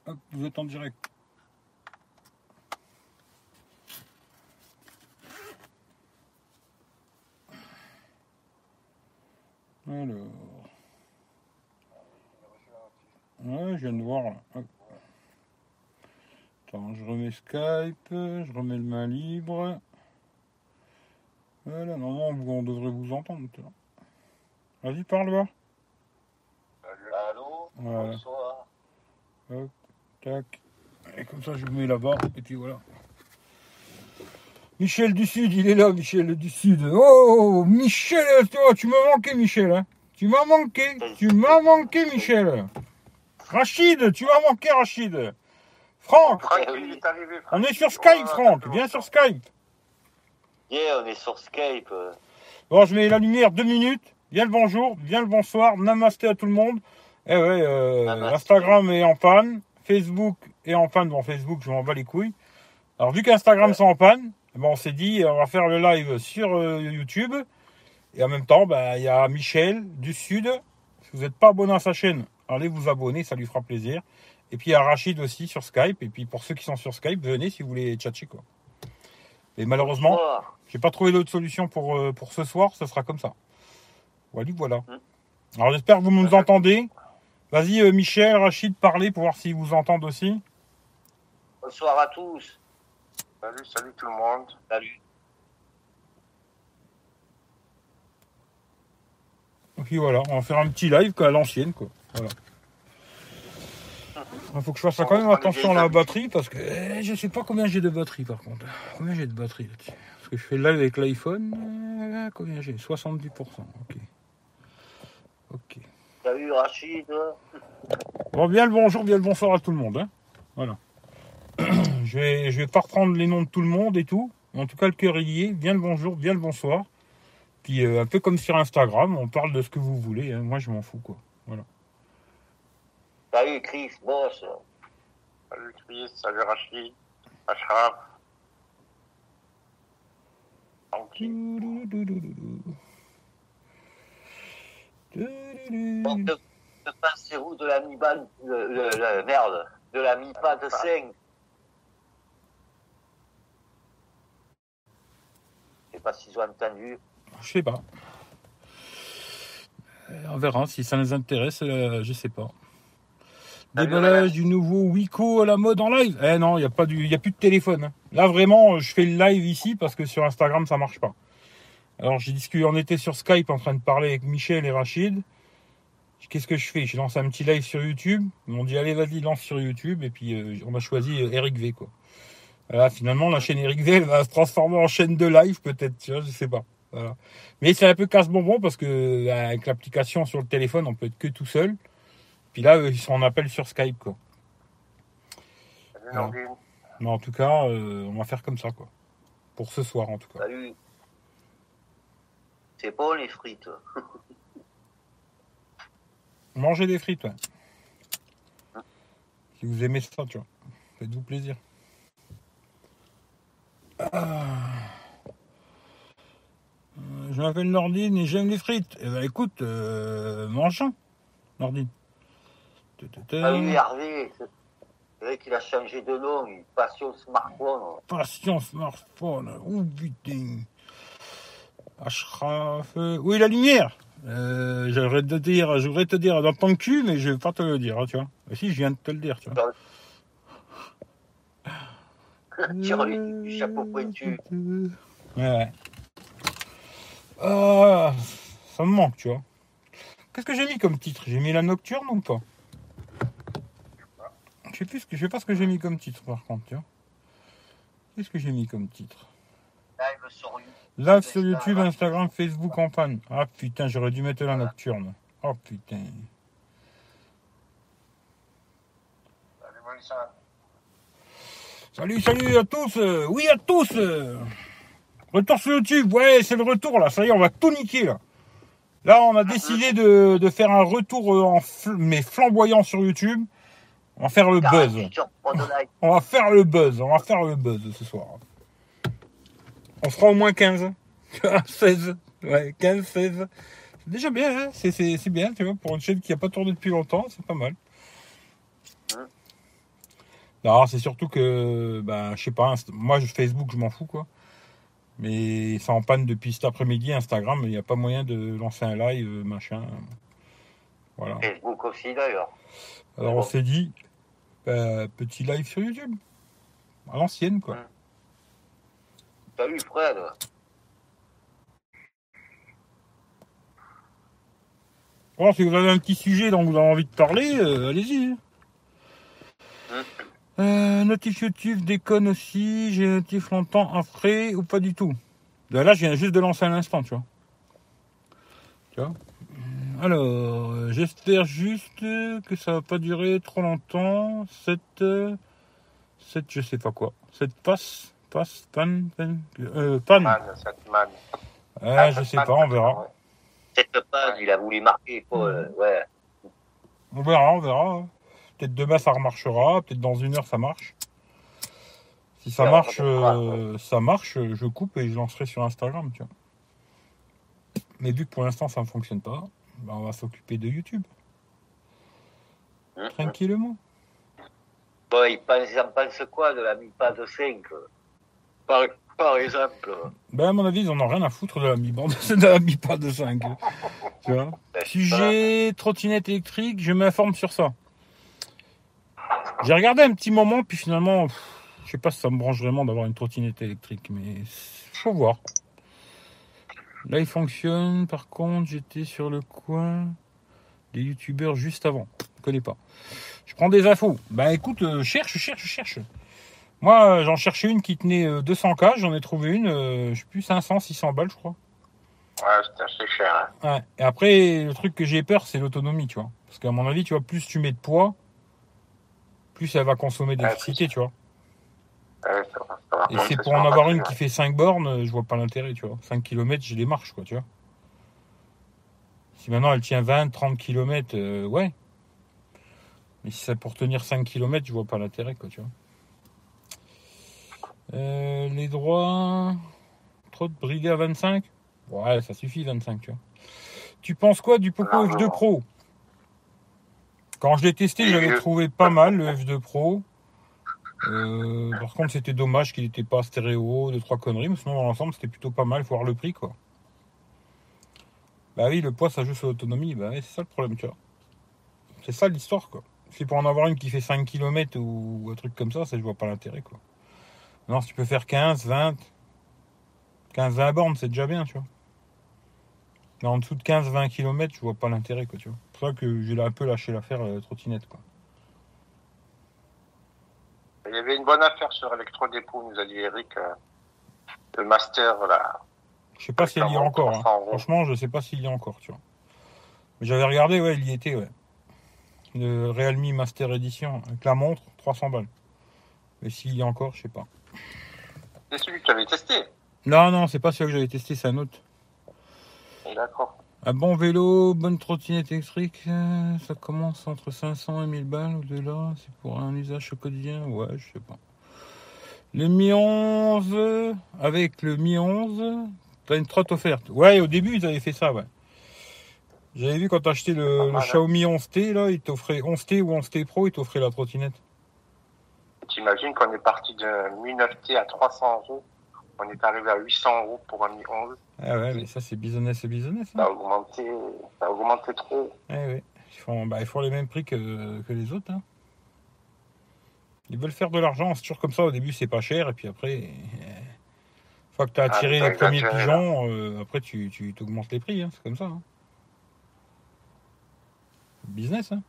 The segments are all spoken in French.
Hop, vous êtes en direct. Alors. Ouais, je viens de voir là. Hop. Attends, je remets Skype, je remets le main libre. Voilà, normalement, on devrait vous entendre. Vas-y, parle là. Allô, voilà. Bonsoir. Hop, tac. Et comme ça, je vous mets là-bas. Et puis voilà. Michel du Sud, il est là, Michel du Sud. Oh, Michel, tu m'as manqué, Michel. Hein. Tu m'as manqué, Michel. Rachid, tu m'as manqué, Rachid. Franck, on est sur Skype, Franck. Viens sur Skype. Yeah, on est sur Skype. Bon, je mets la lumière 2 minutes. Bien le bonjour, bien le bonsoir. Namasté à tout le monde. Eh ouais, Instagram est en panne. Facebook est en panne. Bon, Facebook, je m'en bats les couilles. Alors, vu qu'Instagram sont en panne, bon, on s'est dit, on va faire le live sur YouTube. Et en même temps, il y a Michel du Sud. Si vous n'êtes pas abonné à sa chaîne, allez vous abonner, ça lui fera plaisir. Et puis il y a Rachid aussi sur Skype. Et puis pour ceux qui sont sur Skype, venez si vous voulez tchatcher, quoi. Et malheureusement, j'ai pas trouvé d'autre solution pour ce soir, ce sera comme ça. Voilà. Alors j'espère que vous nous entendez. Vas-y Michel, Rachid, parlez pour voir s'ils vous entendent aussi. Bonsoir à tous. Salut tout le monde. Salut. Et puis voilà, on va faire un petit live à l'ancienne, quoi. Voilà. Il faut que je fasse quand même attention à la batterie parce que je sais pas combien j'ai de batterie par contre. Combien j'ai de batterie là-dessus? Parce que je fais le live avec l'iPhone. Combien j'ai? 70%. Ok. Salut Rachid. Bon, bien le bonjour, bien le bonsoir à tout le monde. Hein. Voilà. Je vais pas reprendre les noms de tout le monde et tout. En tout cas, le cœur y est. Bien le bonjour, bien le bonsoir. Puis un peu comme sur Instagram, on parle de ce que vous voulez. Hein. Moi, je m'en fous, quoi. Voilà. Salut Chris, boss. Salut Chris, salut Rachid, Ashraf. Bon, te passer où de la mi-balle, merde, de la mi-pas de 5. Je sais pas s'ils ont entendu. Je sais pas. On verra si ça nous intéresse, je sais pas. Déballage du nouveau Wiko à la mode en live. Non, il n'y a plus de téléphone. Hein. Là vraiment, je fais le live ici parce que sur Instagram ça marche pas. Alors j'ai discuté, on était sur Skype en train de parler avec Michel et Rachid. Qu'est-ce que je fais? J'ai lancé un petit live sur YouTube. Ils m'ont dit allez vas-y lance sur YouTube et puis on a choisi Eric V quoi. Voilà, finalement la chaîne Eric V elle va se transformer en chaîne de live peut-être, tu vois, je sais pas. Voilà. Mais c'est un peu casse-bonbon parce que avec l'application sur le téléphone on peut être que tout seul. Puis là, ils sont en appel sur Skype, quoi. Voilà. Mais en tout cas, on va faire comme ça, quoi. Pour ce soir, en tout cas. Salut. C'est bon, les frites. Mangez des frites, ouais. Si vous aimez ça, tu vois. Faites-vous plaisir. Je m'appelle Nordine et j'aime les frites. Eh ben, écoute, mangeons, Nordine. Salut Hervé. C'est vrai qu'il a changé de nom, Passion Smartphone. Passion Smartphone, oh putain. Ashraf, oui la lumière. Je voudrais te dire dans ton cul, mais je vais pas te le dire, hein, tu vois. Mais si, je viens de te le dire, tu vois. Tire-lui du chapeau pointu. Ouais. Ah, ça me manque, tu vois. Qu'est-ce que j'ai mis comme titre? J'ai mis la nocturne ou pas? Je sais pas ce que j'ai mis comme titre par contre, tu vois. Qu'est-ce que j'ai mis comme titre? Live sur YouTube, Instagram, Facebook en panne. Ah putain, j'aurais dû mettre la nocturne. Oh putain. Salut à tous. Oui à tous. Retour sur YouTube. Ouais, c'est le retour là. Ça y est, on va tout niquer là. Là, on a décidé de faire un retour mais flamboyant sur YouTube. On va faire le buzz. On va faire le buzz ce soir. On fera au moins 15. 16. Ouais, 15, 16. C'est déjà bien, hein, c'est bien, tu vois, pour une chaîne qui n'a pas tourné depuis longtemps, c'est pas mal. Non, c'est surtout que, je sais pas, moi, Facebook, je m'en fous, quoi. Mais c'est en panne depuis cet après-midi, Instagram, il n'y a pas moyen de lancer un live, machin. Voilà. Facebook aussi, d'ailleurs. Alors, on s'est dit, petit live sur YouTube. À l'ancienne, quoi. Salut, Fred. Bon, si vous avez un petit sujet dont vous avez envie de parler, allez-y. Notif YouTube déconne aussi, j'ai notif longtemps après ou pas du tout. Là, je viens juste de lancer à l'instant, tu vois. Alors, j'espère juste que ça va pas durer trop longtemps. Cette je sais pas quoi. Cette panne. Je sais pas, on verra. Cette panne, il a voulu marquer, ouais. On verra. Peut-être demain ça remarchera, peut-être dans 1 heure ça marche. Si ça marche, je coupe et je lancerai sur Instagram, tu vois. Mais vu que pour l'instant ça ne fonctionne pas, on va s'occuper de YouTube. Tranquillement. Bon, ils en pensent quoi de la Mi Band 5 par exemple? À mon avis, ils en ont rien à foutre de la Mi Band 5. Tu vois. Sujet trottinette électrique, je m'informe sur ça. J'ai regardé un petit moment, puis finalement, je sais pas si ça me branche vraiment d'avoir une trottinette électrique, mais faut voir. Là, il fonctionne. Par contre, j'étais sur le coin des youtubeurs juste avant. Je connais pas. Je prends des infos. Écoute, cherche. Moi, j'en cherchais une qui tenait 200K. J'en ai trouvé une, je sais plus, 500, 600 balles, je crois. Ouais, c'est assez cher. Hein. Ouais. Et après, le truc que j'ai peur, c'est l'autonomie, tu vois. Parce qu'à mon avis, tu vois, plus tu mets de poids, plus elle va consommer d'électricité, tu vois. Ouais, ça va. Et c'est pour en avoir une qui fait 5 bornes, je vois pas l'intérêt, tu vois. 5 km, j'ai des marches, quoi, tu vois. Si maintenant elle tient 20, 30 km, ouais. Mais si c'est pour tenir 5 km, je vois pas l'intérêt, quoi, tu vois. Les droits... Trop de bridés à 25 ? Ouais, ça suffit, 25, tu vois. Tu penses quoi du Poco F2 Pro ? Quand je l'ai testé, je l'avais trouvé pas mal, le F2 Pro. Par contre, c'était dommage qu'il n'était pas stéréo, 2-3 conneries, mais sinon, dans l'ensemble, c'était plutôt pas mal. Il faut voir le prix, quoi. Bah oui, le poids, ça joue sur l'autonomie. Bah oui, c'est ça le problème, tu vois. C'est ça l'histoire, quoi. Si pour en avoir une qui fait 5 km ou un truc comme ça, je vois pas l'intérêt, quoi. Non, si tu peux faire 15, 20 bornes, c'est déjà bien, tu vois. Mais en dessous de 15-20 km, je vois pas l'intérêt, quoi, tu vois. C'est pour ça que j'ai un peu lâché l'affaire trottinette, quoi. Il y avait une bonne affaire sur Electrodépôt, nous a dit Eric. Le Master, là. Je sais pas s'il y a encore. Hein. Franchement, je sais pas s'il y a encore, tu vois. Mais j'avais regardé, ouais, il y était, ouais. Le Realme Master Edition, avec la montre, 300 balles. Mais s'il y a encore, je sais pas. C'est celui que tu avais testé? Non, c'est pas celui que j'avais testé, c'est un autre. D'accord. Un bon vélo, bonne trottinette électrique, ça commence entre 500 et 1000 balles au-delà. C'est pour un usage au quotidien? Ouais, je sais pas. Le Mi 11, avec le Mi 11, t'as une trotte offerte. Ouais, au début, ils avaient fait ça, ouais. J'avais vu quand t'achetais le Xiaomi 11T, là, ils t'offraient 11T ou 11T Pro, ils t'offraient la trottinette. T'imagines qu'on est parti de Mi 9T à 300 €. On est arrivé à 800 € pour un Mi 11. Ah ouais, mais ça, c'est business. Hein. Ça a augmenté trop. Ouais. Ils font les mêmes prix que les autres, hein. Ils veulent faire de l'argent, c'est toujours comme ça. Au début, c'est pas cher, et puis après, une fois que tu as attiré les premiers pigeons, après, tu augmentes les prix, hein. C'est comme ça. Hein. Business, hein.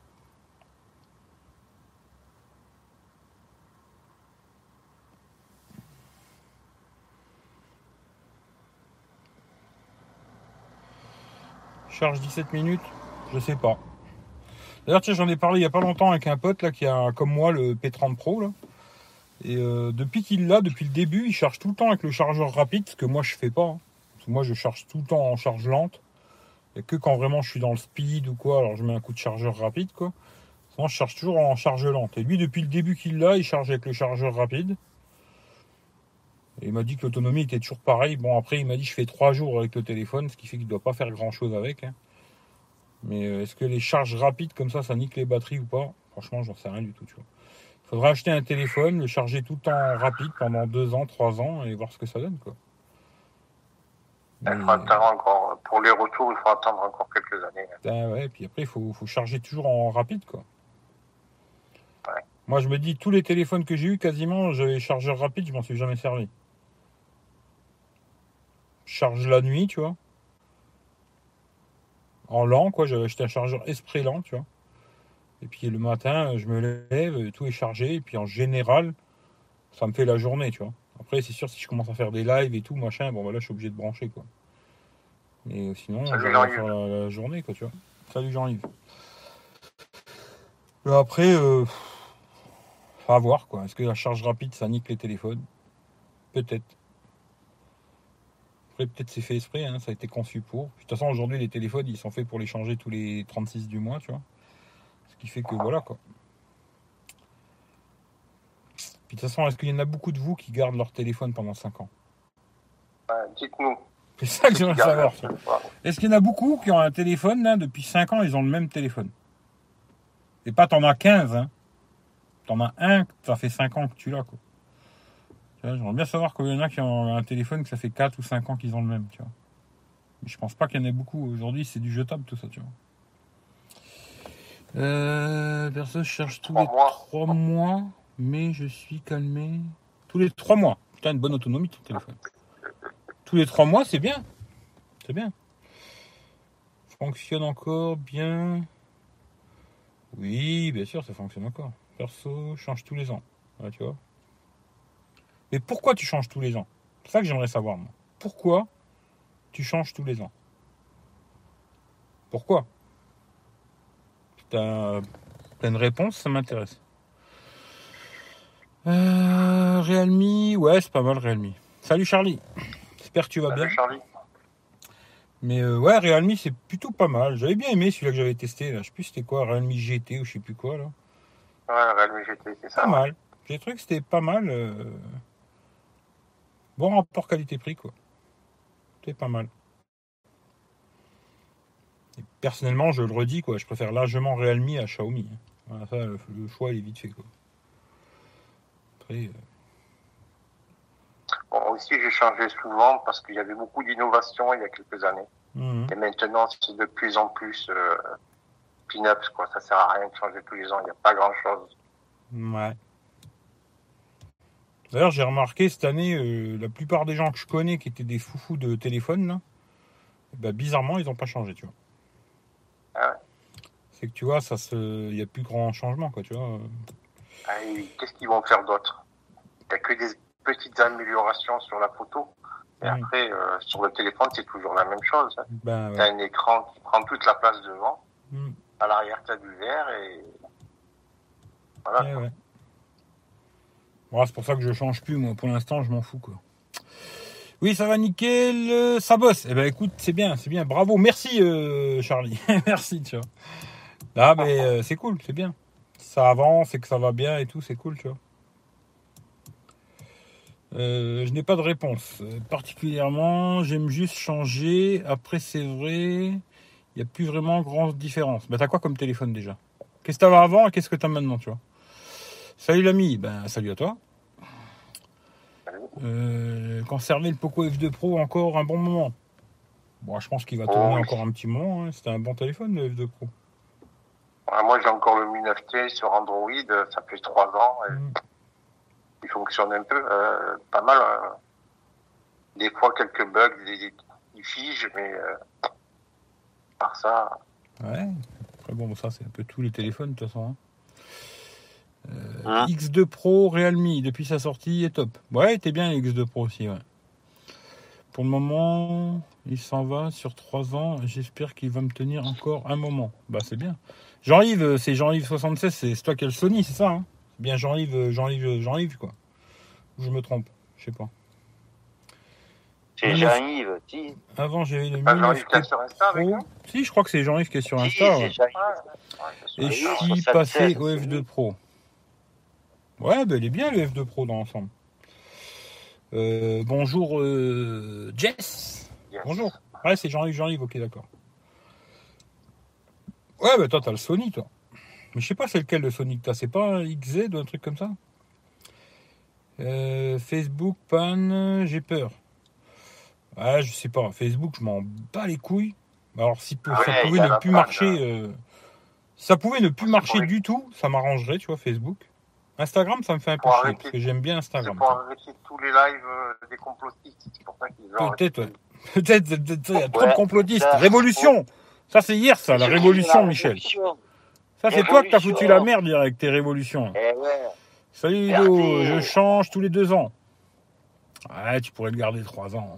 Charge 17 minutes, je sais pas. D'ailleurs, tiens, j'en ai parlé il y a pas longtemps avec un pote là qui a comme moi le P30 Pro là. Et depuis qu'il l'a, depuis le début, il charge tout le temps avec le chargeur rapide, ce que moi je fais pas. Hein. Parce que moi je charge tout le temps en charge lente. Et que quand vraiment je suis dans le speed ou quoi, alors je mets un coup de chargeur rapide quoi. Sinon je charge toujours en charge lente. Et lui, depuis le début qu'il l'a, il charge avec le chargeur rapide. Et il m'a dit que l'autonomie était toujours pareil. Bon, après, il m'a dit je fais 3 jours avec le téléphone, ce qui fait qu'il ne doit pas faire grand-chose avec. Hein. Mais est-ce que les charges rapides comme ça nique les batteries ou pas? Franchement, j'en sais rien du tout, tu vois. Il Faudrait acheter un téléphone, le charger tout le temps rapide pendant 2 ans, 3 ans et voir ce que ça donne, quoi. Il faut attendre encore. Pour les retours, il faut attendre encore quelques années. Ah ouais, puis après, il faut charger toujours en rapide, quoi. Ouais. Moi, je me dis, tous les téléphones que j'ai eu, quasiment, j'avais chargeur rapide, je m'en suis jamais servi. Je charge la nuit, tu vois. En lent, quoi. J'avais acheté un chargeur exprès lent, tu vois. Et puis le matin, je me lève, tout est chargé. Et puis en général, ça me fait la journée, tu vois. Après, c'est sûr, si je commence à faire des lives et tout, machin, bon, voilà, je suis obligé de brancher, quoi. Mais sinon, je vais faire la journée, quoi, tu vois. Salut Jean-Yves. Après, à voir, quoi. Est-ce que la charge rapide, ça nique les téléphones? Peut-être. Après, peut-être c'est fait exprès, hein, ça a été conçu pour. Puis, de toute façon, aujourd'hui, les téléphones, ils sont faits pour les changer tous les 36 du mois, tu vois. Ce qui fait que voilà, quoi. Puis, de toute façon, est-ce qu'il y en a beaucoup de vous qui gardent leur téléphone pendant 5 ans? Dites-nous. C'est ça que j'aimerais savoir. Est-ce qu'il y en a beaucoup qui ont un téléphone, là, depuis 5 ans, ils ont le même téléphone? Et pas t'en as 15, hein. T'en as un, ça fait 5 ans que tu l'as, quoi. J'aimerais bien savoir qu'il y en a qui ont un téléphone que ça fait 4 ou 5 ans qu'ils ont le même, tu vois. Mais je pense pas qu'il y en ait beaucoup. Aujourd'hui, c'est du jetable, tout ça, tu vois. Perso, je cherche tous les 3 mois, mais je suis calmé. Tous les 3 mois. Putain, une bonne autonomie, ton téléphone. Tous les 3 mois, c'est bien. C'est bien. Fonctionne encore bien. Oui, bien sûr, ça fonctionne encore. Perso, change tous les ans. Ouais, tu vois. Mais pourquoi tu changes tous les ans? C'est ça que j'aimerais savoir, moi. Pourquoi tu changes tous les ans? Pourquoi? T'as une réponse, ça m'intéresse. Realme, ouais, c'est pas mal Realme. Salut Charlie. J'espère que tu vas bien. Charlie. Mais ouais, Realme, c'est plutôt pas mal. J'avais bien aimé celui-là que j'avais testé. Là. Je sais plus c'était quoi, Realme GT ou je sais plus quoi. Là. Ouais, Realme GT, c'est ça. Pas mal. J'ai trouvé que c'était pas mal. Bon rapport qualité-prix, quoi. C'était pas mal. Et personnellement, je le redis, quoi. Je préfère largement Realme à Xiaomi. Voilà, ça, le choix, il est vite fait, quoi. Après... Bon, aussi, j'ai changé souvent parce qu'il y avait beaucoup d'innovations il y a quelques années. Et maintenant, c'est de plus en plus pin-ups, quoi. Ça sert à rien de changer tous les ans. Il n'y a pas grand-chose. Ouais. D'ailleurs, j'ai remarqué cette année, la plupart des gens que je connais qui étaient des foufous de téléphone, là, bah, bizarrement, ils n'ont pas changé, tu vois. Ah ouais. C'est que tu vois, il n'y a plus grand changement, quoi, tu vois. Ah, qu'est-ce qu'ils vont faire d'autre? Il n'y a que des petites améliorations sur la photo. Et après, sur le téléphone, c'est toujours la même chose. Hein. Ben, ouais. Tu as un écran qui prend toute la place devant. À l'arrière, tu as du vert et voilà. Ouais. Bon, c'est pour ça que je change plus, moi. Pour l'instant, je m'en fous, quoi. Oui, ça va nickel, ça bosse. Eh ben, écoute, c'est bien. Bravo. Merci, Charlie. Merci, tu vois. Ah, mais c'est cool, c'est bien. Ça avance et que ça va bien et tout, c'est cool, tu vois. Je n'ai pas de réponse. Particulièrement, j'aime juste changer. Après, c'est vrai, il n'y a plus vraiment grande différence. Bah, t'as quoi comme téléphone déjà? Qu'est-ce que t'avais avant et qu'est-ce que t'as maintenant, tu vois? Salut l'ami, ben salut à toi. Conserver le Poco F2 Pro encore un bon moment. Bon, je pense qu'il va tourner encore un petit moment. Hein. C'était un bon téléphone, le F2 Pro. Ouais, moi, j'ai encore le Mi 9T sur Android. Ça fait 3 ans. Et il fonctionne un peu. Pas mal. Hein. Des fois, quelques bugs, il fige, mais par ça... Ouais. Après, bon, ça, c'est un peu tous les téléphones, de toute façon. Hein. X2 Pro Realme, depuis sa sortie, est top. Ouais, t'es bien X2 Pro aussi, ouais. Pour le moment, il s'en va sur 3 ans. J'espère qu'il va me tenir encore un moment. Bah, c'est bien. Jean-Yves, c'est Jean-Yves 76, c'est toi qui as le Sony, c'est ça, hein? C'est bien Jean-Yves, quoi. Je me trompe, je sais pas. C'est Jean-Yves, si. Avant, j'avais le Jean-Yves qui est sur Insta avec nous? Si, je crois que c'est Jean-Yves qui est sur Insta. Ouais. Et je suis passé au F2 Pro. Ouais, ben il est bien le F2 Pro dans l'ensemble. Bonjour Jess. Yes. Bonjour. Ouais, c'est Jean-Yves, ok, d'accord. Ouais, bah toi, t'as le Sony, toi. Mais je sais pas c'est lequel le Sony que t'as. C'est pas un XZ ou un truc comme ça? Facebook, panne, j'ai peur. Ah, je sais pas. Facebook, je m'en bats les couilles. Alors, si ça pouvait ne plus marcher... ça pouvait ne plus marcher du tout, ça m'arrangerait, tu vois, Facebook. Instagram, ça me fait un peu chier, parce que j'aime bien Instagram. C'est pour arrêter tous les lives des complotistes. C'est pour ça qu'ils ont... Peut-être, ouais. Peut-être, il y a trop de complotistes. Révolution! Ça, c'est hier, ça, la révolution, Michel. Ça, c'est toi que t'as foutu la merde hier avec tes révolutions. Salut Ludo, je change tous les 2 ans. Ouais, tu pourrais le garder 3 ans.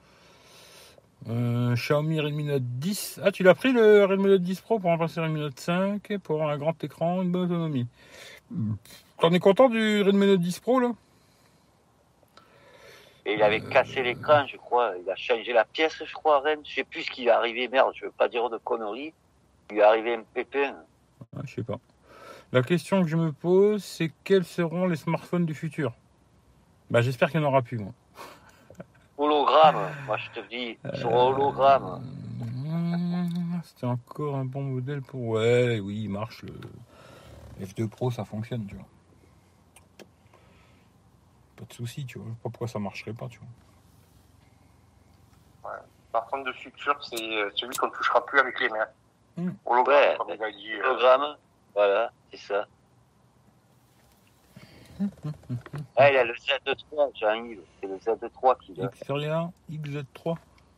Xiaomi Redmi Note 10. Ah, tu l'as pris le Redmi Note 10 Pro pour remplacer le Redmi Note 5 pour avoir un grand écran, une bonne autonomie. T'en es content du Redmi Note 10 Pro là? Et il avait cassé l'écran, je crois. Il a changé la pièce, je crois, Rennes. Je sais plus ce qui lui est arrivé. Merde, je veux pas dire de conneries. Il lui est arrivé un pépin. Ah, je sais pas. La question que je me pose, c'est quels seront les smartphones du futur? Bah, j'espère qu'il n'y en aura plus, moi. Hologramme, moi je te dis, sur hologramme. C'était encore un bon modèle pour... Ouais, oui, il marche. Le F2 Pro, ça fonctionne, tu vois. Pas de souci, tu vois. Je sais pas pourquoi ça marcherait pas, tu vois. Ouais. Par contre, le futur, c'est celui qu'on ne touchera plus avec les mains. Hologramme, comme il a dit. Hologramme, voilà, c'est ça. Ah, il a le Z3, Jean-Yves. C'est le Z3 qu'il a. Xperia XZ3.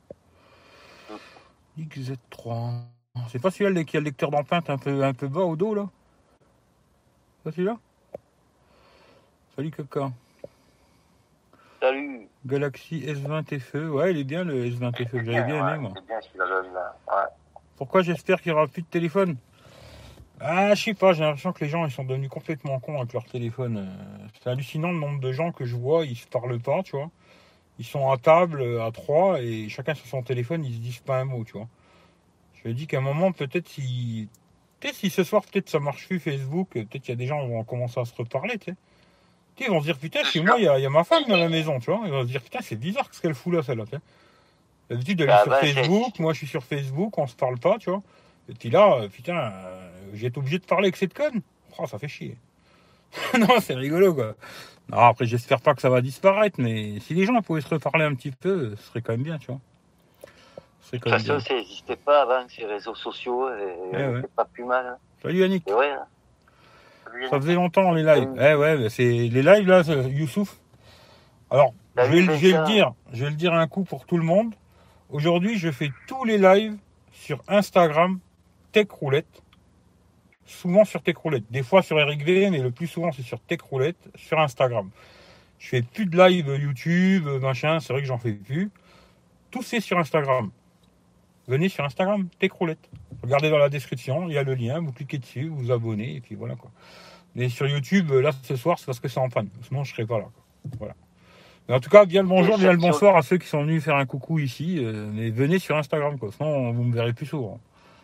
XZ3. C'est pas celui-là qui a le lecteur d'empreinte un peu bas au dos, là? C'est pas celui-là? Salut, Coca. Salut. Galaxy S20 FE. Ouais, il est bien, le S20 FE. J'avais bien aimé, moi. C'est bien celui-là. Ouais. Pourquoi j'espère qu'il n'y aura plus de téléphone? Ah, je sais pas, j'ai l'impression que les gens ils sont devenus complètement cons avec leur téléphone. C'est hallucinant le nombre de gens que je vois, ils se parlent pas, tu vois. Ils sont à table, à 3, et chacun sur son téléphone, ils se disent pas un mot, tu vois. Je me dis qu'à un moment, peut-être si ce soir, peut-être ça marche plus Facebook, peut-être qu'il y a des gens qui vont commencer à se reparler, tu sais. Ils vont se dire, putain, chez moi, il y a ma femme dans la maison, tu vois. Ils vont se dire, putain, c'est bizarre ce qu'elle fout là, celle-là, tu sais. D'habitude, elle est sur Facebook, moi je suis sur Facebook, on se parle pas, tu vois. Et puis là, putain, j'ai été obligé de parler avec cette conne. Oh, ça fait chier. Non, c'est rigolo, quoi. Non, après, j'espère pas que ça va disparaître, mais si les gens pouvaient se reparler un petit peu, ce serait quand même bien, tu vois. De toute façon, ça n'existait pas avant, ces réseaux sociaux, et c'est pas plus mal. Hein. Salut Yannick. C'est vrai, hein. Ça faisait longtemps, les lives. Ouais, c'est les lives, là, Youssouf. Alors, je vais le dire un coup pour tout le monde. Aujourd'hui, je fais tous les lives sur Instagram, Tech Roulette. Souvent sur Tech Roulette. Des fois sur Eric V, mais le plus souvent, c'est sur Tech Roulette, sur Instagram. Je fais plus de live YouTube, machin, c'est vrai que j'en fais plus. Tout c'est sur Instagram. Venez sur Instagram, Tech Roulette. Regardez dans la description, il y a le lien, vous cliquez dessus, vous vous abonnez, et puis voilà, quoi. Mais sur YouTube, là, ce soir, c'est parce que c'est en panne. Sinon, je serai pas là, quoi. Voilà. Mais en tout cas, bien le bonjour, bien le bonsoir à ceux qui sont venus faire un coucou ici. Mais venez sur Instagram, quoi. Sinon, vous me verrez plus souvent.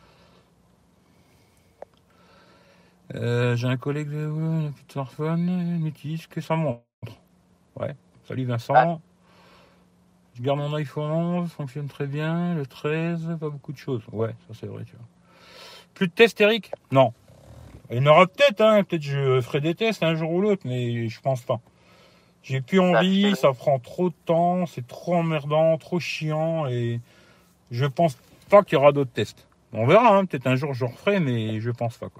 J'ai un collègue de un petit smartphone, n'utilise que sa montre. Ouais. Salut Vincent. Je garde mon iPhone 11, fonctionne très bien. Le 13, pas beaucoup de choses. Ouais, ça c'est vrai, tu vois. Plus de tests, Eric? Non. Il y en aura peut-être, hein. Peut-être je ferai des tests un jour ou l'autre, mais je pense pas. J'ai plus envie, ça prend trop de temps, c'est trop emmerdant, trop chiant, et je pense pas qu'il y aura d'autres tests. On verra, hein. Peut-être un jour je referai, mais je pense pas, quoi.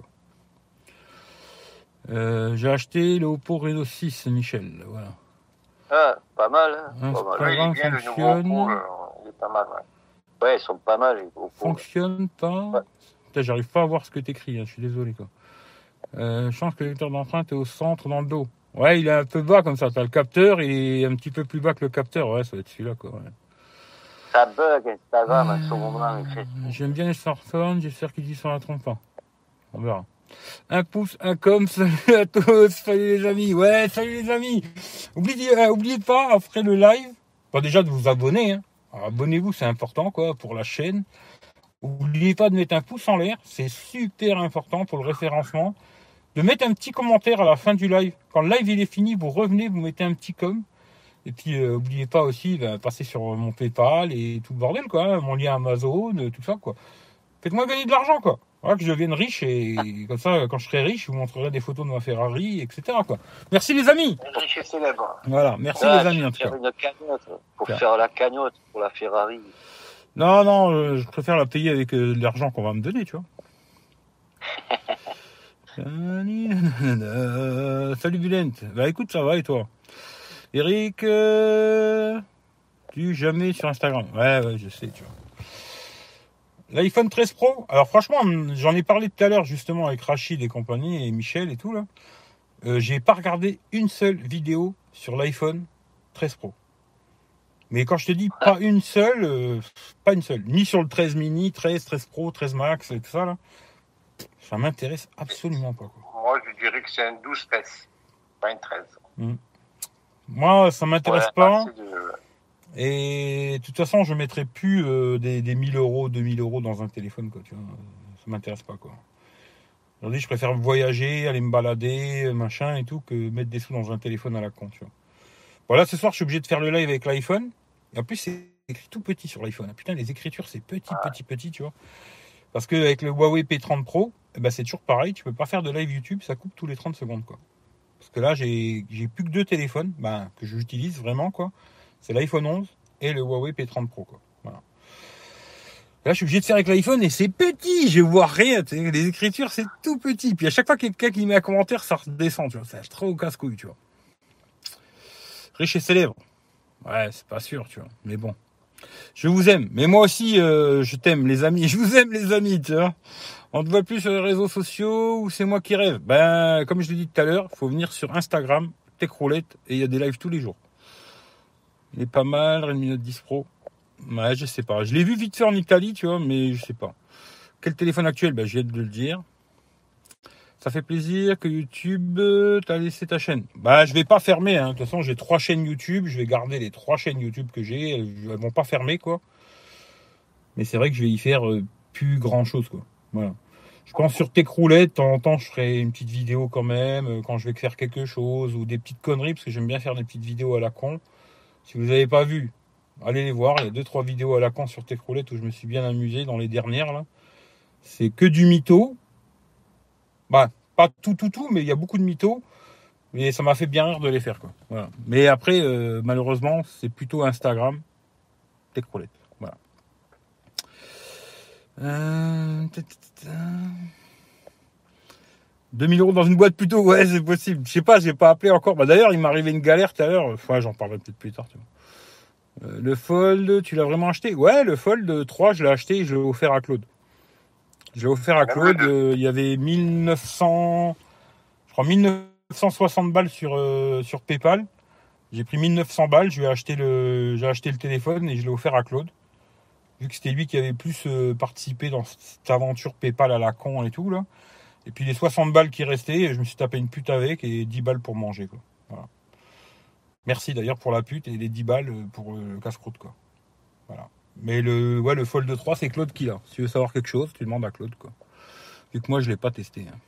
J'ai acheté le Oppo Reno 6, Michel, voilà. Ah, pas mal, hein. Instagram fonctionne. Il est pas mal, ouais. Ouais, ils sont pas mal, les Oppo. Fonctionne pas. Ouais. Putain, j'arrive pas à voir ce que t'écris, hein. Je suis désolé, quoi. Je pense que le lecteur d'empreinte est au centre, dans le dos. Ouais, il est un peu bas comme ça. T'as le capteur, il est un petit peu plus bas que le capteur. Ouais, ça va être celui-là, quoi. Ouais. Ça bug Instagram à ce moment. J'aime bien les smartphones, j'espère qu'ils y sont la trompe pas. On verra. Un pouce, un com, salut à tous, salut les amis. Ouais, salut les amis. Oubliez pas, après le live, déjà de vous abonner. Hein. Alors, abonnez-vous, c'est important, quoi, pour la chaîne. N'oubliez pas de mettre un pouce en l'air, c'est super important pour le référencement. De mettre un petit commentaire à la fin du live. Quand le live il est fini, vous revenez, vous mettez un petit com. Et puis, n'oubliez pas aussi, passer sur mon PayPal et tout le bordel, quoi. Hein, mon lien Amazon, tout ça, quoi. Faites-moi gagner de l'argent, quoi. Voilà, que je devienne riche et comme ça, quand je serai riche, je vous montrerai des photos de ma Ferrari, etc. quoi. Merci les amis. Riche et célèbre. Voilà, merci Ouais, les amis en tout faire cas. une cagnotte, pour Faire. faire la cagnotte pour la Ferrari. Non, je préfère la payer avec l'argent qu'on va me donner, tu vois. Salut Bulent. Bah écoute, ça va et toi? Eric, tu jamais sur Instagram? Ouais, je sais, tu vois. L'iPhone 13 Pro, alors franchement, j'en ai parlé tout à l'heure justement avec Rachid et compagnie et Michel et tout là. J'ai pas regardé une seule vidéo sur l'iPhone 13 Pro. Mais quand je te dis pas une seule, ni sur le 13 mini, 13 Pro, 13 Max et tout ça là, ça m'intéresse absolument pas quoi. Moi, je dirais que c'est un 12S, pas une 13. Moi, ça m'intéresse pas. C'est de... Et de toute façon, je mettrai plus des 1000 euros, 2000 euros dans un téléphone, quoi. Tu vois, ça m'intéresse pas, quoi. Aujourd'hui, je préfère voyager, aller me balader, machin et tout, que mettre des sous dans un téléphone à la con, tu vois. Voilà, ce soir, je suis obligé de faire le live avec l'iPhone. Et en plus, c'est écrit tout petit sur l'iPhone. Putain, les écritures, c'est petit, tu vois. Parce qu'avec le Huawei P30 Pro, eh ben, c'est toujours pareil. Tu peux pas faire de live YouTube, ça coupe tous les 30 secondes, quoi. Parce que là, j'ai plus que 2 téléphones que j'utilise vraiment, quoi. C'est l'iPhone 11 et le Huawei P30 Pro, quoi. Voilà. Là, je suis obligé de faire avec l'iPhone et c'est petit, je vois rien. Les écritures, c'est tout petit. Puis à chaque fois qu'il y a quelqu'un qui met un commentaire, ça redescend, tu vois. Ça, je trop au casse-couille, tu vois. Riche et célèbre. Ouais, c'est pas sûr, tu vois. Mais bon. Je vous aime. Mais moi aussi, je t'aime, les amis. Je vous aime, les amis, tu vois. On ne te voit plus sur les réseaux sociaux ou c'est moi qui rêve. Ben, comme je l'ai dit tout à l'heure, il faut venir sur Instagram, Techroulette, et il y a des lives tous les jours. Il est pas mal, Redmi Note 10 Pro. Ouais, je sais pas. Je l'ai vu vite fait en Italie, tu vois, mais je sais pas. Quel téléphone actuel? Ben, je viens de le dire. Ça fait plaisir que YouTube t'a laissé ta chaîne. Bah, je vais pas fermer, hein. De toute façon, j'ai 3 chaînes YouTube. Je vais garder les 3 chaînes YouTube que j'ai. Elles vont pas fermer, quoi. Mais c'est vrai que je vais y faire plus grand chose, quoi. Voilà. Je pense sur Techroulette, de temps en temps, je ferai une petite vidéo quand même, quand je vais faire quelque chose, ou des petites conneries, parce que j'aime bien faire des petites vidéos à la con. Si vous n'avez pas vu, allez les voir. Il y a 2-3 vidéos à la con sur Techroulette où je me suis bien amusé dans les dernières, là. C'est que du mytho. Bah, pas tout, mais il y a beaucoup de mythos. Mais ça m'a fait bien rire de les faire, quoi. Voilà. Mais après, malheureusement, c'est plutôt Instagram, Techroulette. Voilà. 2000 euros dans une boîte plutôt, ouais, c'est possible. Je sais pas, j'ai pas appelé encore. Bah d'ailleurs, il m'est arrivé une galère tout à l'heure. Enfin, j'en parlerai peut-être plus tard. Tu vois. Le Fold, tu l'as vraiment acheté? Ouais, le Fold 3, je l'ai acheté et je l'ai offert à Claude. Je l'ai offert à Claude. Il y avait 1900, je crois 1960 balles sur PayPal. J'ai pris 1900 balles. J'ai acheté le téléphone et je l'ai offert à Claude. Vu que c'était lui qui avait plus participé dans cette aventure PayPal à la con et tout, là. Et puis les 60 balles qui restaient, je me suis tapé une pute avec et 10 balles pour manger, quoi. Voilà. Merci d'ailleurs pour la pute et les 10 balles pour le casse-croûte, quoi. Voilà. Mais le Fold 3, c'est Claude qui l'a. Si tu veux savoir quelque chose, tu demandes à Claude, quoi. Vu que moi, je ne l'ai pas testé. Hein.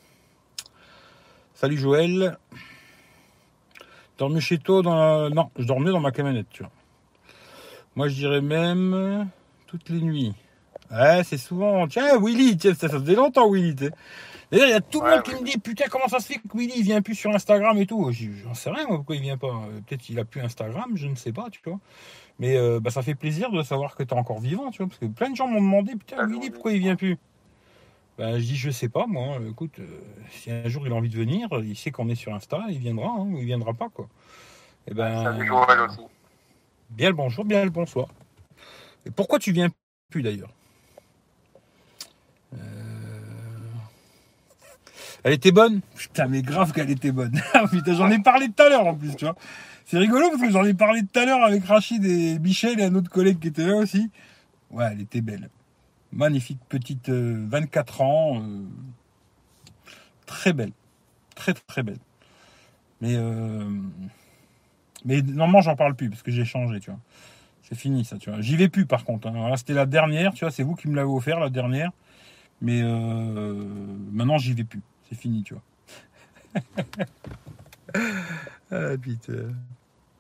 Salut Joël. Dormais chez toi Non, je dormais dans ma camionnette, tu vois. Moi, je dirais même toutes les nuits. Ouais, c'est souvent... Tiens, Willy, tiens, ça faisait longtemps, Willy, t'sais. D'ailleurs, il y a tout le monde qui me dit, putain, comment ça se fait que Willy, il vient plus sur Instagram et tout. J'en sais rien, moi, pourquoi il vient pas. Peut-être qu'il a plus Instagram, je ne sais pas, tu vois. Mais ça fait plaisir de savoir que t'es encore vivant, tu vois. Parce que plein de gens m'ont demandé, putain, Willy, pourquoi il vient plus? Ben, je dis, je sais pas, moi. Écoute, si un jour il a envie de venir, il sait qu'on est sur Insta, il viendra, hein, ou il viendra pas, quoi. Et ben... Salut Joël aussi. Bien le bonjour, bien le bonsoir. Et pourquoi tu viens plus, d'ailleurs? Elle était bonne? Putain, mais grave qu'elle était bonne. Putain, j'en ai parlé tout à l'heure en plus, tu vois. C'est rigolo parce que j'en ai parlé tout à l'heure avec Rachid et Michel et un autre collègue qui était là aussi. Ouais, elle était belle. Magnifique petite 24 ans. Très belle. Très, très belle. Mais normalement, j'en parle plus parce que j'ai changé, tu vois. C'est fini, ça, tu vois. J'y vais plus, par contre. Hein. Alors là, c'était la dernière, tu vois. C'est vous qui me l'avez offert, la dernière. Mais maintenant, j'y vais plus. C'est fini, tu vois. Ah, putain.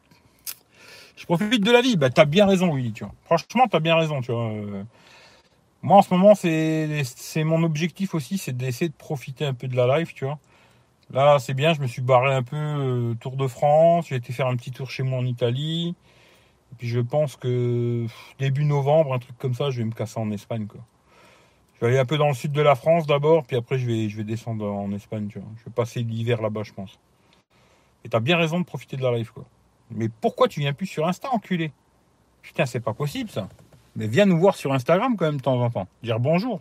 Je profite de la vie. Bah, t'as bien raison, Willy, tu vois. Franchement, t'as bien raison, tu vois. Moi, en ce moment, c'est mon objectif aussi, c'est d'essayer de profiter un peu de la life, tu vois. Là, c'est bien, je me suis barré un peu Tour de France, j'ai été faire un petit tour chez moi en Italie. Et puis je pense que début novembre, un truc comme ça, je vais me casser en Espagne, quoi. Je vais aller un peu dans le sud de la France d'abord, puis après je vais descendre en Espagne, tu vois. Je vais passer l'hiver là-bas, je pense. Et t'as bien raison de profiter de la life, quoi. Mais pourquoi tu viens plus sur Insta, enculé? Putain, c'est pas possible, ça. Mais viens nous voir sur Instagram quand même de temps en temps. Dire bonjour.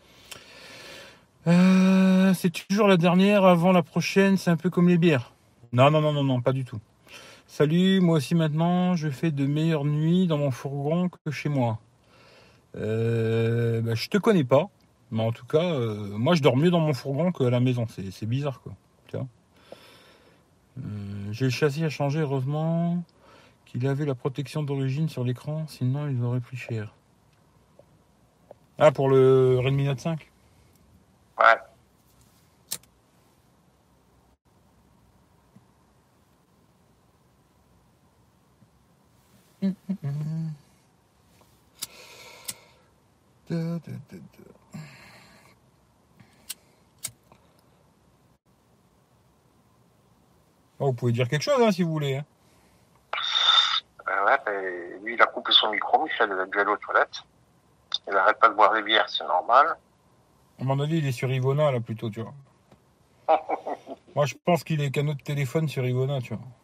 C'est toujours la dernière avant la prochaine, c'est un peu comme les bières. Non, non, non, non, non, pas du tout. Salut, moi aussi maintenant, je fais de meilleures nuits dans mon fourgon que chez moi. Je te connais pas, mais en tout cas, moi je dors mieux dans mon fourgon qu'à la maison. C'est bizarre, quoi. Tu vois. J'ai le châssis à changer, heureusement qu'il avait la protection d'origine sur l'écran, sinon il aurait pris cher. Ah, pour le Redmi Note 5 ? Ouais. Oh, vous pouvez dire quelque chose, hein, si vous voulez. Hein. Lui, il a coupé son micro, Michel, il a dû aller aux toilettes. Il arrête pas de boire des bières, c'est normal. À mon avis, il est sur Ivona, là, plutôt, tu vois. Moi, je pense qu'il est canot de téléphone sur Ivona, tu vois.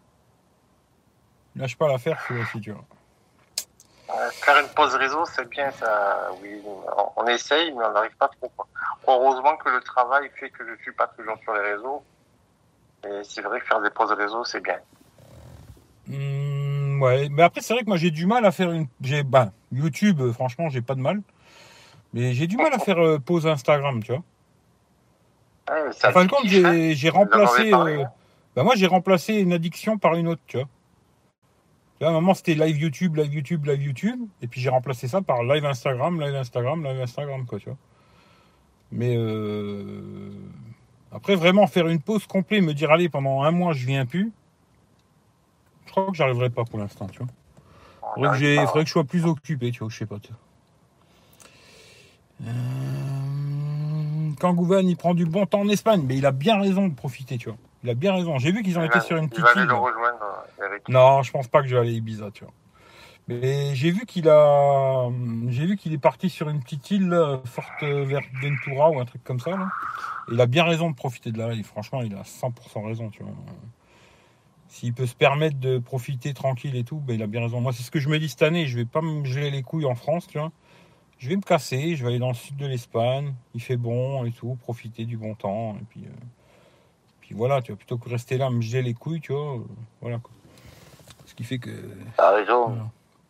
Lâche pas l'affaire, celui-là aussi, tu vois. Faire une pause réseau, c'est bien, ça. Oui, on essaye, mais on n'arrive pas trop, quoi. Heureusement que le travail fait que je suis pas toujours sur les réseaux. Et c'est vrai que faire des pauses réseau, c'est bien. Ouais, mais après, c'est vrai que moi, j'ai du mal à faire YouTube, franchement, j'ai pas de mal. Mais j'ai du mal à faire pause Instagram, tu vois. Ouais, En fin de compte, j'ai remplacé... parlé, moi, j'ai remplacé une addiction par une autre, tu vois. Là, à un moment, c'était live YouTube. Et puis, j'ai remplacé ça par live Instagram, quoi, tu vois. Mais après, vraiment faire une pause complète, me dire, allez, pendant un mois, je viens plus. Je crois que j'arriverai pas pour l'instant, tu vois. Faudrait que je sois plus occupé, tu vois, je sais pas, tu vois. Quand Gouven, il prend du bon temps en Espagne, mais il a bien raison de profiter, tu vois. Il a bien raison. J'ai vu qu'ils ont été sur une petite île. Il va aller le rejoindre, Eric. Non, je pense pas que je vais aller à Ibiza, tu vois. Mais j'ai vu qu'il est parti sur une petite île forte vers Ventura ou un truc comme ça, là. Et il a bien raison de profiter de la life. Franchement, il a 100% raison, tu vois. S'il peut se permettre de profiter tranquille et tout, il a bien raison. Moi, c'est ce que je me dis cette année. Je vais pas me geler les couilles en France, tu vois. Je vais me casser, je vais aller dans le sud de l'Espagne. Il fait bon et tout, profiter du bon temps. Et puis voilà, tu vois, plutôt que rester là, me geler les couilles, tu vois. Voilà, quoi. Ce qui fait que... T'as raison. Voilà.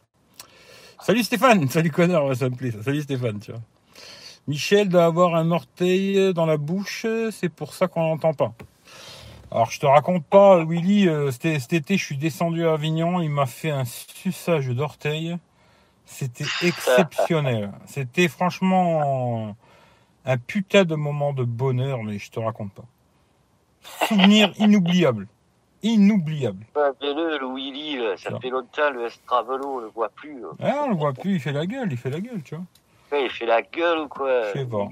Salut Stéphane, salut connard, ouais, ça me plaît ça. Salut Stéphane, tu vois. Michel doit avoir un orteil dans la bouche, c'est pour ça qu'on l'entend pas. Alors je te raconte pas, Willy, cet été je suis descendu à Avignon, il m'a fait un suçage d'orteil. C'était exceptionnel. C'était franchement un putain de moment de bonheur, mais je te raconte pas. Souvenir inoubliable. Inoubliable. Le Willy, là, ça fait longtemps, le Stravelo, on le voit plus. Ah, on le voit plus, il fait la gueule, tu vois. Ouais, il fait la gueule ou quoi? Je sais pas.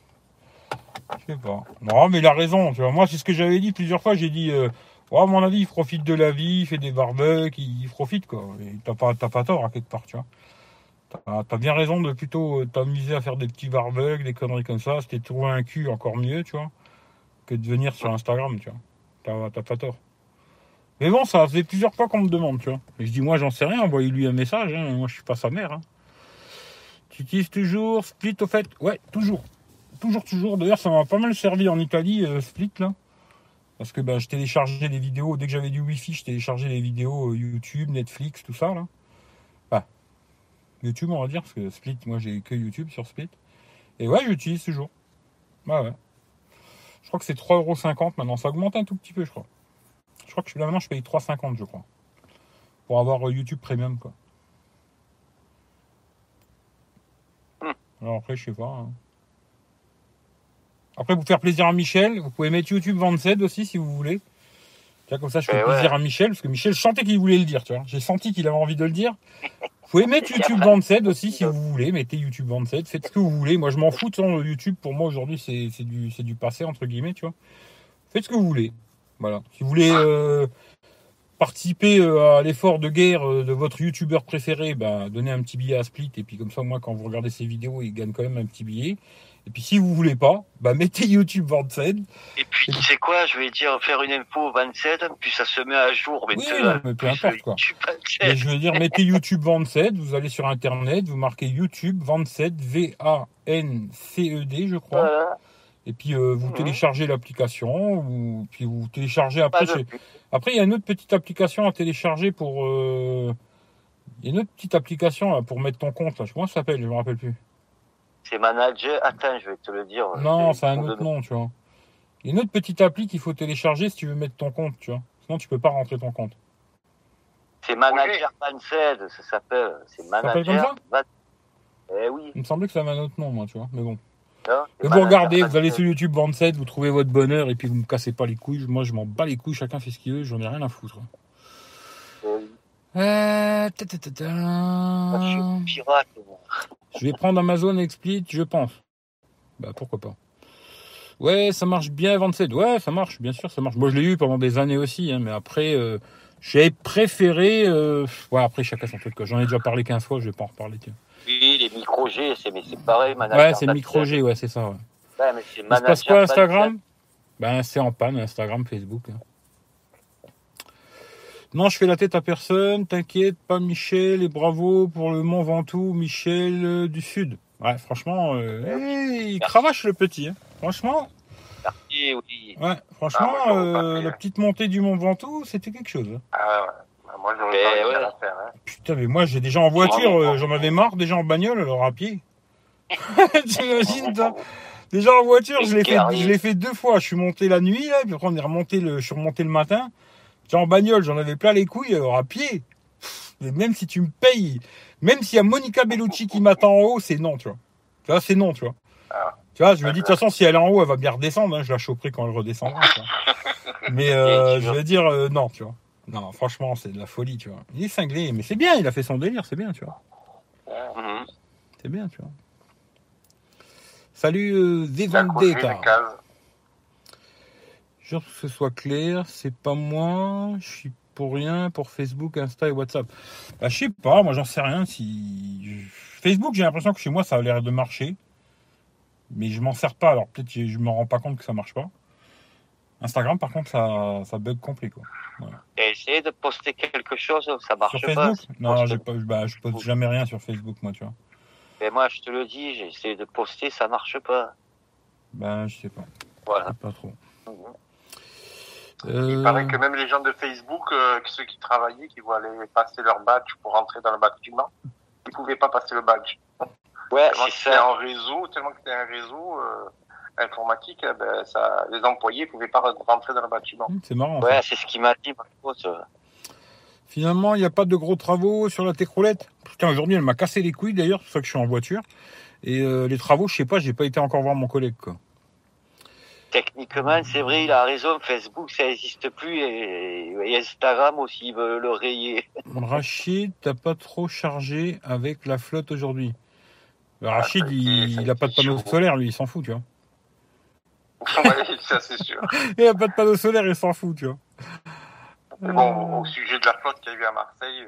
Je sais pas. Non, mais il a raison, tu vois. Moi, c'est ce que j'avais dit plusieurs fois. J'ai dit, à mon avis, il profite de la vie, il fait des barbecues, il profite, quoi. Et t'as pas tort, à quelque part, tu vois. T'as bien raison de plutôt t'amuser à faire des petits barbecues, des conneries comme ça. C'était trouver un cul encore mieux, tu vois, que de venir sur Instagram, tu vois. T'as pas tort. Mais bon, ça faisait plusieurs fois qu'on me demande, tu vois. Et je dis, moi, j'en sais rien, envoyez-lui un message, hein. Moi, je suis pas sa mère, hein. Tu utilises toujours Split, au fait? Ouais, toujours. Toujours. D'ailleurs, ça m'a pas mal servi en Italie, Split, là. Parce que je téléchargeais des vidéos. Dès que j'avais du Wi-Fi, je téléchargeais des vidéos YouTube, Netflix, tout ça, là. Enfin, YouTube, on va dire, parce que Split, moi, j'ai que YouTube sur Split. Et ouais, j'utilise toujours. Ouais. Je crois que c'est 3,50€ maintenant. Ça augmente un tout petit peu, je crois. Je crois que maintenant, je paye 3,50€, je crois. Pour avoir YouTube Premium, quoi. Alors après, je sais pas. Hein. Après, pour faire plaisir à Michel, vous pouvez mettre YouTube 27 aussi, si vous voulez. Tu vois, comme ça, je fais plaisir à Michel, parce que Michel, je sentais qu'il voulait le dire, tu vois. J'ai senti qu'il avait envie de le dire. Vous pouvez mettre YouTube Vandset aussi, si vous voulez. Mettez YouTube Vandset, faites ce que vous voulez. Moi, je m'en fous, de YouTube, pour moi, aujourd'hui, c'est du passé, entre guillemets, tu vois. Faites ce que vous voulez. Voilà. Si vous voulez participer à l'effort de guerre de votre YouTubeur préféré, bah, donnez un petit billet à Split. Et puis, comme ça, moi, quand vous regardez ces vidéos, il gagne quand même un petit billet. Et puis si vous voulez pas, bah mettez YouTube Vandset. Et puis tu sais quoi, je vais dire faire une info 27, puis ça se met à jour maintenant. Oui, non, mais peu importe quoi. Et je veux dire, mettez YouTube Vandset, vous allez sur internet, vous marquez YouTube Vandset, V-A-N-C-E-D, je crois. Voilà. Et puis vous téléchargez l'application, ou puis vous téléchargez après. Après, il y a une autre petite application à télécharger pour. Il y a une autre petite application là, pour mettre ton compte là. Comment ça s'appelle? Je me rappelle plus. C'est Manager. Attends, je vais te le dire. Non, c'est un autre nom, tu vois. Il y a une autre petite appli qu'il faut télécharger si tu veux mettre ton compte, tu vois. Sinon, tu peux pas rentrer ton compte. C'est Manager Vandset, ça s'appelle. C'est Manager. Ça s'appelle comme ça ? Eh oui. Il me semblait que ça avait un autre nom, moi, tu vois. Mais bon. Non, et vous regardez, vous allez sur YouTube Vandset, vous trouvez votre bonheur et puis vous me cassez pas les couilles. Moi, je m'en bats les couilles, chacun fait ce qu'il veut, j'en ai rien à foutre. Je suis pirate, moi. Je vais prendre Amazon Explit, je pense. Bah, pourquoi pas. Ouais, ça marche bien, Vandset. Ouais, ça marche, bien sûr, ça marche. Moi, je l'ai eu pendant des années aussi, hein, mais après, j'ai préféré... Ouais, après, chacun son truc, quoi. J'en ai déjà parlé 15 fois, je vais pas en reparler, tiens. Oui, les micro-G, c'est pareil, Ouais, c'est micro-G, ouais, c'est ça, ouais. Ouais, mais c'est il se passe quoi, Instagram? Ben, c'est en panne, Instagram, Facebook. Hein. Non, je fais la tête à personne, t'inquiète, pas Michel, et bravo pour le Mont Ventoux, Michel du Sud. Ouais, franchement, il cravache le petit, hein. Franchement. Merci, oui. Ouais, franchement, la petite montée du Mont Ventoux, c'était quelque chose. Hein. Ah ouais. Moi, j'aurais pas à faire. Hein. Putain, mais moi, j'ai des gens en voiture, j'en avais marre, des gens en bagnole, alors à pied. T'imagines, toi? Déjà en voiture, je l'ai fait 2 fois. Je suis monté la nuit, là, puis après, je suis remonté le matin. En bagnole, j'en avais plein les couilles, alors à pied. Mais même si tu me payes, même s'il y a Monica Bellucci qui m'attend en haut, c'est non, tu vois. Tu vois, c'est non, tu vois. Ah. Tu vois, je me dis, de toute façon, si elle est en haut, elle va bien redescendre, hein, je la choperai quand elle redescendra, tu vois. Mais, je veux dire, non, tu vois. Non, franchement, c'est de la folie, tu vois. Il est cinglé, mais c'est bien, il a fait son délire, c'est bien, tu vois. C'est bien, tu vois. Salut, Devandeta. Genre que ce soit clair, c'est pas moi, je suis pour rien pour Facebook, Insta et WhatsApp. Bah, je sais pas, moi j'en sais rien. Facebook, j'ai l'impression que chez moi ça a l'air de marcher, mais je m'en sers pas, alors peut-être que je me rends pas compte que ça marche pas. Instagram, par contre, ça bug complet, quoi. Voilà. Et essayer de poster quelque chose, ça marche sur pas. Facebook ? Non, je poste jamais rien sur Facebook, moi, tu vois. Et moi, je te le dis, j'ai essayé de poster, ça marche pas. Ben, je sais pas. Voilà. Je sais pas trop. Il paraît que même les gens de Facebook, ceux qui travaillaient, qui voulaient aller passer leur badge pour rentrer dans le bâtiment, ils pouvaient pas passer le badge. Ouais, tellement c'est ça. Tellement que c'était un réseau informatique, les employés pouvaient pas rentrer dans le bâtiment. C'est marrant. Ouais, c'est ce qu'il m'a dit. Finalement, il n'y a pas de gros travaux sur la Técroulette. Putain, aujourd'hui, elle m'a cassé les couilles d'ailleurs, c'est pour ça que je suis en voiture. Et les travaux, je sais pas, j'ai pas été encore voir mon collègue, quoi. Techniquement, c'est vrai, il a raison. Facebook, ça n'existe plus et Instagram aussi, il veut le rayer. Rachid, t'as pas trop chargé avec la flotte aujourd'hui. Rachid, il a pas de panneau solaire, lui, il s'en fout, tu vois. Ouais, ça c'est sûr. Il a pas de panneau solaire, il s'en fout, tu vois. Bon, au sujet de la flotte qu'il y a eu à Marseille,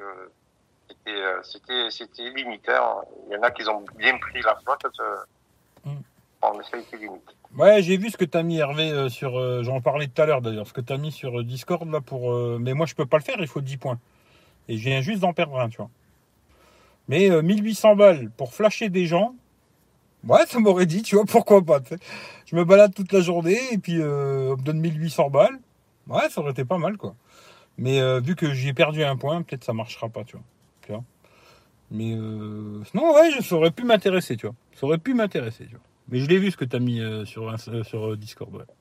c'était limite. Hein. Il y en a qui ont bien pris la flotte. Mais ça a été limite. Ouais, j'ai vu ce que t'as mis, Hervé, sur... j'en parlais tout à l'heure, d'ailleurs. Ce que t'as mis sur Discord, là, pour... mais moi, je peux pas le faire, il faut 10 points. Et je viens juste d'en perdre un, tu vois. Mais 1800 balles pour flasher des gens, ouais, ça m'aurait dit, tu vois, pourquoi pas. T'sais. Je me balade toute la journée, et puis on me donne 1800 balles. Ouais, ça aurait été pas mal, quoi. Mais vu que j'ai perdu un point, peut-être ça marchera pas, tu vois. Mais sinon, ouais, ça aurait pu m'intéresser, tu vois. Ça aurait pu m'intéresser, tu vois. Mais je l'ai vu ce que tu as mis sur Discord. Ouais.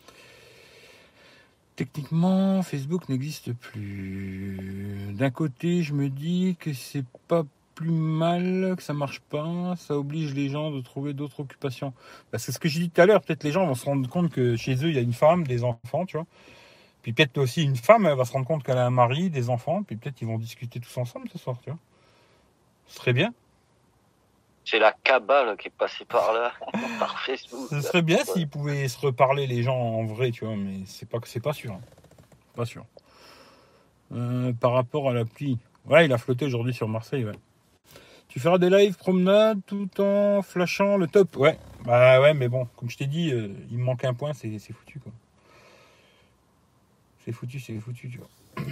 Techniquement, Facebook n'existe plus. D'un côté, je me dis que c'est pas plus mal, que ça marche pas. Ça oblige les gens de trouver d'autres occupations. Bah, c'est ce que j'ai dit tout à l'heure. Peut-être les gens vont se rendre compte que chez eux, il y a une femme, des enfants, tu vois. Puis peut-être aussi une femme, elle va se rendre compte qu'elle a un mari, des enfants, puis peut-être ils vont discuter tous ensemble ce soir, tu vois. Ce serait bien. C'est la cabale qui est passée par là, par Facebook. Ce serait bien s'ils pouvaient se reparler les gens en vrai, tu vois, mais c'est pas sûr. Hein. Pas sûr. Par rapport à la pluie. Ouais, il a flotté aujourd'hui sur Marseille, ouais. Tu feras des lives promenades tout en flashant le top. Ouais, bah ouais, mais bon, comme je t'ai dit, il me manque un point, c'est foutu, quoi. C'est foutu, tu vois.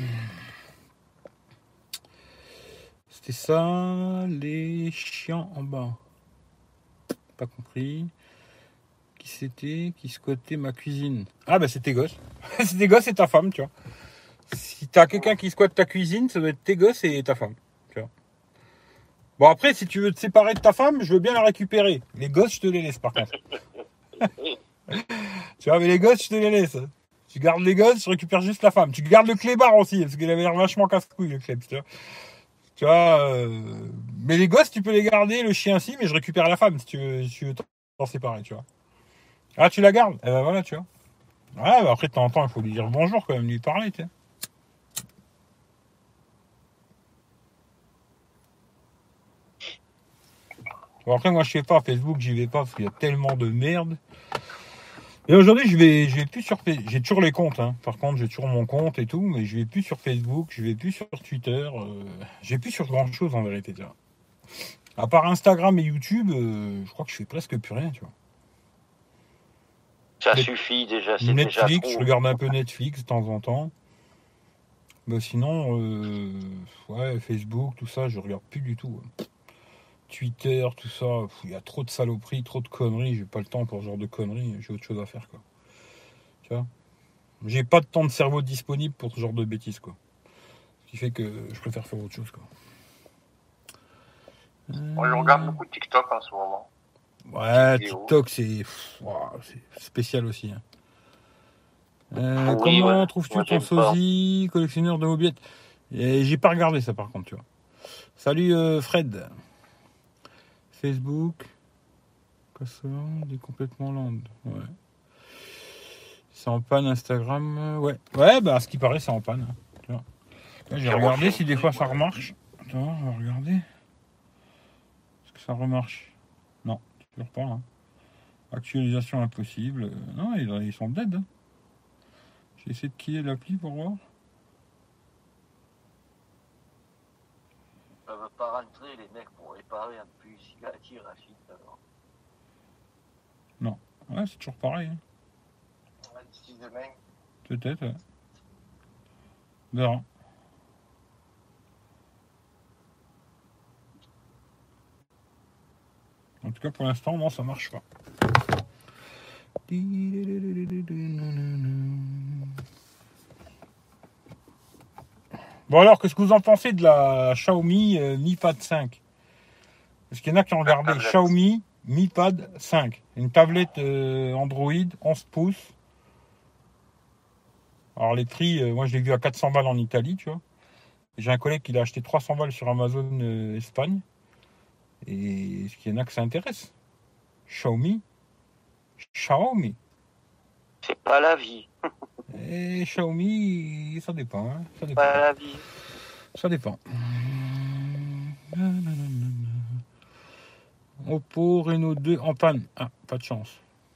C'était ça, les chiens en bas. Pas compris. Qui c'était qui squattait ma cuisine? Ah bah c'est tes gosses. C'est tes gosses et ta femme, tu vois. Si t'as quelqu'un qui squatte ta cuisine, ça doit être tes gosses et ta femme. Tu vois. Bon après, si tu veux te séparer de ta femme, je veux bien la récupérer. Les gosses, je te les laisse par contre. Tu vois, mais les gosses, je te les laisse. Tu gardes les gosses, je récupère juste la femme. Tu gardes le clébard aussi, parce qu'il avait l'air vachement casse-couille, le clébs, tu vois. Tu vois, mais les gosses, tu peux les garder, le chien aussi, mais je récupère la femme si tu veux t'en séparer, tu vois. Ah, tu la gardes? Eh ben voilà, tu vois. Ouais, bah après, de temps en temps, il faut lui dire bonjour quand même, lui parler, tu sais. Bon, après, moi, je sais pas, Facebook, j'y vais pas parce qu'il y a tellement de merde. Et aujourd'hui, je vais plus sur Facebook. J'ai toujours les comptes, hein. Par contre, j'ai toujours mon compte et tout, mais je vais plus sur Facebook, je vais plus sur Twitter, je vais plus sur grand chose en vérité, tu vois. À part Instagram et YouTube, je crois que je fais presque plus rien, tu vois. Ça suffit déjà, c'est Netflix, déjà trop. je regarde un peu Netflix de temps en temps. Mais sinon, ouais, Facebook, tout ça, je regarde plus du tout. Twitter, tout ça, il y a trop de saloperies, trop de conneries, j'ai pas le temps pour ce genre de conneries, j'ai autre chose à faire, quoi. Tu vois, j'ai pas de temps de cerveau disponible pour ce genre de bêtises, quoi. Ce qui fait que je préfère faire autre chose, quoi. Moi, je regarde beaucoup de TikTok en ce moment. Ouais, TikTok, c'est spécial aussi. Hein. Oui, comment ouais. trouves-tu Moi, ton j'aime pas. sosie, collectionneur de mobilettes? J'ai pas regardé ça, par contre, tu vois. Salut Fred. Facebook. Password, il est complètement land. Ouais. C'est en panne Instagram. Ouais. Ouais, bah, à ce qui paraît, c'est en panne. Hein. Tu vois. Là, j'ai regardé si des fois ça remarche. Attends, on va regarder. Est-ce que ça remarche? Non, toujours pas. Hein. Actualisation impossible. Non, ils sont dead. Hein. J'ai essayé de killer l'appli pour voir. Ça veut pas rentrer, les mecs, pour réparer un plus. Il attire à suite, alors. Non. Ouais, c'est toujours pareil. Hein. D'ici demain. Peut-être, ouais. On verra. En tout cas, pour l'instant, non, ça marche pas. Bon alors, qu'est-ce que vous en pensez de la Xiaomi Mi Pad 5? Parce qu'il y en a qui ont regardé Xiaomi Mi Pad 5. Une tablette Android 11 pouces. Alors les prix, moi je l'ai vu à 400 balles en Italie, tu vois. J'ai un collègue qui l'a acheté 300 balles sur Amazon Espagne. Et est-ce qu'il y en a que ça intéresse? Xiaomi. C'est pas la vie. Et Xiaomi, ça dépend. Hein. Ça dépend. Pas la vie. Ça dépend. Oppo Reno 2 en panne. Ah, pas de chance.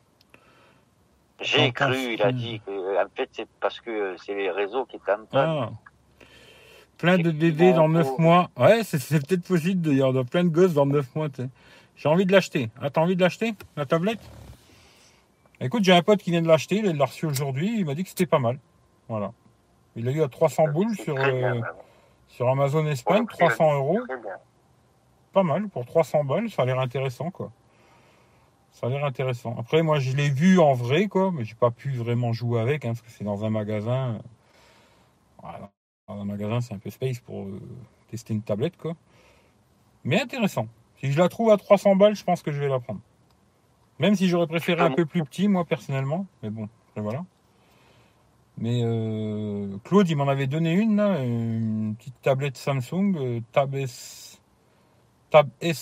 J'ai cru, il a dit que en fait c'est parce que c'est les réseaux qui étaient en panne. Ah. Plein de bébés dans 9 mois. Ouais, c'est peut-être possible de dire plein de gosses dans 9 mois. T'sais. J'ai envie de l'acheter. Ah, t'as envie de l'acheter, la tablette? Écoute, j'ai un pote qui vient de l'acheter, il l'a reçu aujourd'hui, il m'a dit que c'était pas mal. Voilà. Il a eu à 300 boules sur Amazon Espagne, 300 euros. Pas mal, pour 300 balles, ça a l'air intéressant, quoi. Ça a l'air intéressant. Après, moi, je l'ai vu en vrai, quoi, mais j'ai pas pu vraiment jouer avec, hein, parce que c'est dans un magasin. Voilà. Dans un magasin, c'est un peu space pour tester une tablette, quoi. Mais intéressant. Si je la trouve à 300 balles, je pense que je vais la prendre. Même si j'aurais préféré un peu plus petit, moi, personnellement. Mais bon, après, voilà. Mais Claude, il m'en avait donné une, là, une petite tablette Samsung, Tab S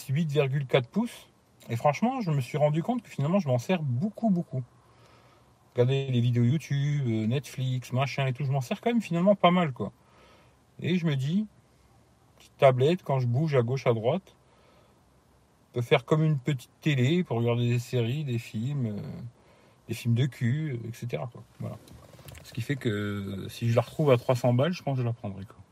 8,4 pouces. Et franchement, je me suis rendu compte que finalement, je m'en sers beaucoup. regarder les vidéos YouTube, Netflix, machin et tout. Je m'en sers quand même finalement pas mal, quoi. Et je me dis, petite tablette, quand je bouge à gauche, à droite, peut faire comme une petite télé pour regarder des séries, des films de cul, etc., quoi. Voilà. Ce qui fait que si je la retrouve à 300 balles, je pense que je la prendrai, quoi.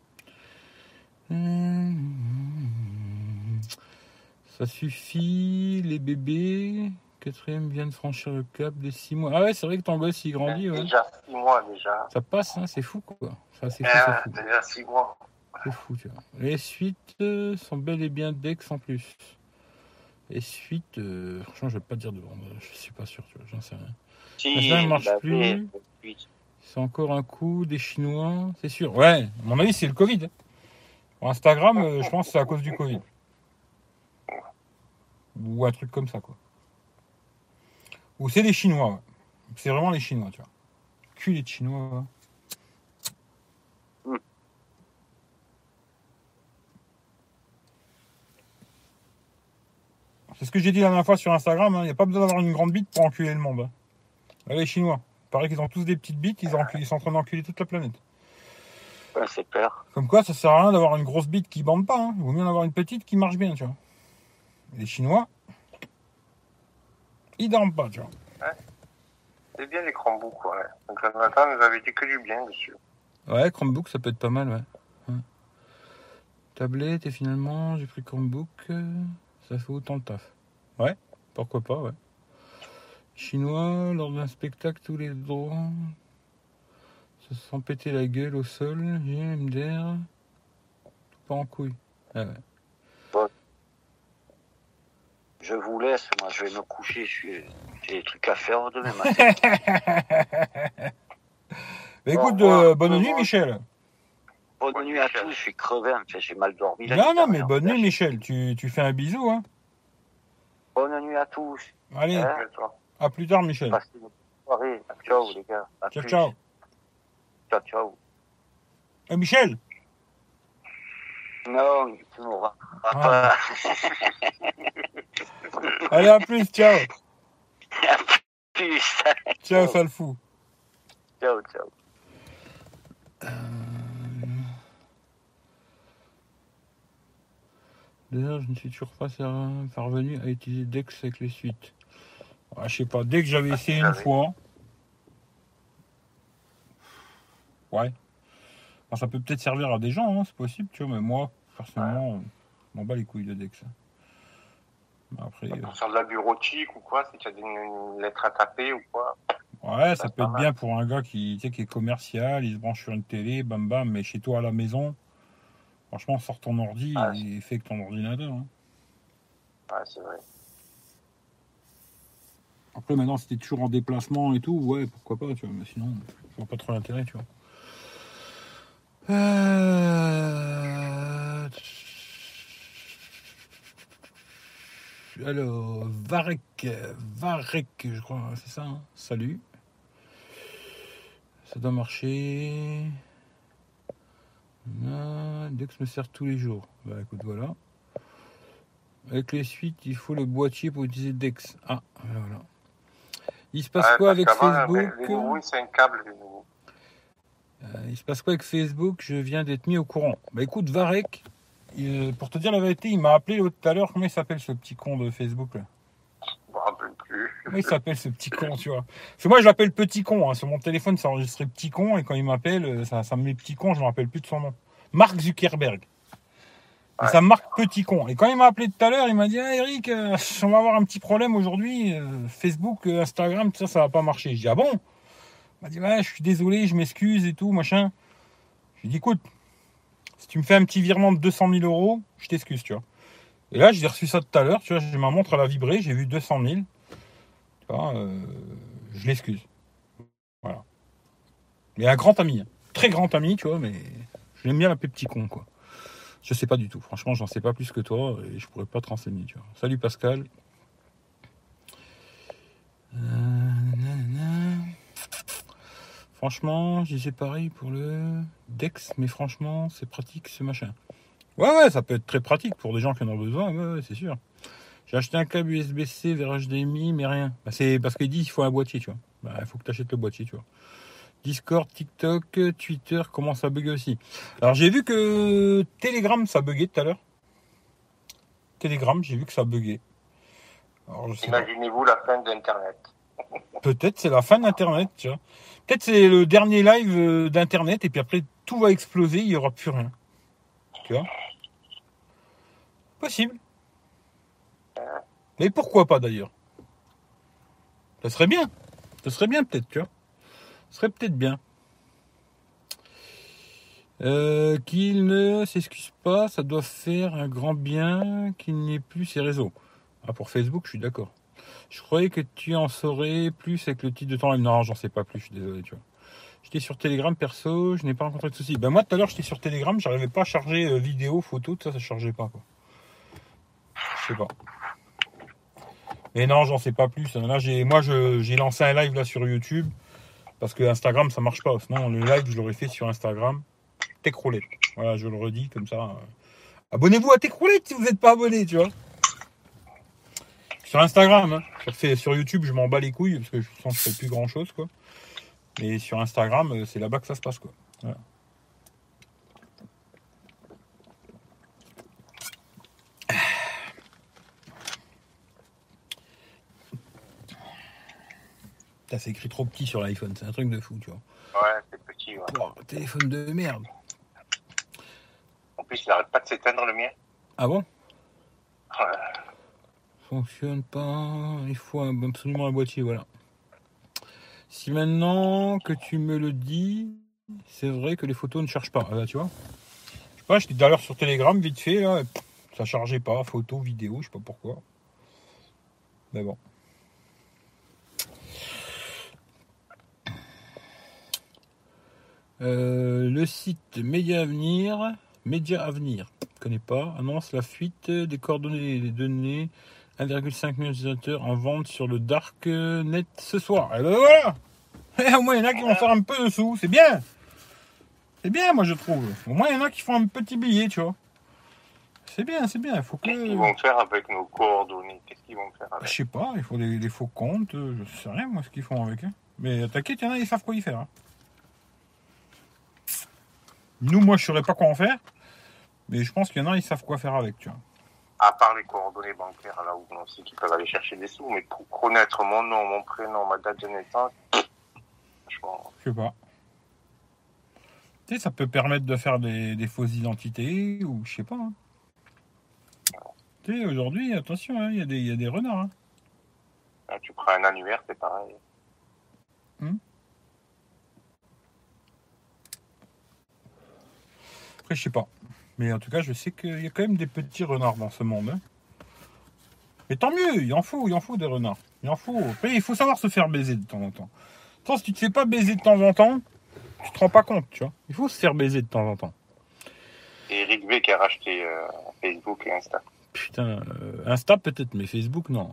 Ça suffit, les bébés. 4e vient de franchir le cap des 6 mois. Ah ouais, c'est vrai que ton gosse il grandit. Ouais. Déjà 6 mois déjà. Ça passe, hein, c'est fou, quoi. Ça, c'est fou. Déjà 6 mois. C'est fou, tu vois. Les suites sont bel et bien Dex en plus. Les suites, franchement, je vais pas te dire de vendre. Je suis pas sûr, tu vois, j'en sais rien. Si, ça ne marche plus. C'est encore un coup des Chinois, c'est sûr. Ouais, à mon avis, c'est le Covid. Pour Instagram, je pense que c'est à cause du Covid. Ou un truc comme ça, quoi. Ou c'est les Chinois, ouais. C'est vraiment les Chinois, tu vois. Culé de Chinois, ouais. C'est ce que j'ai dit la dernière fois sur Instagram, il n'y a pas besoin d'avoir une grande bite pour enculer le monde. Là, les Chinois, il paraît qu'ils ont tous des petites bites, ils sont en train d'enculer toute la planète. Ouais, c'est clair. Comme quoi, ça sert à rien d'avoir une grosse bite qui bande pas, hein. Il vaut mieux en avoir une petite qui marche bien, tu vois. Les Chinois, ils dorment pas, tu vois. Ouais. C'est bien les Chromebooks, ouais. Donc Jonathan nous avait dit que du bien dessus. Ouais, Chromebook, ça peut être pas mal, ouais. Tablette, et finalement, j'ai pris Chromebook, ça fait autant de taf. Ouais, pourquoi pas, ouais. Chinois, lors d'un spectacle, tous les droits se sont pété la gueule au sol, MDR, tout pas en couille. Ah ouais. Bon. Je vous laisse, moi je vais me coucher, j'ai des trucs à faire demain matin. Écoute, bonne nuit Michel. Bonne nuit à tous, je suis crevé, en fait, j'ai mal dormi. Non, mais bonne nuit Michel, tu fais un bisou, hein. Bonne nuit à tous. Allez, à plus tard Michel. Passez une bonne soirée. Ciao les gars. Ciao. Ciao. Michel. Non, tu m'auras pas. Allez, à plus, ciao. À plus. Ciao, sale fou. Ciao. D'ailleurs, je ne suis toujours pas parvenu à utiliser Dex avec les suites. Je sais pas, dès que j'avais essayé une fois. Ouais. Enfin, ça peut peut-être servir à des gens, hein, c'est possible, tu vois, mais moi, personnellement, je m'en bats les couilles de Dex. Après, pour faire de la bureautique ou quoi, si tu as une lettre à taper ou quoi. Ouais, ça peut être bien pour un gars qui est commercial, il se branche sur une télé, bam bam, mais chez toi à la maison, franchement, sors ton ordi et fais que ton ordinateur. Hein. Ouais, c'est vrai. Après, maintenant, si t'es toujours en déplacement et tout, ouais, pourquoi pas, tu vois, mais sinon, je vois pas trop l'intérêt, tu vois. Alors, Varek, je crois, c'est ça, hein. Salut. Ça doit marcher. Dex me sert tous les jours. Bah écoute, voilà. Avec les suites, il faut le boîtier pour utiliser Dex. Ah, voilà. Il se passe quoi avec Facebook? Oui, c'est un câble. Il se passe quoi avec Facebook? Je viens d'être mis au courant. Bah écoute, Varek, pour te dire la vérité, il m'a appelé tout à l'heure. Comment il s'appelle ce petit con de Facebook là? Je me rappelle plus. Comment il s'appelle ce petit con, tu vois? Parce que moi je l'appelle petit con. Hein. Sur mon téléphone, c'est enregistré petit con. Et quand il m'appelle, ça me met petit con. Je me rappelle plus de son nom. Mark Zuckerberg. Et ça me marque petit con. Et quand il m'a appelé tout à l'heure, il m'a dit Eric, on va avoir un petit problème aujourd'hui. Facebook, Instagram, tout ça, ça va pas marcher. Je dis ah bon? Il m'a dit ouais, je suis désolé, je m'excuse et tout, machin. Je lui ai dit écoute, si tu me fais un petit virement de 200 000 euros, je t'excuse, tu vois. Et là, j'ai reçu ça tout à l'heure, tu vois, j'ai ma montre à la vibrer, j'ai vu 200 000. Tu vois, je l'excuse. Voilà. Mais un grand ami, très grand ami, tu vois, mais je l'aime bien l'appeler petit con, quoi. Je sais pas du tout. Franchement, j'en sais pas plus que toi et je pourrais pas te renseigner, tu vois. Salut Pascal. Franchement, je disais pareil pour le Dex, mais franchement, c'est pratique ce machin. Ouais, ça peut être très pratique pour des gens qui en ont besoin, ouais, c'est sûr. J'ai acheté un câble USB-C vers HDMI, mais rien. Bah, c'est parce qu'il dit qu'il faut un boîtier, tu vois. Bah, il faut que tu achètes le boîtier, tu vois. Discord, TikTok, Twitter commence à bugger aussi. Alors, j'ai vu que Telegram, ça buguait tout à l'heure. Telegram, j'ai vu que ça buguait. Alors, Imaginez-vous la fin d'Internet. Peut-être c'est la fin d'Internet, tu vois. Peut-être c'est le dernier live d'Internet et puis après tout va exploser, il n'y aura plus rien. Tu vois. Possible. Mais pourquoi pas d'ailleurs? Ça serait bien. Ça serait bien peut-être, tu vois. Ça serait peut-être bien. Qu'il ne s'excuse pas, ça doit faire un grand bien qu'il n'ait plus ses réseaux. Ah, pour Facebook, je suis d'accord. Je croyais que tu en saurais plus avec le titre de ton live. Non, j'en sais pas plus, je suis désolé, tu vois. J'étais sur Telegram perso, je n'ai pas rencontré de soucis. Ben moi, tout à l'heure, j'étais sur Telegram, j'arrivais pas à charger vidéo, photo, tout ça, ça chargeait pas, quoi. Je sais pas. Mais non, j'en sais pas plus. Là, j'ai lancé un live là sur YouTube, parce que Instagram, ça marche pas. Sinon, le live, je l'aurais fait sur Instagram. Techroulette. Voilà, je le redis comme ça. Abonnez-vous à Techroulette si vous n'êtes pas abonné, tu vois. Sur Instagram, hein. Sur YouTube, je m'en bats les couilles parce que je sens que je fais plus grand chose, quoi. Mais sur Instagram, c'est là-bas que ça se passe, quoi. Voilà. Ça c'est écrit trop petit sur l'iPhone, c'est un truc de fou, tu vois. Ouais, c'est petit, ouais. Oh, téléphone de merde. En plus, il n'arrête pas de s'éteindre, le mien. Ah bon? Ouais. Fonctionne pas, il faut absolument un boîtier, voilà. Si maintenant que tu me le dis, c'est vrai que les photos ne chargent pas. Ah bah, tu vois. Je sais pas, j'étais tout à l'heure sur Telegram, vite fait, là, ça chargeait pas, photos, vidéos, je sais pas pourquoi. Mais bon. Le site Média Avenir, je connais pas, annonce la fuite des coordonnées des données 1,5 million d'utilisateurs en vente sur le Darknet ce soir. Et ben voilà. Et au moins il y en a qui vont faire un peu de sous, c'est bien. C'est bien, moi je trouve. Au moins il y en a qui font un petit billet, tu vois. C'est bien, il faut que... Qu'est-ce qu'ils vont faire avec nos coordonnées? Qu'est-ce qu'ils vont faire avec? Je sais pas, il faut des faux comptes, je sais rien moi ce qu'ils font avec. Hein. Mais t'inquiète, il y en a, ils savent quoi y faire. Hein. Nous, moi, je saurais pas quoi en faire, mais je pense qu'il y en a, ils savent quoi faire avec, tu vois. À part les coordonnées bancaires, là où on sait qu'ils peuvent aller chercher des sous, mais pour connaître mon nom, mon prénom, ma date de naissance, franchement... Je sais pas. Tu sais, ça peut permettre de faire des fausses identités, ou je sais pas. Hein. Tu sais, aujourd'hui, attention, hein, il y a des renards. Hein. Là, tu prends un annuaire, c'est pareil. Après, je sais pas. Mais en tout cas, je sais qu'il y a quand même des petits renards dans ce monde. Hein. Mais tant mieux, il en faut des renards. Il en faut. Après, il faut savoir se faire baiser de temps en temps. Attends, si tu te fais pas baiser de temps en temps, tu te rends pas compte, tu vois. Il faut se faire baiser de temps en temps. Et Eric V qui a racheté Facebook et Insta. Putain, Insta peut-être, mais Facebook, non.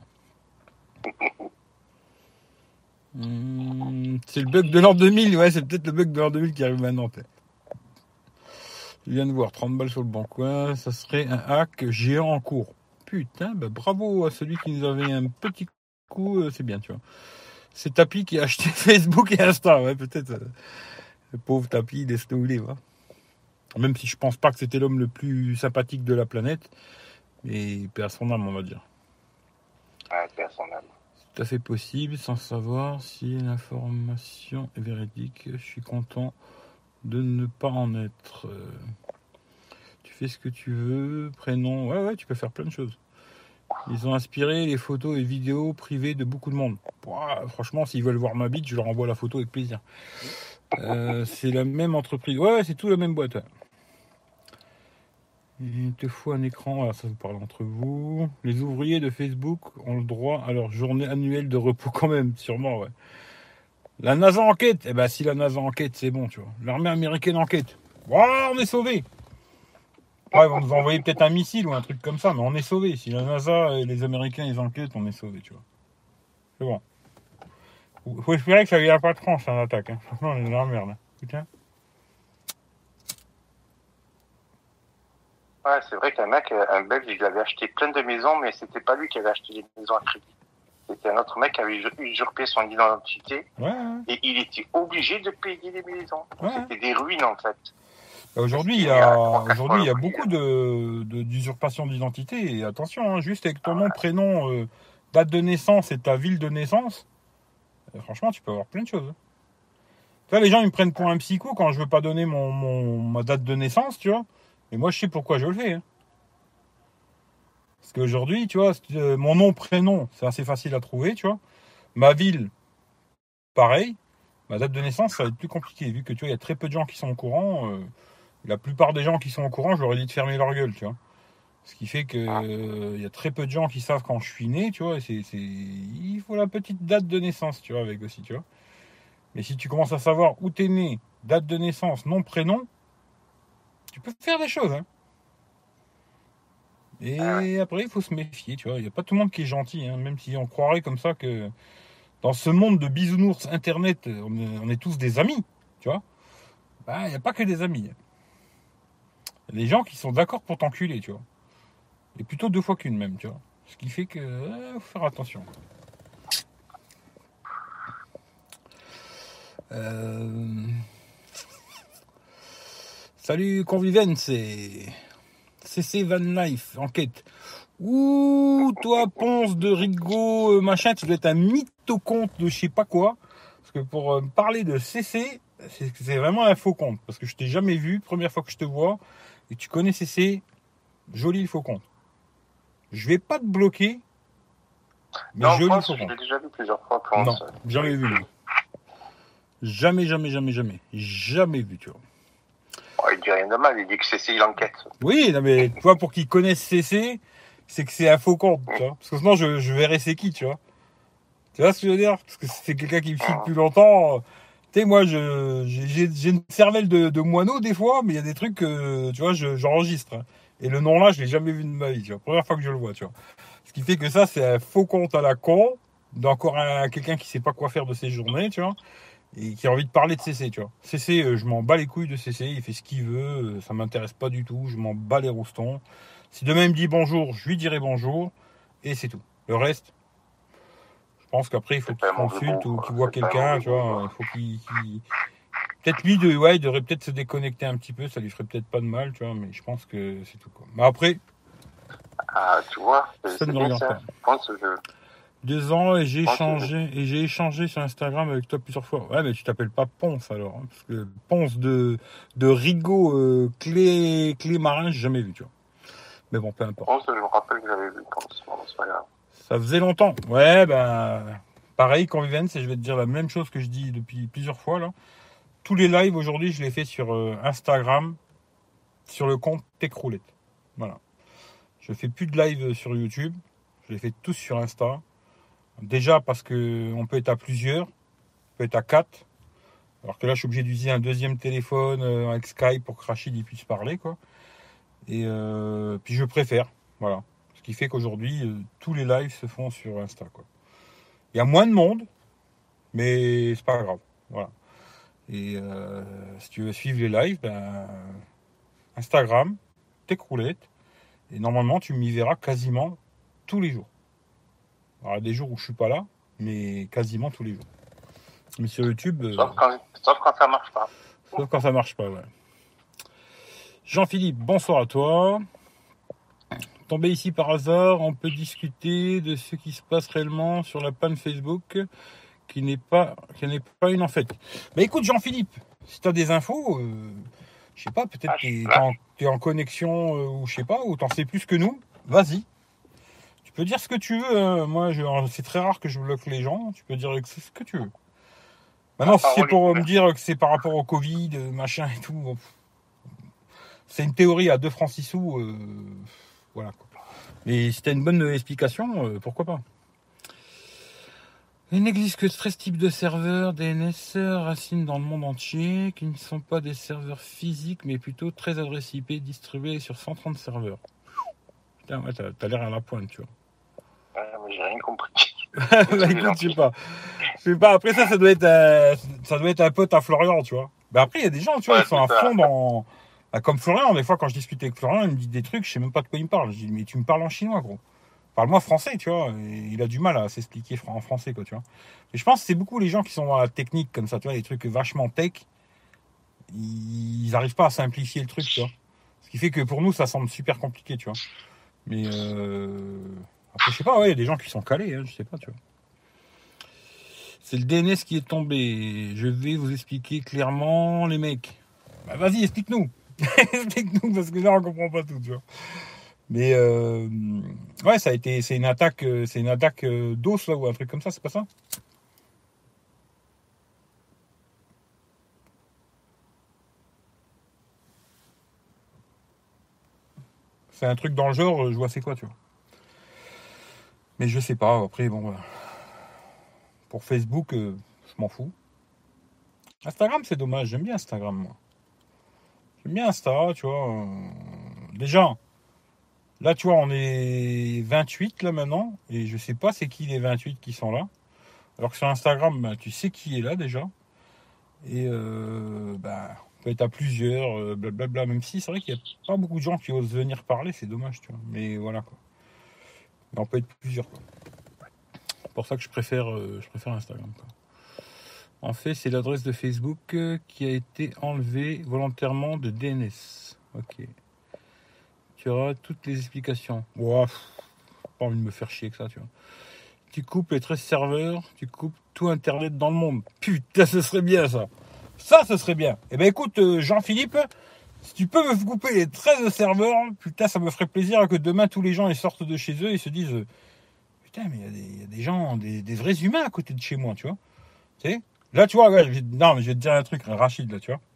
C'est le bug de l'an 2000, ouais, c'est peut-être le bug de l'an 2000 qui arrive maintenant. Je viens de voir 30 balles sur le bon coin, ça serait un hack géant en cours. Putain, bah bravo à celui qui nous avait un petit coup, c'est bien, tu vois. C'est Tapi qui a acheté Facebook et Insta, ouais, peut-être. Le pauvre Tapi, laisse-le où il est, va. Même si je pense pas que c'était l'homme le plus sympathique de la planète, mais paix à son âme, on va dire. Ouais, paix à son âme. C'est tout à fait possible, sans savoir si l'information est véridique. Je suis content de ne pas en être. Tu fais ce que tu veux, prénom, ouais, tu peux faire plein de choses. Ils ont inspiré les photos et vidéos privées de beaucoup de monde. Ouah, franchement, s'ils veulent voir ma bite, je leur envoie la photo avec plaisir. C'est la même entreprise. Ouais, c'est tout la même boîte. Ouais. Il te faut un écran, voilà, ça vous parle entre vous. Les ouvriers de Facebook ont le droit à leur journée annuelle de repos quand même, sûrement, ouais. La NASA enquête. Eh ben, si la NASA enquête, c'est bon, tu vois. L'armée américaine enquête. Wow, on est sauvés. Ouais, ils vont nous envoyer peut-être un missile ou un truc comme ça, mais on est sauvés. Si la NASA et les Américains, ils enquêtent, on est sauvés, tu vois. C'est bon. Faut espérer que ça vient pas de France, en attaque. Hein. Franchement, on est dans la merde. Hein. Putain. Ouais, c'est vrai qu'un mec, un Belge, il avait acheté plein de maisons, mais c'était pas lui qui avait acheté les maisons à crédit. C'était un autre mec qui avait usurpé son identité Ouais. et il était obligé de payer des maisons. Ouais. C'était des ruines en fait. Aujourd'hui, il y a beaucoup d'usurpation d'identité. Et attention, hein, juste avec ton nom, prénom, date de naissance et ta ville de naissance, franchement, tu peux avoir plein de choses. Tu vois, les gens, ils me prennent pour un psycho quand je veux pas donner ma date de naissance, tu vois. Mais moi, je sais pourquoi je le fais. Hein. Parce qu'aujourd'hui, tu vois, mon nom, prénom, c'est assez facile à trouver, tu vois. Ma ville, pareil. Ma date de naissance, ça va être plus compliqué, vu que tu vois, il y a très peu de gens qui sont au courant. La plupart des gens qui sont au courant, je leur ai dit de fermer leur gueule, tu vois. Ce qui fait que il y a très peu de gens qui savent quand je suis né, tu vois. Il faut la petite date de naissance, tu vois, avec aussi, tu vois. Mais si tu commences à savoir où t'es né, date de naissance, nom, prénom, tu peux faire des choses, hein. Et après, il faut se méfier, tu vois. Il n'y a pas tout le monde qui est gentil, hein, même si on croirait comme ça que dans ce monde de bisounours internet, on est tous des amis, tu vois. Bah, il n'y a pas que des amis. Il y a des gens qui sont d'accord pour t'enculer, tu vois. Et plutôt 2 fois qu'une même, tu vois. Ce qui fait que faut faire attention. Salut Convivence, c'est CC Van Life, enquête. Ouh, toi Ponce de Rigaud, machin, tu dois être un mytho compte de je sais pas quoi. Parce que pour me parler de CC, c'est vraiment un faux compte. Parce que je t'ai jamais vu, première fois que je te vois, et tu connais CC, joli faux compte. Je vais pas te bloquer, mais non, joli France, faux je compte. l'ai déjà vu plusieurs fois. France. Non, jamais vu. Lui. Jamais vu, tu vois. Oh, il dit rien de mal, il dit que c'est l'enquête. Oui, non mais tu vois, pour qu'ils connaissent CC, c'est que c'est un faux compte, tu vois. Parce que sinon, je verrais c'est qui, tu vois. Tu vois ce que je veux dire? Parce que c'est quelqu'un qui me suit depuis longtemps. Tu sais, moi, j'ai une cervelle de moineau des fois, mais il y a des trucs que, tu vois, j'enregistre. Hein. Et le nom là, je l'ai jamais vu de ma vie, tu vois. Première fois que je le vois, tu vois. Ce qui fait que ça, c'est un faux compte à la con, d'encore quelqu'un qui sait pas quoi faire de ses journées, tu vois. Et qui a envie de parler de CC, tu vois. CC, je m'en bats les couilles de CC, il fait ce qu'il veut, ça m'intéresse pas du tout, je m'en bats les roustons. Si demain il me dit bonjour, je lui dirai bonjour, et c'est tout. Le reste, je pense qu'après il faut qu'il consulte ou qu'il voit quelqu'un, tu vois. Il faut qu'il... Peut-être lui, il devrait peut-être se déconnecter un petit peu, ça lui ferait peut-être pas de mal, tu vois, mais je pense que c'est tout, quoi. Mais après... Ah, tu vois, ça ne me regarde pas. Je pense que 2 ans et j'ai échangé sur Instagram avec toi plusieurs fois. Ouais, mais tu t'appelles pas Ponce alors, hein, parce que Ponce de Rigaud, clé marin, j'ai jamais vu, tu vois. Mais bon, peu importe. Ponce, je me rappelle que j'avais vu Ponce, c'est pas grave. Ça faisait longtemps. Ouais, ben pareil, Convivence, et je vais te dire la même chose que je dis depuis plusieurs fois là. Tous les lives aujourd'hui, je les fais sur Instagram, sur le compte Techroulette. Voilà. Je fais plus de live sur YouTube, je les fais tous sur Insta. Déjà parce que on peut être à plusieurs, on peut être à 4. Alors que là, je suis obligé d'utiliser un deuxième téléphone avec Skype pour que Rachid il puisse parler, quoi. Et puis je préfère, voilà. Ce qui fait qu'aujourd'hui, tous les lives se font sur Insta, quoi. Il y a moins de monde, mais c'est pas grave, voilà. Et si tu veux suivre les lives, ben Instagram, Techroulette, et normalement tu m'y verras quasiment tous les jours. Alors, il y a des jours où je suis pas là, mais quasiment tous les jours. Mais sur YouTube... Sauf quand ça marche pas. Sauf quand ça marche pas, ouais. Jean-Philippe, bonsoir à toi. Tombé ici par hasard, on peut discuter de ce qui se passe réellement sur la panne Facebook, qui n'est pas une en fait. Mais écoute Jean-Philippe, si tu as des infos, je sais pas, peut-être que tu es en connexion, ou je sais pas, ou tu en sais plus que nous, vas-y. Tu peux dire ce que tu veux, moi c'est très rare que je bloque les gens, tu peux dire ce que tu veux. Maintenant, si c'est pour me dire que c'est par rapport au Covid, machin et tout, c'est une théorie à 2 francs 6 sous, voilà. Mais si t'as une bonne explication, pourquoi pas. Il n'existe que 13 types de serveurs DNS racines dans le monde entier, qui ne sont pas des serveurs physiques, mais plutôt très adresses IP distribués sur 130 serveurs. Putain, ouais, t'as l'air à la pointe, tu vois. J'ai rien compris. Bah écoute, je sais pas. Après ça doit être un pote à Florian, tu vois. Bah après, il y a des gens, tu vois, ils sont à fond dans... Bah, comme Florian, des fois, quand je discute avec Florian, il me dit des trucs, je sais même pas de quoi il me parle. Je dis, mais tu me parles en chinois, gros. Parle-moi français, tu vois. Et il a du mal à s'expliquer en français, quoi, tu vois. Et je pense que c'est beaucoup les gens qui sont dans la technique comme ça, tu vois, les trucs vachement tech. Ils n'arrivent pas à simplifier le truc, tu vois. Ce qui fait que pour nous, ça semble super compliqué, tu vois. Mais après, je sais pas, ouais, il y a des gens qui sont calés, hein, je sais pas, tu vois. C'est le DNS qui est tombé. Je vais vous expliquer clairement, les mecs. Bah, vas-y, explique-nous. Explique-nous, parce que là, on comprend pas tout, tu vois. Mais ouais, c'est une attaque d'os là ou un truc comme ça, c'est pas ça? C'est un truc dans le genre, je vois c'est quoi, tu vois. Mais je sais pas. Après, bon, voilà. Pour Facebook, je m'en fous. Instagram, c'est dommage. J'aime bien Instagram, moi. J'aime bien Insta, tu vois. Déjà, là, tu vois, on est 28 là maintenant, et je sais pas c'est qui les 28 qui sont là. Alors que sur Instagram, bah, tu sais qui est là déjà. Et bah, on peut être à plusieurs, blablabla. Même si c'est vrai qu'il n'y a pas beaucoup de gens qui osent venir parler, c'est dommage, tu vois. Mais voilà quoi. Mais on peut être plusieurs, quoi. C'est pour ça que je préfère Instagram, quoi. En fait, c'est l'adresse de Facebook qui a été enlevée volontairement de DNS. Ok. Tu auras toutes les explications. Ouah, pas envie de me faire chier que ça, tu vois. Tu coupes les 13 serveurs, tu coupes tout Internet dans le monde. Putain, ce serait bien ça. Ça, ce serait bien. Eh ben écoute, Jean-Philippe, si tu peux me couper les 13 serveurs, putain, ça me ferait plaisir que demain, tous les gens ils sortent de chez eux et se disent putain, mais il y a des gens, des vrais humains à côté de chez moi, tu vois. Tu sais. Là, tu vois, ouais, non, mais je vais te dire un truc, Rachid, là, tu vois.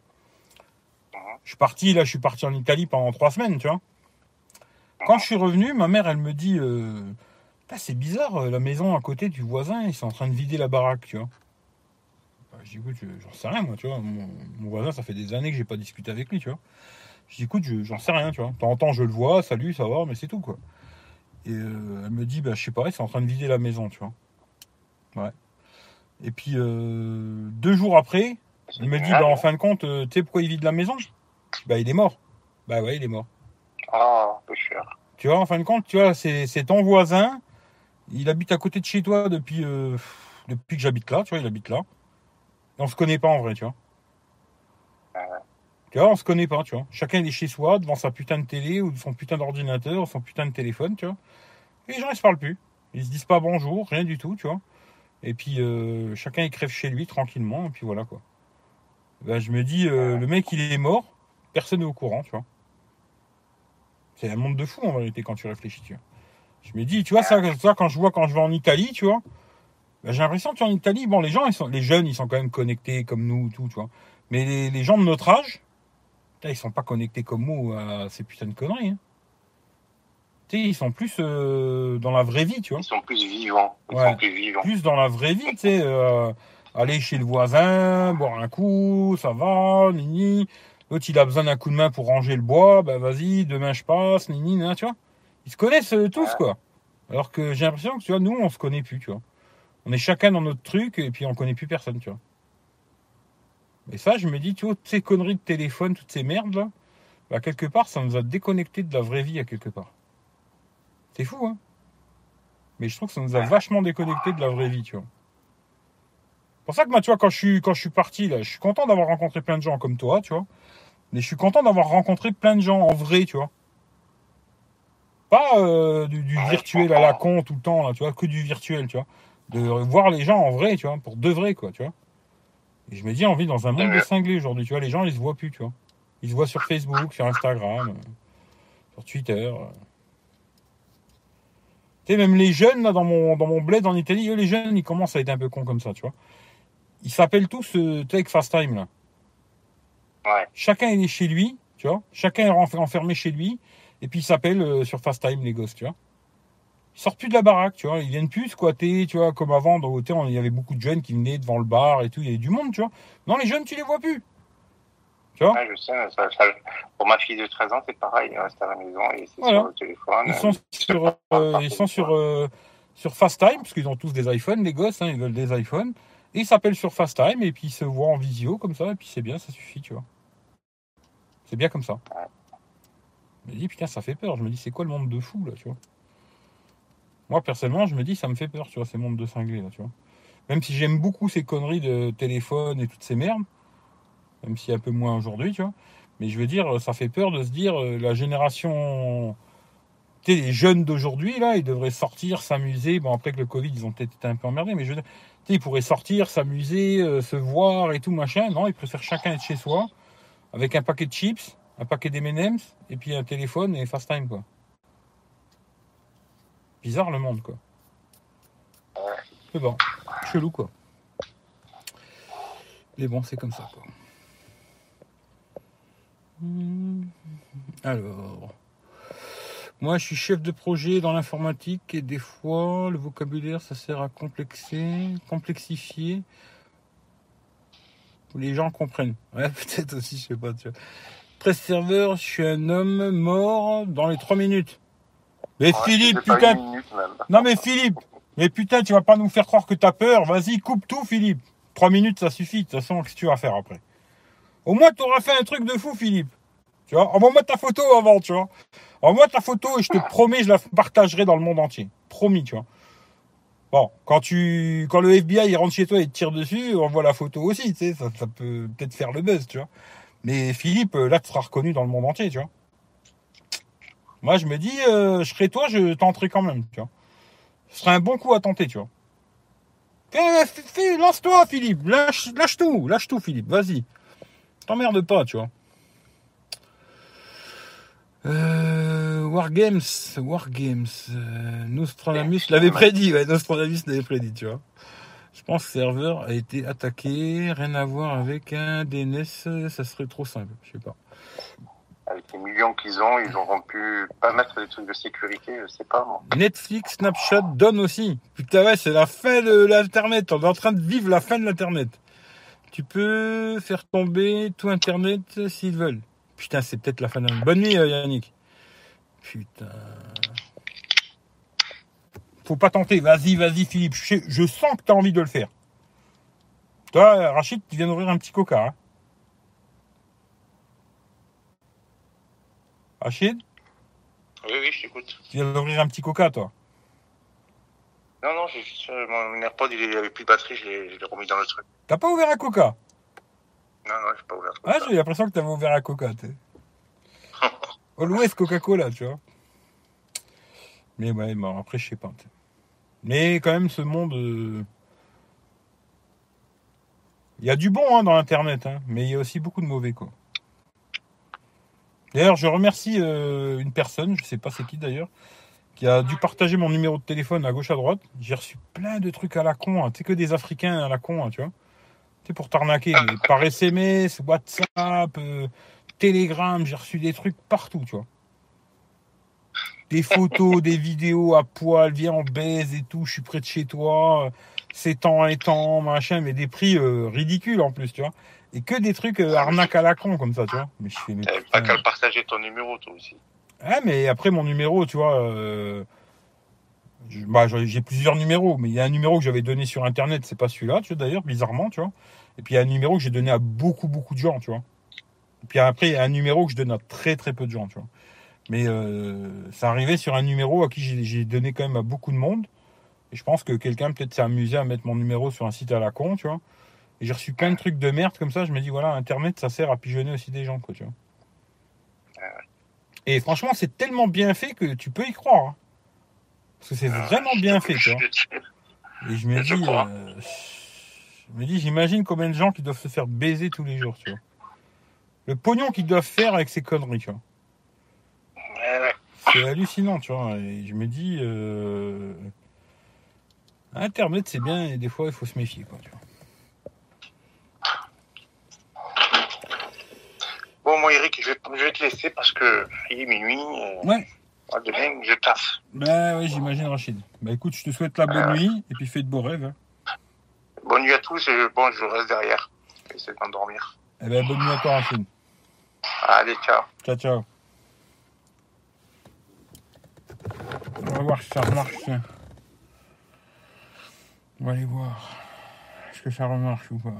Je suis parti en Italie pendant 3 semaines, tu vois. Quand je suis revenu, ma mère, elle me dit c'est bizarre, la maison à côté du voisin, ils sont en train de vider la baraque, tu vois. Bah, je dis, écoute, j'en sais rien, moi, tu vois. Mon voisin, ça fait des années que j'ai pas discuté avec lui, tu vois. Je dis, écoute, j'en sais rien, tu vois. De temps en temps, je le vois, salut, ça va, mais c'est tout, quoi. Et elle me dit, bah, je sais pas, ils sont en train de vider la maison, tu vois. Ouais. Et puis, 2 jours après, elle me dit, bah, en fin de compte, tu sais pourquoi ils vident la maison? Bah, il est mort. Bah, ouais, il est mort. Ah, peu cher. Tu vois, en fin de compte, tu vois, c'est ton voisin. Il habite à côté de chez toi depuis que j'habite là, tu vois, il habite là. Et on se connaît pas en vrai, tu vois. Tu vois, on se connaît pas, tu vois. Chacun il est chez soi, devant sa putain de télé, ou son putain d'ordinateur, ou son putain de téléphone, tu vois. Et les gens, ils se parlent plus. Ils se disent pas bonjour, rien du tout, tu vois. Et puis, chacun il crève chez lui, tranquillement, et puis voilà, quoi. Ben, je me dis, le mec, il est mort, personne n'est au courant, tu vois. C'est un monde de fou, en vérité, quand tu réfléchis, tu vois. Je me dis, tu vois, ça quand je vais en Italie, tu vois, ben, j'ai l'impression que en Italie, bon, les jeunes, ils sont quand même connectés comme nous, tout, tu vois. Mais les gens de notre âge, putain, ils sont pas connectés comme nous à ces putains de conneries, hein. Tu sais, ils sont plus dans la vraie vie, tu vois. Ils sont plus vivants. Ouais. Plus dans la vraie vie, tu sais. Aller chez le voisin, boire un coup, ça va, nini. L'autre, il a besoin d'un coup de main pour ranger le bois, bah vas-y, demain je passe, nini, nana, tu vois. Ils se connaissent tous, quoi. Alors que j'ai l'impression que, tu vois, nous, on se connaît plus, tu vois. On est chacun dans notre truc et puis on connaît plus personne, tu vois. Et ça, je me dis, tu vois, toutes ces conneries de téléphone, toutes ces merdes, là, bah, quelque part, ça nous a déconnectés de la vraie vie, à quelque part. C'est fou, hein. Mais je trouve que ça nous a vachement déconnectés de la vraie vie, tu vois. C'est pour ça que moi, tu vois, quand je suis parti, là, je suis content d'avoir rencontré plein de gens comme toi, tu vois. Mais je suis content d'avoir rencontré plein de gens en vrai, tu vois. Pas du virtuel à la con tout le temps, là, tu vois, que du virtuel, tu vois. De voir les gens en vrai, tu vois, pour de vrai, quoi, tu vois. Et je me dis, on vit dans un monde de cinglés aujourd'hui, tu vois. Les gens, ils se voient plus, tu vois. Ils se voient sur Facebook, sur Instagram, sur Twitter. Tu sais, même les jeunes, là, dans mon bled en Italie, eux, les jeunes, ils commencent à être un peu cons comme ça, tu vois. Ils s'appellent tous Take Fast Time, là. Ouais. Chacun est chez lui, tu vois. Chacun est enfermé chez lui. Et puis ils s'appellent sur Fast Time, les gosses, tu vois. Ils sortent plus de la baraque, tu vois. Ils viennent plus squatter, tu vois, comme avant. Dans l'hôtel, il y avait beaucoup de jeunes qui venaient devant le bar et tout. Il y avait du monde, tu vois. Non, les jeunes, tu les vois plus. Tu vois. Ouais, je sais. Pour ma fille de 13 ans, c'est pareil. Ils restent à la maison et c'est voilà. sur le téléphone. Ils sont sur Fast Time, parce qu'ils ont tous des iPhones, les gosses, hein, ils veulent des iPhones. Et ils s'appellent sur Fast Time et puis ils se voient en visio, comme ça. Et puis c'est bien, ça suffit, tu vois. C'est bien comme ça. Ouais. Je me dis, putain, ça fait peur. Je me dis, c'est quoi le monde de fou, là, tu vois. Moi, personnellement, je me dis, ça me fait peur, tu vois, ces mondes de cinglés, là, tu vois. Même si j'aime beaucoup ces conneries de téléphone et toutes ces merdes, même si un peu moins aujourd'hui, tu vois. Mais je veux dire, ça fait peur de se dire, la génération, tu sais, les jeunes d'aujourd'hui, là, ils devraient sortir, s'amuser. Bon, après que le Covid, ils ont peut-être été un peu emmerdés, mais je veux dire, tu sais, ils pourraient sortir, s'amuser, se voir et tout, machin. Non, ils préfèrent chacun être chez soi, avec un paquet de chips, un paquet d'M&M's, et puis un téléphone et FaceTime, quoi. Bizarre le monde, quoi. Mais bon, chelou, quoi. Mais bon, c'est comme ça, quoi. Alors, moi, je suis chef de projet dans l'informatique et des fois, le vocabulaire, ça sert à complexifier. Les gens comprennent. Ouais, peut-être aussi, je sais pas, tu vois. Presse serveur, je suis un homme mort dans les 3 minutes. Mais Ouais, Philippe, c'est pas putain. une minute même. Non, mais Philippe. Mais putain, tu vas pas nous faire croire que t'as peur. Vas-y, coupe tout, Philippe. 3 minutes, ça suffit. De toute façon, qu'est-ce que tu vas faire après? Au moins, t'auras fait un truc de fou, Philippe. Tu vois, envoie-moi ta photo avant, tu vois. Envoie ta photo et je te promets, je la partagerai dans le monde entier. Promis, tu vois. Bon, quand le FBI il rentre chez toi et te tire dessus, on voit la photo aussi, tu sais, ça peut peut-être faire le buzz, tu vois. Mais Philippe, là, tu seras reconnu dans le monde entier, tu vois. Moi, je me dis, je serais toi, je tenterai quand même, tu vois. Ce serait un bon coup à tenter, tu vois. Lance-toi, Philippe, lâche tout, Philippe, vas-y. T'emmerdes pas, tu vois. Wargames. Nostradamus l'avait prédit, ouais, Nostradamus l'avait prédit, tu vois. Je pense que le serveur a été attaqué, rien à voir avec un DNS, ça serait trop simple, je sais pas. Avec les millions qu'ils ont, ils auront pu pas mettre des trucs de sécurité, je sais pas moi. Netflix, Snapchat donne aussi. Putain ouais, c'est la fin de l'internet, on est en train de vivre la fin de l'internet. Tu peux faire tomber tout internet s'ils veulent. Putain, c'est peut-être la fin de... Bonne nuit Yannick. Putain. Faut pas tenter, vas-y Philippe, je sens que t'as envie de le faire. Toi, Rachid, tu viens d'ouvrir un petit coca, hein. Rachid, Oui, je t'écoute. tu viens d'ouvrir un petit coca, toi. Non, j'ai juste mon AirPod, il avait plus de batterie, je l'ai remis dans le truc. T'as pas ouvert un coca? Non, j'ai pas ouvert. Ah, j'ai l'impression que t'avais ouvert un coca, tu sais. Always Coca-Cola, tu vois. Mais ouais, bon, après, je sais pas. T'sais. Mais quand même, ce monde... Il y a du bon hein, dans Internet, hein, mais il y a aussi beaucoup de mauvais, quoi. D'ailleurs, je remercie une personne, je sais pas c'est qui d'ailleurs, qui a dû partager mon numéro de téléphone à gauche à droite. J'ai reçu plein de trucs à la con, hein. Tu sais, que des Africains à la con, hein, tu vois. Tu sais, pour t'arnaquer, mais par SMS, WhatsApp, Telegram, j'ai reçu des trucs partout, tu vois. Des photos, des vidéos à poil, viens on baise et tout, je suis près de chez toi, c'est temps et temps, machin, mais des prix ridicules en plus, tu vois. Et que des trucs arnaques à la con comme ça, tu vois. Mais je fais mais T'avais putain. pas qu'à le partager ton numéro, toi aussi. Ah, mais après mon numéro, tu vois, j'ai plusieurs numéros, mais il y a un numéro que j'avais donné sur internet, c'est pas celui-là, tu vois, d'ailleurs, bizarrement, tu vois. Et puis il y a un numéro que j'ai donné à beaucoup de gens, tu vois. Et puis après, il y a un numéro que je donne à très peu de gens, tu vois. Mais ça arrivait sur un numéro à qui j'ai donné quand même à beaucoup de monde. Et je pense que quelqu'un peut-être s'est amusé à mettre mon numéro sur un site à la con, tu vois. Et j'ai reçu plein de trucs de merde comme ça. Je me dis, voilà, Internet, ça sert à pigeonner aussi des gens, quoi, tu vois. Et franchement, c'est tellement bien fait que tu peux y croire. Hein. Parce que c'est vraiment bien fait, tu vois. Et je me dis, j'imagine combien de gens qui doivent se faire baiser tous les jours, tu vois. Le pognon qu'ils doivent faire avec ces conneries, tu vois. Ouais. C'est hallucinant, tu vois. Et je me dis, Internet, c'est bien, et des fois, il faut se méfier, quoi, tu vois. Bon, moi, Eric, je vais te laisser parce que il est minuit. Ouais. Demain, je taffe. Bah oui, j'imagine, Rachid. Bah écoute, je te souhaite la bonne nuit, et puis fais de beaux rêves. Hein. Bonne nuit à tous, et bon, je reste derrière. J'essaie de m'endormir. Eh ben, bonne nuit à toi, Rachid. Allez, ciao. Ciao. On va voir si ça remarche, tiens. On va aller voir. Est-ce que ça remarche ou pas?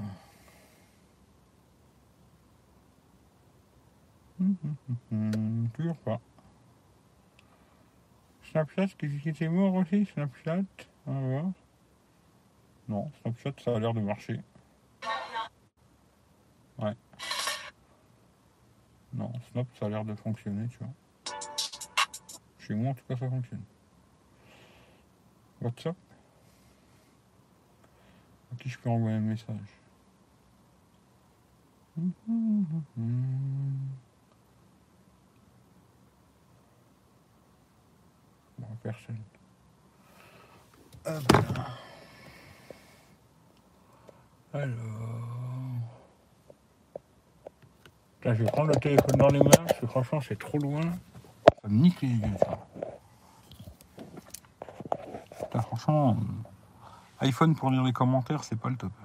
Toujours pas. Snapchat, c'est mort aussi, Snapchat. On va voir. Non, Snapchat, ça a l'air de marcher. Ouais. Non, Snap, ça a l'air de fonctionner, tu vois. Chez moi, en tout cas, ça fonctionne. WhatsApp. À qui je peux envoyer un message? Bon, personne. Alors. Là, je vais prendre le téléphone dans les mains, parce que franchement, c'est trop loin. Ça me nique les yeux, ça. Putain, franchement, iPhone pour lire les commentaires, c'est pas le top.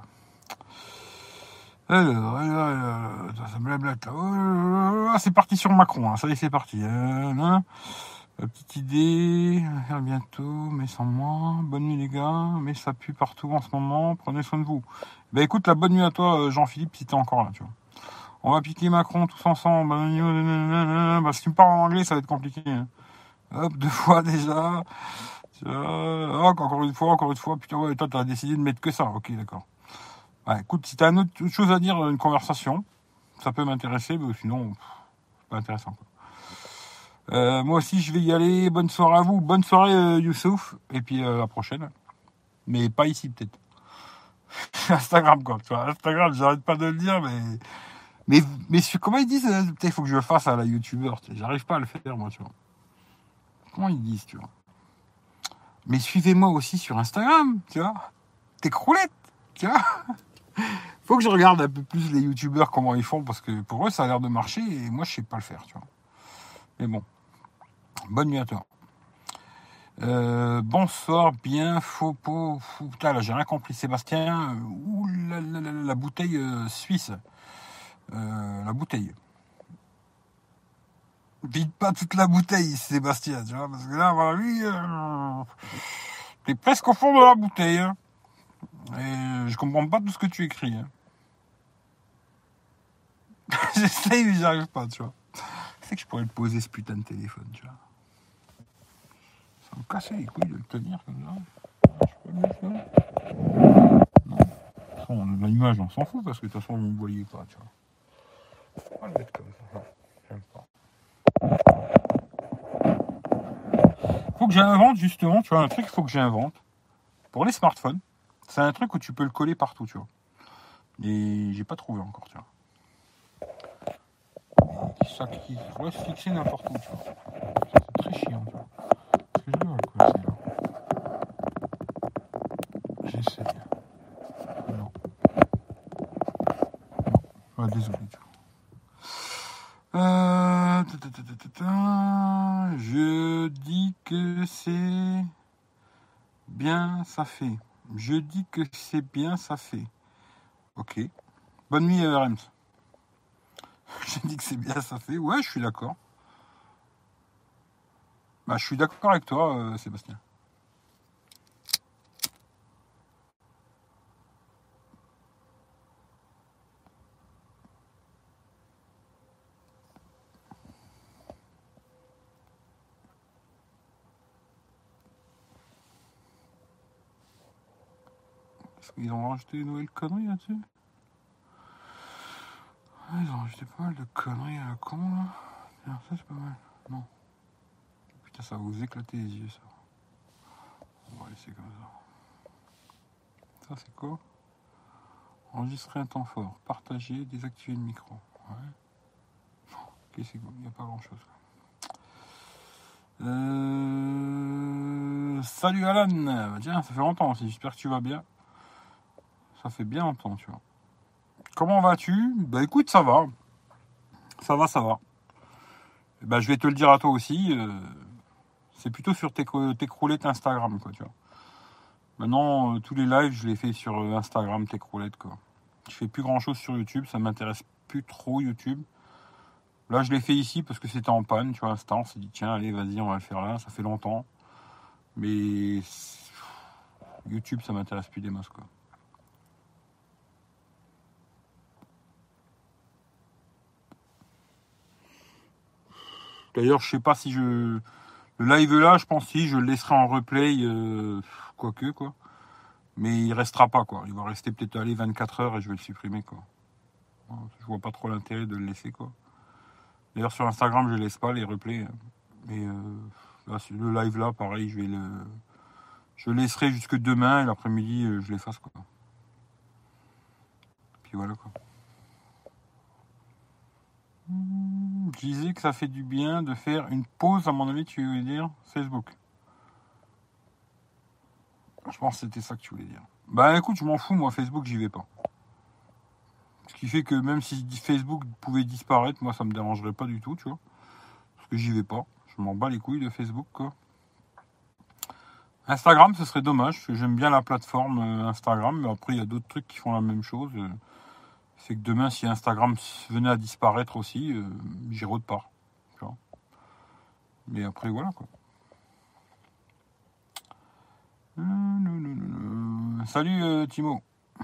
Alors, ça blablate. Oh, c'est parti sur Macron, hein. Ça y est, c'est parti. Petite idée, on va faire bientôt, mais sans moi. Bonne nuit les gars, mais ça pue partout en ce moment, prenez soin de vous. Bah écoute, la bonne nuit à toi Jean-Philippe, si t'es encore là, tu vois. On va piquer Macron tous ensemble. Bah, si tu me parles en anglais, ça va être compliqué. Hein. Hop, 2 fois déjà. Encore une fois. Putain, ouais, toi, t'as décidé de mettre que ça. Ok, d'accord. Ouais, écoute, si t'as autre chose à dire, une conversation, ça peut m'intéresser, mais sinon, c'est pas intéressant. Quoi. Moi aussi, je vais y aller. Bonne soirée à vous. Bonne soirée, Youssouf. Et puis, à la prochaine. Mais pas ici, peut-être. Instagram, quoi. Tu vois, Instagram, j'arrête pas de le dire, mais comment ils disent peut-être il faut que je le fasse à la youtubeur. J'arrive pas à le faire, moi, tu vois. Comment ils disent, tu vois. Mais suivez-moi aussi sur Instagram, tu vois. T'es croulette, tu vois. Faut que je regarde un peu plus les youtubeurs, comment ils font, parce que pour eux, ça a l'air de marcher, et moi, je sais pas le faire, tu vois. Mais bon. Bonne nuit à toi. Bonsoir, bien, faux pot, fou. Putain, là, j'ai rien compris. Sébastien, ouh la bouteille suisse. La bouteille. Vide pas toute la bouteille, Sébastien, tu vois, parce que là, voilà, lui, t'es presque au fond de la bouteille, hein. Et je comprends pas tout ce que tu écris, hein. J'essaye, mais j'y arrive pas, tu vois. C'est que je pourrais te poser ce putain de téléphone, tu vois. Ça me casse les couilles de le tenir comme ça. Je peux le mettre là. Non. L'image, on s'en fout, parce que de toute façon, vous ne me voyez pas, tu vois. Faut pas le mettre comme ça. Non, j'aime pas. Faut que j'invente, justement, tu vois, un truc qu'il faut que j'invente. Pour les smartphones, c'est un truc où tu peux le coller partout, tu vois. Et j'ai pas trouvé encore, tu vois. Ça qui pourrait se fixer n'importe où, tu vois. Ça, c'est très chiant, tu vois. Est-ce que je dois le coller là? J'essaie. Non. Ah, désolé, tu vois. Je dis que c'est bien, ça fait. Je dis que c'est bien, ça fait. Ok. Bonne nuit, Rems. Je dis que c'est bien, ça fait. Ouais, je suis d'accord. Bah, je suis d'accord avec toi, Sébastien. Est-ce qu'ils ont rajouté une nouvelle connerie là-dessus? Ah, ils ont rajouté pas mal de conneries à la con là. Tiens, ça c'est pas mal. Non. Putain, ça va vous éclater les yeux ça. On va laisser comme ça. Ça c'est quoi? Enregistrer un temps fort. Partager, désactiver le micro. Ouais. Ok, c'est bon, il n'y a pas grand chose. Salut Alan. Tiens, ça fait longtemps aussi. J'espère que tu vas bien. Ça fait bien longtemps, tu vois. Comment vas-tu? Bah écoute, ça va. Ça va. Bah, je vais te le dire à toi aussi. C'est plutôt sur tes croulettes Instagram, quoi, tu vois. Maintenant, tous les lives, je les fais sur Instagram, tes croulettes, quoi. Je fais plus grand-chose sur YouTube. Ça m'intéresse plus trop, YouTube. Là, je l'ai fait ici parce que c'était en panne, tu vois. À l'instant, on s'est dit, tiens, allez, vas-y, on va le faire là. Ça fait longtemps. Mais YouTube, ça m'intéresse plus des masses, quoi. D'ailleurs, je sais pas si je Le live là, je pense si je le laisserai en replay, quoique quoi. Mais il restera pas quoi. Il va rester peut-être aller 24 heures et je vais le supprimer quoi. Je vois pas trop l'intérêt de le laisser quoi. D'ailleurs sur Instagram je laisse pas les replays. Mais là, le live là, pareil, je le laisserai jusque demain et l'après-midi je l'efface quoi. Puis voilà quoi. Je disais que ça fait du bien de faire une pause, à mon avis, tu voulais dire Facebook. Je pense que c'était ça que tu voulais dire. Bah écoute, je m'en fous, moi, Facebook, j'y vais pas. Ce qui fait que même si Facebook pouvait disparaître, moi, ça me dérangerait pas du tout, tu vois. Parce que j'y vais pas. Je m'en bats les couilles de Facebook, quoi. Instagram, ce serait dommage, parce que j'aime bien la plateforme Instagram, mais après, il y a d'autres trucs qui font la même chose. C'est que demain, si Instagram venait à disparaître aussi, j'y repars. Tu vois. Mais après, voilà, quoi. Salut Timo.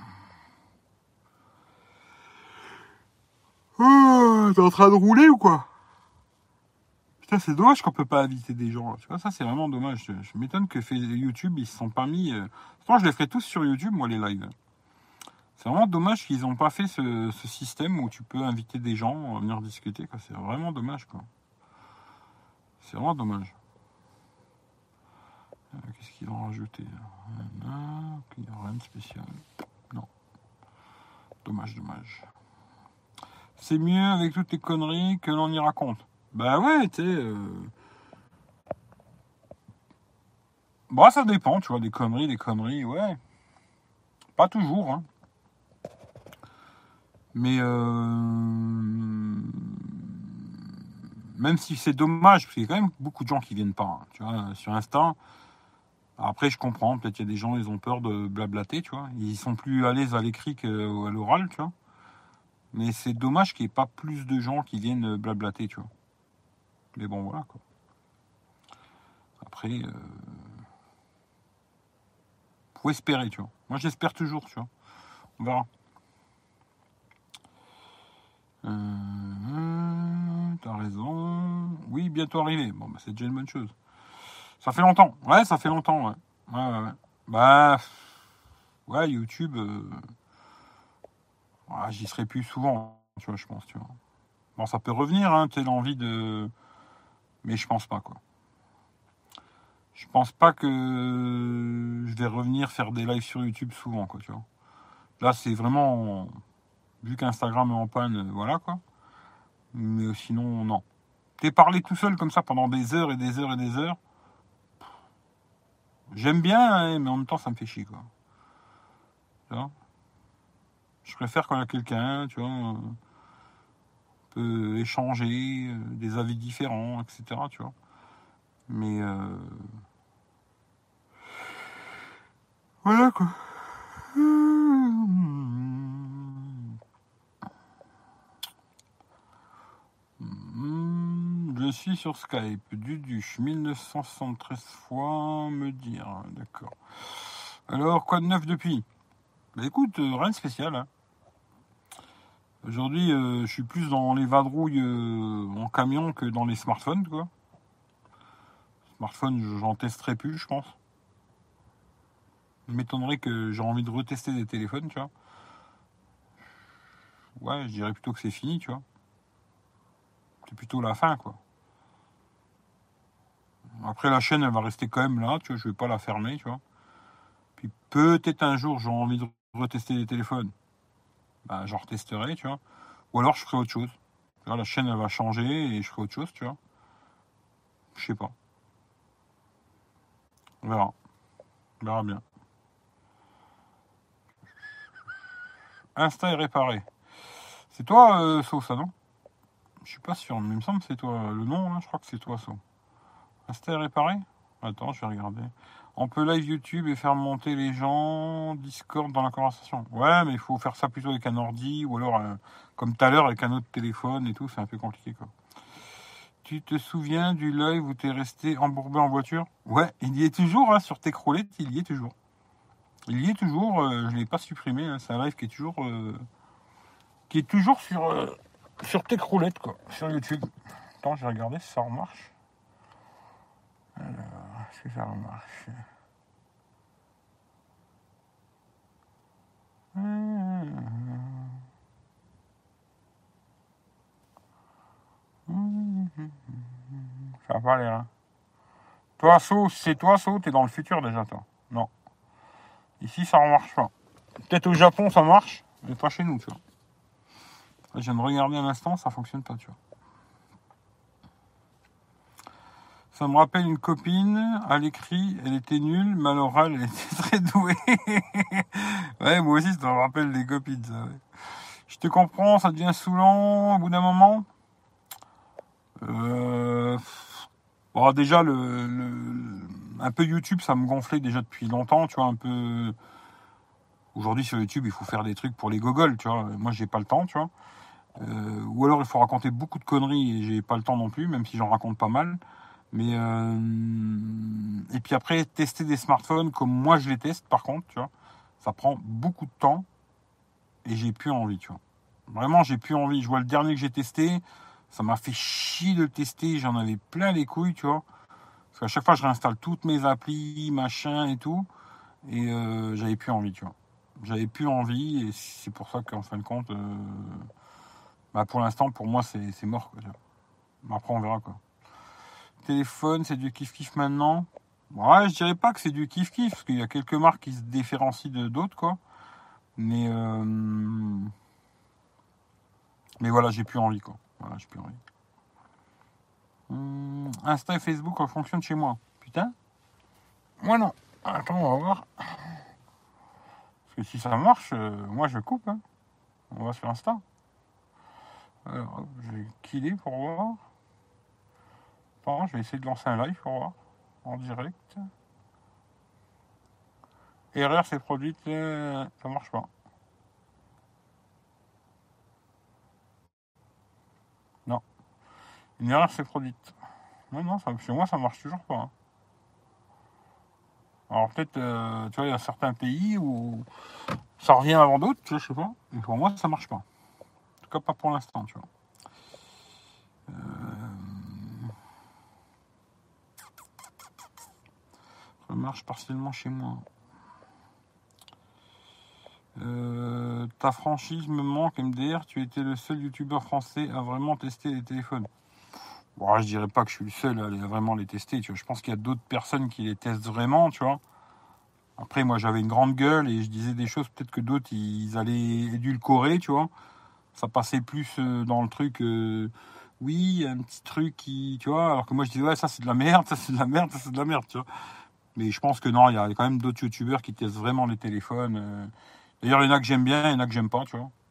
Oh, t'es en train de rouler ou quoi? Putain, c'est dommage qu'on peut pas inviter des gens. Tu vois, ça c'est vraiment dommage. Je m'étonne que YouTube, ils se sont pas mis. Pourtant, je les ferai tous sur YouTube, moi, les lives. C'est vraiment dommage qu'ils n'ont pas fait ce système où tu peux inviter des gens à venir discuter. Quoi. C'est vraiment dommage. Quoi. C'est vraiment dommage. Qu'est-ce qu'ils ont rajouté? Il n'y a rien de spécial. Non. Dommage. C'est mieux avec toutes les conneries que l'on y raconte. Bah ouais, tu sais. Bah ça dépend, tu vois, des conneries, ouais. Pas toujours, hein. Mais même si c'est dommage, parce qu'il y a quand même beaucoup de gens qui viennent pas, hein, tu vois, sur Insta. Après, je comprends, peut-être qu'il y a des gens, ils ont peur de blablater, tu vois. Ils sont plus à l'aise à l'écrit qu'à l'oral, tu vois. Mais c'est dommage qu'il n'y ait pas plus de gens qui viennent blablater, tu vois. Mais bon, voilà, quoi. Après, faut espérer, tu vois. Moi, j'espère toujours, tu vois. On verra. T'as raison. Oui, bientôt arrivé. Bon, bah, c'est déjà une bonne chose. Ça fait longtemps. Ouais, ça fait longtemps, ouais. Ouais. Bah, ouais, YouTube, j'y serai plus souvent, tu vois, je pense, tu vois. Bon, ça peut revenir, hein, tu as l'envie de... Mais je pense pas, quoi. Je pense pas que je vais revenir faire des lives sur YouTube souvent, quoi, tu vois. Là, c'est vraiment... Vu qu'Instagram est en panne, voilà, quoi. Mais sinon, non. T'es parlé tout seul comme ça pendant des heures et des heures et des heures. J'aime bien, hein, mais en même temps, ça me fait chier, quoi. Tu vois. Je préfère quand il y a quelqu'un, tu vois, on peut échanger, des avis différents, etc., tu vois. Mais voilà, quoi. Je suis sur Skype. Duduche, 1973 fois, me dire. D'accord. Alors, quoi de neuf depuis? Bah écoute, rien de spécial. Hein. Aujourd'hui, je suis plus dans les vadrouilles en camion que dans les smartphones, quoi. Smartphone, j'en testerai plus, je pense. Il m'étonnerait que j'ai envie de retester des téléphones, tu vois. Ouais, je dirais plutôt que c'est fini, tu vois. C'est plutôt la fin, quoi. Après, la chaîne, elle va rester quand même là, tu vois. Je vais pas la fermer, tu vois. Puis peut-être un jour, j'aurai envie de retester des téléphones. Bah, j'en retesterai, tu vois. Ou alors, je ferai autre chose. Tu vois, la chaîne, elle va changer et je ferai autre chose, tu vois. Je sais pas. On verra. On verra bien. Insta est réparé. C'est toi, So, ça, non? Je suis pas sûr, mais il me semble que c'est toi. Le nom, là, je crois que c'est toi, So. Insta est réparé? Attends, je vais regarder. On peut live YouTube et faire monter les gens Discord dans la conversation. Ouais, mais il faut faire ça plutôt avec un ordi ou alors, comme tout à l'heure, avec un autre téléphone et tout. C'est un peu compliqué, quoi. Tu te souviens du live où t'es resté embourbé en voiture? Ouais, il y est toujours, hein, sur Techroulette, il y est toujours. Il y est toujours, je ne l'ai pas supprimé, hein, c'est un live qui est toujours sur Techroulette, quoi, sur YouTube. Attends, je vais regarder si ça remarche. Alors, est-ce que ça marche? Ça va pas aller, hein. Toi, So, c'est toi, So, t'es dans le futur déjà, toi. Non. Ici, ça ne marche pas. Peut-être au Japon, ça marche, mais pas chez nous, tu vois. Là, je viens de regarder un instant, ça fonctionne pas, tu vois. Ça me rappelle une copine, à l'écrit, elle était nulle, mais à l'oral, elle était très douée. Ouais, moi aussi, ça me rappelle des copines, ça, ouais. Je te comprends, ça devient saoulant au bout d'un moment. Bon, déjà, un peu YouTube, ça me gonflait déjà depuis longtemps, tu vois, un peu... Aujourd'hui, sur YouTube, il faut faire des trucs pour les gogoles, tu vois. Moi, j'ai pas le temps, tu vois. Ou alors, il faut raconter beaucoup de conneries et j'ai pas le temps non plus, même si j'en raconte pas mal. Mais et puis après, tester des smartphones comme moi je les teste, par contre, tu vois, ça prend beaucoup de temps et j'ai plus envie, tu vois. Vraiment, j'ai plus envie. Je vois le dernier que j'ai testé, ça m'a fait chier de le tester, j'en avais plein les couilles, tu vois. Parce qu'à chaque fois, je réinstalle toutes mes applis, machin et tout, et j'avais plus envie, tu vois. J'avais plus envie et c'est pour ça qu'en fin de compte, bah pour l'instant, pour moi, c'est mort, quoi, tu vois. Après, on verra, quoi. Téléphone, c'est du kiff-kiff maintenant. Ouais, je dirais pas que c'est du kiff-kiff, parce qu'il y a quelques marques qui se différencient de d'autres, quoi. Mais voilà, j'ai plus envie, quoi. Voilà, j'ai plus envie. Insta et Facebook fonctionnent chez moi. Putain. Moi non. Attends, on va voir. Parce que si ça marche, moi je coupe, hein. On va sur Insta. Alors, je vais killer pour voir. Attends, je vais essayer de lancer un live pour voir. En direct. Erreur s'est produite, ça marche pas. Non. Une erreur s'est produite. Non, ça, chez moi ça marche toujours pas, hein. Alors peut-être, tu vois, il y a certains pays où ça revient avant d'autres, tu vois, je sais pas. Mais pour moi, ça marche pas. En tout cas, pas pour l'instant, tu vois. Ça marche partiellement chez moi. Ta franchise me manque, MDR. Tu étais le seul youtubeur français à vraiment tester les téléphones. Bon, je dirais pas que je suis le seul à vraiment les tester, tu vois. Je pense qu'il y a d'autres personnes qui les testent vraiment, tu vois. Après, moi, j'avais une grande gueule et je disais des choses, peut-être que d'autres, ils allaient édulcorer, tu vois. Ça passait plus dans le truc, oui, un petit truc qui, tu vois, alors que moi, je disais, ouais, ça, c'est de la merde, ça, c'est de la merde, ça, c'est de la merde, tu vois. Mais je pense que non, il y a quand même d'autres youtubeurs qui testent vraiment les téléphones. D'ailleurs, il y en a que j'aime bien, il y en a que j'aime pas, tu vois.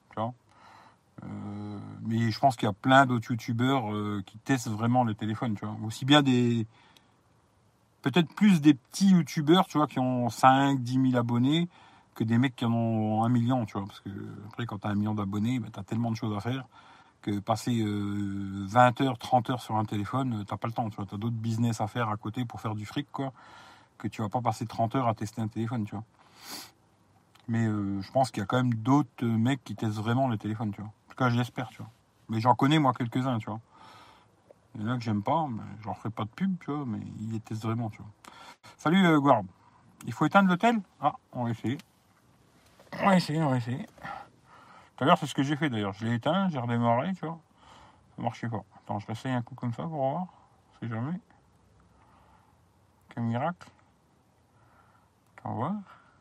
Mais je pense qu'il y a plein d'autres youtubeurs qui testent vraiment les téléphones, tu vois. Aussi bien des... Peut-être plus des petits youtubeurs, tu vois, qui ont 5, 10 000 abonnés, que des mecs qui en ont 1 million, tu vois. Parce que après, quand tu as 1 million d'abonnés, bah, tu as tellement de choses à faire que passer 20 heures, 30 heures sur un téléphone, t'as pas le temps, tu vois. Tu as d'autres business à faire à côté pour faire du fric, quoi, que tu vas pas passer 30 heures à tester un téléphone, tu vois. Mais je pense qu'il y a quand même d'autres mecs qui testent vraiment les téléphones, tu vois. En tout cas, je l'espère, tu vois. Mais j'en connais, moi, quelques-uns, tu vois. Il y en a que j'aime pas, mais je leur ferai pas de pub, tu vois, mais ils les testent vraiment, tu vois. Salut, Guard. Il faut éteindre l'hôtel? Ah, on va essayer. On va essayer. Tout à l'heure, c'est ce que j'ai fait, d'ailleurs. Je l'ai éteint, j'ai redémarré, tu vois. Ça marchait pas. Attends, je réessaye un coup comme ça pour voir. On sait jamais. Quel miracle. On va voir.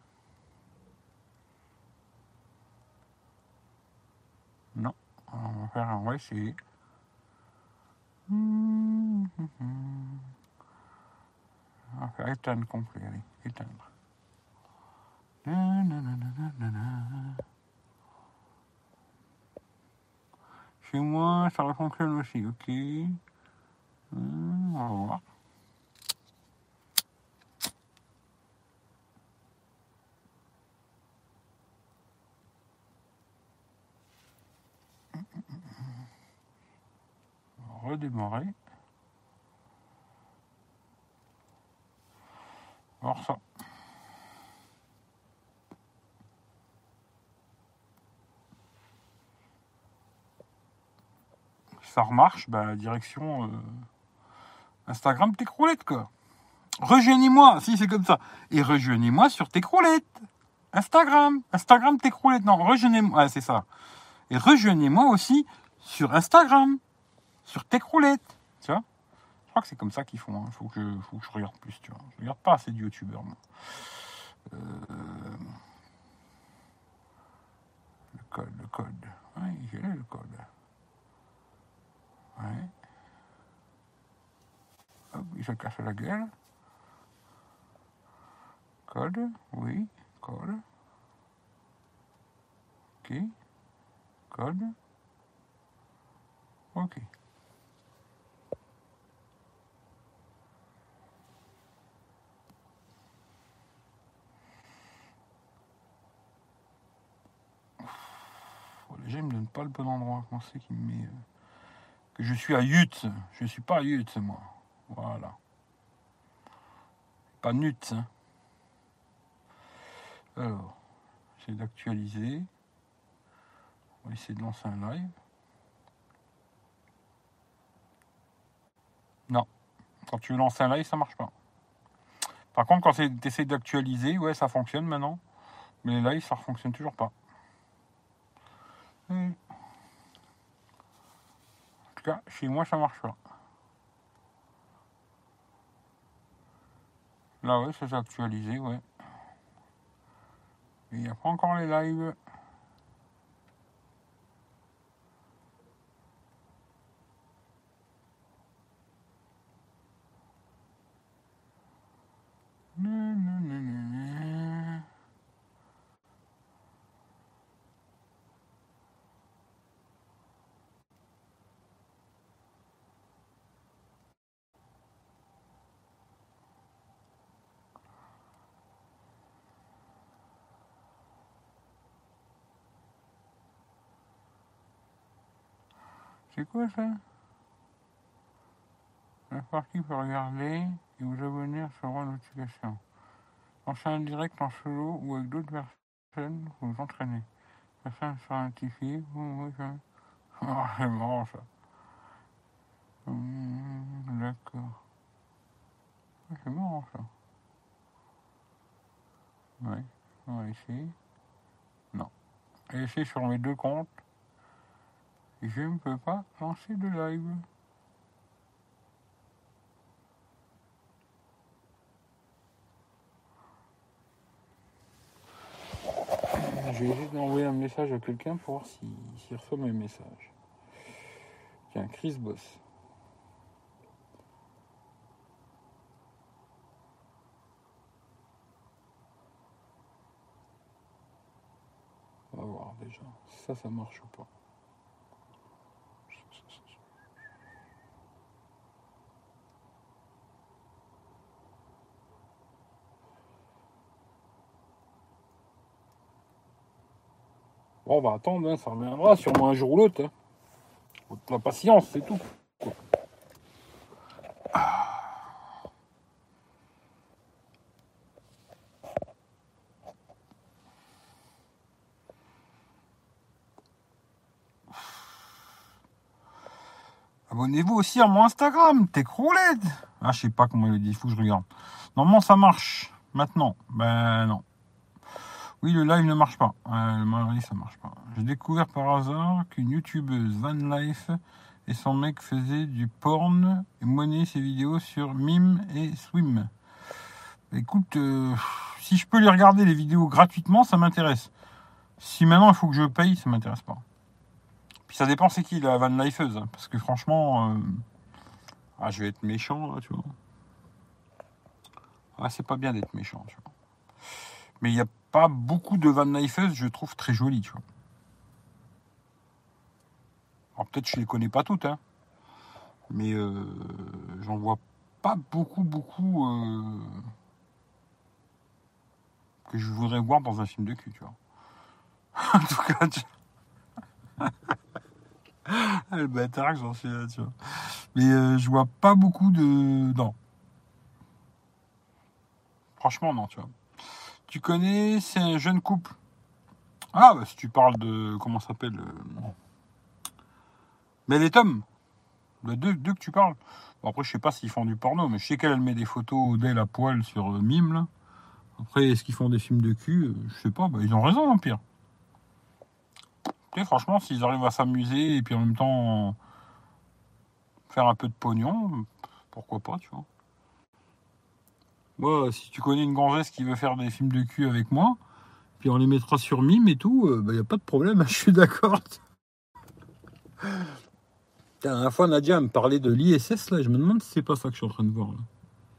Non. On va essayer. On va faire éteindre complet, allez, éteindre. Chez moi, ça fonctionne aussi, ok. On va voir. Redémarrer. Alors ça. Ça remarche, bah direction Instagram tes croulettes, quoi. Rejoignez-moi, si c'est comme ça. Et rejoignez-moi sur Técroulette. Instagram Técroulette. Non, rejoignez-moi. Ah, c'est ça. Et rejoignez-moi aussi sur Instagram. Sur Técroulette. Tu vois? Je crois que c'est comme ça qu'ils font. Hein. Faut que je regarde plus, tu vois. Je regarde pas assez de youtubeurs, moi. Le code. Ouais, j'ai le code. Ouais. Hop, il se casse la gueule. Code, oui, code. Ok. Code. Ok. Déjà, il me donne pas le bon endroit. Comment c'est qu'il me met... que je suis à Yutz. Je suis pas à Yutz, moi. Voilà. Pas Nutz. Hein. Alors, j'essaie d'actualiser. On va essayer de lancer un live. Non. Quand tu veux lancer un live, ça marche pas. Par contre, quand tu essaies d'actualiser, ouais, ça fonctionne maintenant. Mais les lives, ça ne fonctionne toujours pas. En tout cas, chez moi, ça marche pas. Là, ouais, ça s'est actualisé, ouais. Mais il n'y a pas encore les lives. C'est quoi ça? La partie peut regarder et vous abonner à recevoir une notification. Lancer un direct en solo ou avec d'autres personnes, vous vous entraînez. Personne sera notifié. Ah, c'est marrant ça. D'accord. C'est marrant ça. Ouais, on va essayer. Non. J'ai essayé sur mes deux comptes. Et je ne peux pas lancer de live. Je vais essayer d'envoyer un message à quelqu'un pour voir s'il reçoit mes messages. Tiens, Chris Boss. On va voir déjà. Ça marche ou pas. Bon, on va attendre, hein, ça reviendra sûrement un jour ou l'autre. Hein. La patience, c'est tout. Quoi. Abonnez-vous aussi à mon Instagram, Técroulette. Ah, je sais pas comment il le dit, il faut que je regarde. Normalement, ça marche. Maintenant, ben non. Oui, le live ne marche pas. Le live, ça marche pas. J'ai découvert par hasard qu'une youtubeuse Van Life et son mec faisaient du porn et monnaient ses vidéos sur Mime et Swim. Écoute, si je peux les regarder les vidéos gratuitement, ça m'intéresse. Si maintenant il faut que je paye, ça m'intéresse pas. Puis ça dépend c'est qui la Van Lifeuse, hein, parce que franchement, je vais être méchant là, tu vois. Ah, c'est pas bien d'être méchant, tu vois. Mais il n'y a pas beaucoup de Van Lifeuse, je trouve très jolies, tu vois. Alors peut-être je les connais pas toutes, hein. Mais j'en vois pas beaucoup que je voudrais voir dans un film de cul, tu vois. En tout cas, le bâtard que j'en suis là, tu vois. Mais je vois pas beaucoup de... Non. Franchement, non, tu vois. Tu connais, c'est un jeune couple. Ah, bah si tu parles de... Comment ça s'appelle Mel et Tom. Le deux que tu parles. Bon, après, je sais pas s'ils font du porno, mais je sais qu'elle met des photos d'elle à poil sur Mime, là. Après, est-ce qu'ils font des films de cul? Je sais pas, bah, ils ont raison, l'Empire. Tu sais, franchement, s'ils arrivent à s'amuser et puis en même temps faire un peu de pognon, pourquoi pas, tu vois. Moi, si tu connais une gonzesse qui veut faire des films de cul avec moi, puis on les mettra sur Mime et tout, bah, y a pas de problème, je suis d'accord. La dernière fois, Nadia me parlait de l'ISS, là, je me demande si c'est pas ça que je suis en train de voir, là.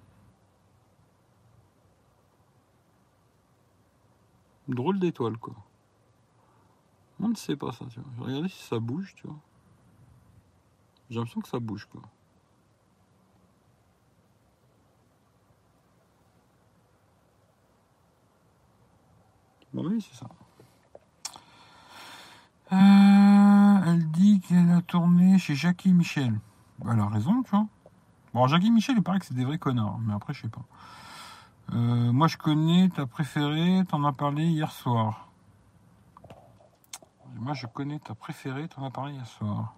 Une drôle d'étoile, quoi. Je me demande si c'est pas ça, tu vois. Je vais regarder si ça bouge, tu vois. J'ai l'impression que ça bouge, quoi. Bon, oui, c'est ça. Elle dit qu'elle a tourné chez Jackie Michel. Bah, elle a raison, tu vois. Bon, Jackie Michel, il paraît que c'est des vrais connards, mais après, je sais pas. Moi, je connais ta préférée, t'en as parlé hier soir. Moi, je connais ta préférée, t'en as parlé hier soir.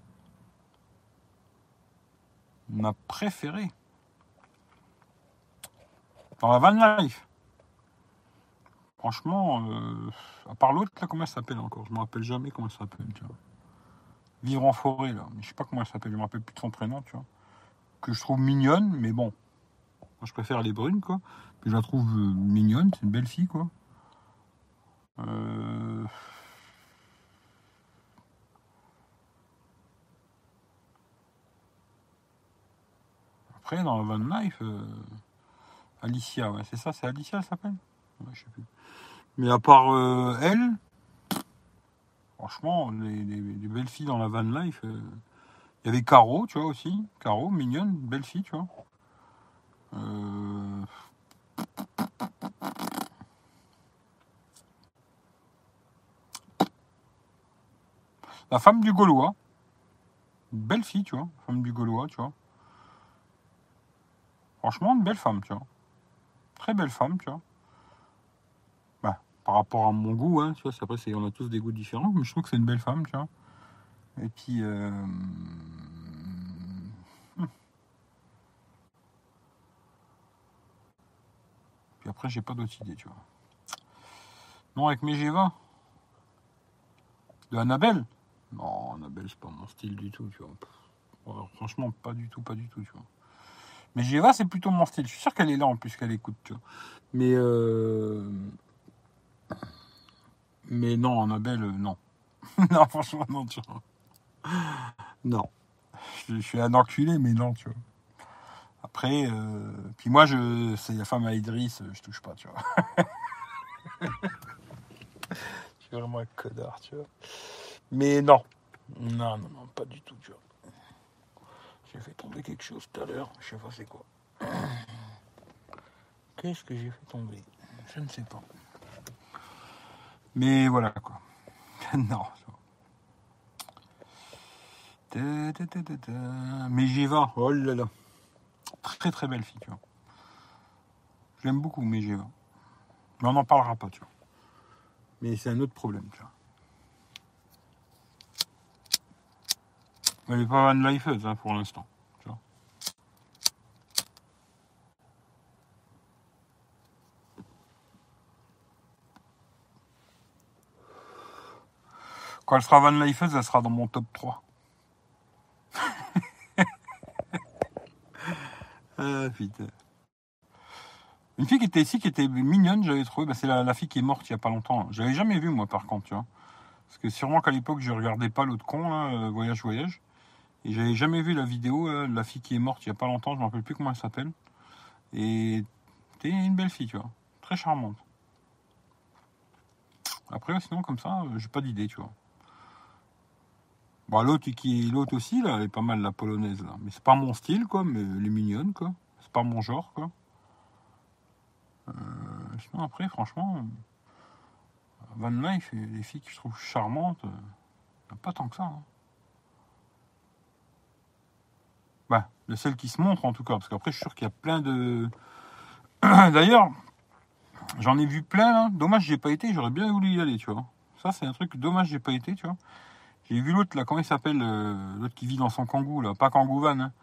Ma préférée. Dans la van life. Franchement, à part l'autre, là, comment elle s'appelle encore? Je me rappelle jamais comment elle s'appelle, tu vois. Vivre en forêt, là. Mais je sais pas comment elle s'appelle, je me rappelle plus de son prénom, tu vois. Que je trouve mignonne, mais bon. Moi, je préfère les brunes, quoi. Puis je la trouve mignonne, c'est une belle fille, quoi. Après, dans la van life, Alicia, ouais, c'est ça, c'est Alicia, elle s'appelle? Ouais, je sais plus. Mais à part elle, franchement, les belles filles dans la van life, il y avait Caro, tu vois, aussi. Caro, mignonne, belle fille, tu vois. La femme du Gaulois. Une belle fille, tu vois. Femme du Gaulois, tu vois. Franchement, une belle femme, tu vois. Très belle femme, tu vois. Bah, par rapport à mon goût, hein, tu vois. Après, on a tous des goûts différents, mais je trouve que c'est une belle femme, tu vois. Et puis... Puis après, j'ai pas d'autres idées, tu vois. Non, avec Megeva. De Annabelle. Non, Annabelle, c'est pas mon style du tout, tu vois. Ouais, franchement, pas du tout, tu vois. Mais Megeva, c'est plutôt mon style. Je suis sûr qu'elle est là, en plus, qu'elle écoute, tu vois. Mais non, Annabelle, non. Non, franchement, non, tu vois. Non. Je suis un enculé, mais non, tu vois. Après, puis moi, c'est la femme à Idriss, je touche pas, tu vois. Je suis vraiment un connard, tu vois. Mais non. Non, pas du tout, tu vois. J'ai fait tomber quelque chose tout à l'heure, je sais pas c'est quoi. Qu'est-ce que j'ai fait tomber? Je ne sais pas. Mais voilà, quoi. Non. Mais j'y vais, oh là là. Très très belle fille, tu vois. Je l'aime beaucoup, mais j'y vais. Mais on n'en parlera pas, tu vois. Mais c'est un autre problème, tu vois. Elle n'est pas van lifeuse, hein, pour l'instant, tu vois. Quand elle sera van lifeuse, elle sera dans mon top 3. Ah, putain. Une fille qui était ici, qui était mignonne, j'avais trouvé, bah, c'est la fille qui est morte il y a pas longtemps. Je l'avais jamais vue, moi, par contre, tu vois. Parce que sûrement qu'à l'époque, je regardais pas l'autre con, là, Voyage. Et j'avais jamais vu la vidéo de la fille qui est morte il y a pas longtemps, je me rappelle plus comment elle s'appelle. Et c'était une belle fille, tu vois. Très charmante. Après, sinon, comme ça, j'ai pas d'idée, tu vois. Bon, l'autre aussi, là, elle est pas mal, la polonaise, là. Mais c'est pas mon style, quoi, mais elle est mignonne, quoi. C'est pas mon genre, quoi. Sinon, après, franchement, Van Life, les filles que je trouve charmantes, pas tant que ça, hein. Bah, de celles qui se montrent, en tout cas, parce qu'après, je suis sûr qu'il y a plein de... D'ailleurs, j'en ai vu plein, là. Dommage, j'ai pas été, j'aurais bien voulu y aller, tu vois. Ça, c'est un truc, dommage, j'ai pas été, tu vois. J'ai vu l'autre, là, comment il s'appelle, l'autre qui vit dans son kangou, là, pas kangou van, hein.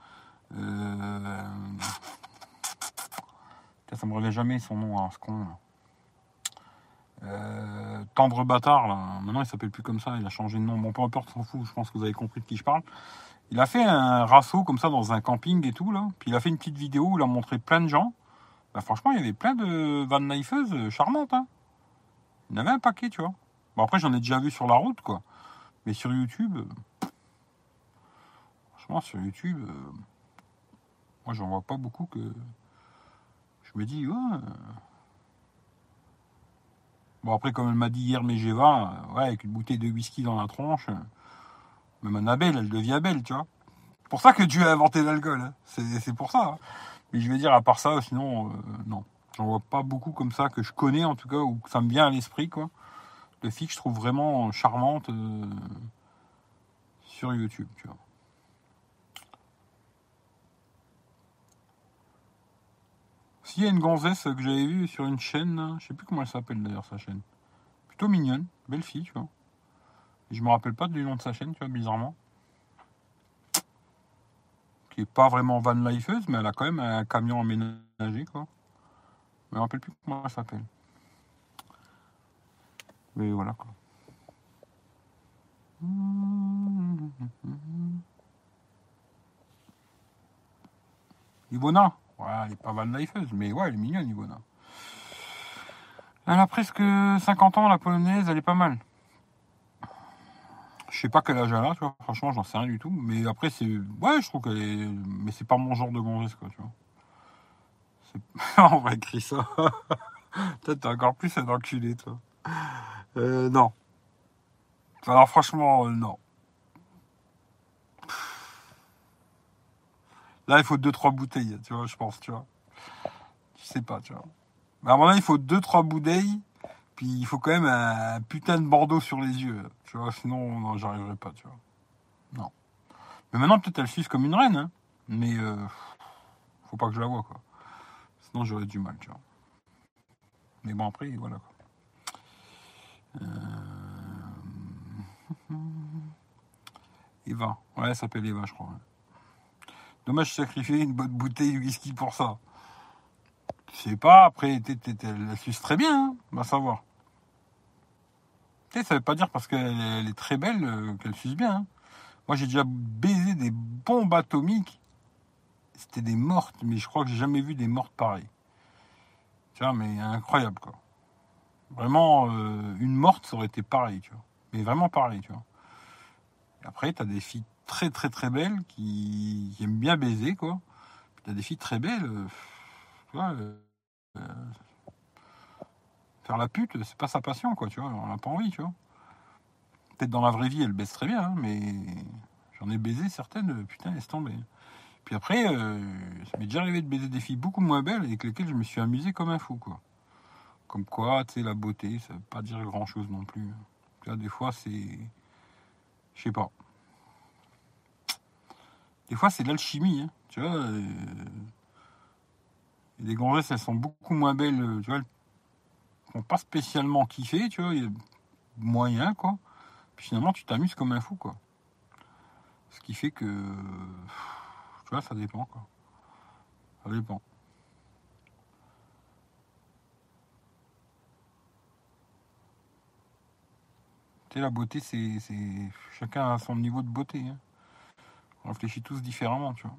Ça me revient jamais son nom, hein, ce con, là. Tendre bâtard, là. Maintenant, il s'appelle plus comme ça, il a changé de nom. Bon, peu importe, s'en fout, je pense que vous avez compris de qui je parle. Il a fait un rasso comme ça dans un camping et tout, là. Puis il a fait une petite vidéo où il a montré plein de gens. Bah, franchement, il y avait plein de van-lifeuses charmantes, hein. Il y en avait un paquet, tu vois. Bon, après, j'en ai déjà vu sur la route, quoi. Mais sur YouTube, franchement, sur YouTube, moi, j'en vois pas beaucoup que je me dis, ouais. Bon, après, comme elle m'a dit hier, Megeva, ouais, avec une bouteille de whisky dans la tronche, même Annabelle, elle devient belle, tu vois. C'est pour ça que Dieu a inventé l'alcool, hein. C'est pour ça, hein. Mais je vais dire, à part ça, sinon, non. J'en vois pas beaucoup comme ça, que je connais en tout cas, ou que ça me vient à l'esprit, quoi. De filles que je trouve vraiment charmantes sur YouTube, tu vois. S'il y a une gonzesse que j'avais vue sur une chaîne, là, je sais plus comment elle s'appelle d'ailleurs, sa chaîne. Plutôt mignonne, belle fille, tu vois. Et je me rappelle pas du nom de sa chaîne, tu vois, bizarrement. Qui est pas vraiment van lifeuse, mais elle a quand même un camion aménagé, quoi. Je me rappelle plus comment elle s'appelle. Mais voilà, quoi. Ivona, ouais, elle est pas van lifeuse, mais ouais, elle est mignonne, Ivona. Elle a presque 50 ans, la polonaise, elle est pas mal. Je sais pas quel âge elle a, tu vois, franchement, j'en sais rien du tout. Mais après, c'est. Ouais, je trouve qu'elle est. Mais c'est pas mon genre de gonzesse, quoi, tu vois. On va écrire ça. Peut-être t'es encore plus un enculé, toi. Non. Alors, franchement, non. Là, il faut 2-3 bouteilles, tu vois, je pense, tu vois. Je sais pas, tu vois. Mais à un moment, il faut 2-3 bouteilles, puis il faut quand même un putain de Bordeaux sur les yeux, tu vois, sinon, non, j'arriverai pas, tu vois. Non. Mais maintenant, peut-être elle suce comme une reine, hein. Mais faut pas que je la voie, quoi. Sinon, j'aurais du mal, tu vois. Mais bon, après, voilà, quoi. Eva. Ouais, elle s'appelle Eva, je crois. Ouais. Dommage de sacrifier une bonne bouteille de whisky pour ça. Je sais pas, après, elle suce très bien, hein, va savoir. Tu sais, ça veut pas dire parce qu'elle est très belle qu'elle suce bien, hein. Moi, j'ai déjà baisé des bombes atomiques. C'était des mortes, mais je crois que j'ai jamais vu des mortes pareilles. Tu vois, mais incroyable, quoi. Vraiment, une morte, ça aurait été pareil, tu vois. Mais vraiment pareil, tu vois. Et après, t'as des filles très très très belles qui aiment bien baiser, quoi. Puis t'as des filles très belles, tu vois, faire la pute, c'est pas sa passion, quoi, tu vois. On n'a pas envie, tu vois. Peut-être dans la vraie vie, elle baisse très bien, hein, mais j'en ai baisé certaines, putain, laisse tomber. Puis après, ça m'est déjà arrivé de baiser des filles beaucoup moins belles avec lesquelles je me suis amusé comme un fou, quoi. Comme quoi, tu sais, la beauté, ça veut pas dire grand-chose non plus. Tu vois, des fois, c'est... Je sais pas. Des fois, c'est de l'alchimie, hein. Tu vois, les gonzesses, elles sont beaucoup moins belles, tu vois, elles font pas spécialement kiffer, tu vois, il y a moyen, quoi. Puis finalement, tu t'amuses comme un fou, quoi. Ce qui fait que... Tu vois, ça dépend, quoi. Ça dépend. Tu sais, la beauté, c'est... Chacun a son niveau de beauté, hein. On réfléchit tous différemment, tu vois.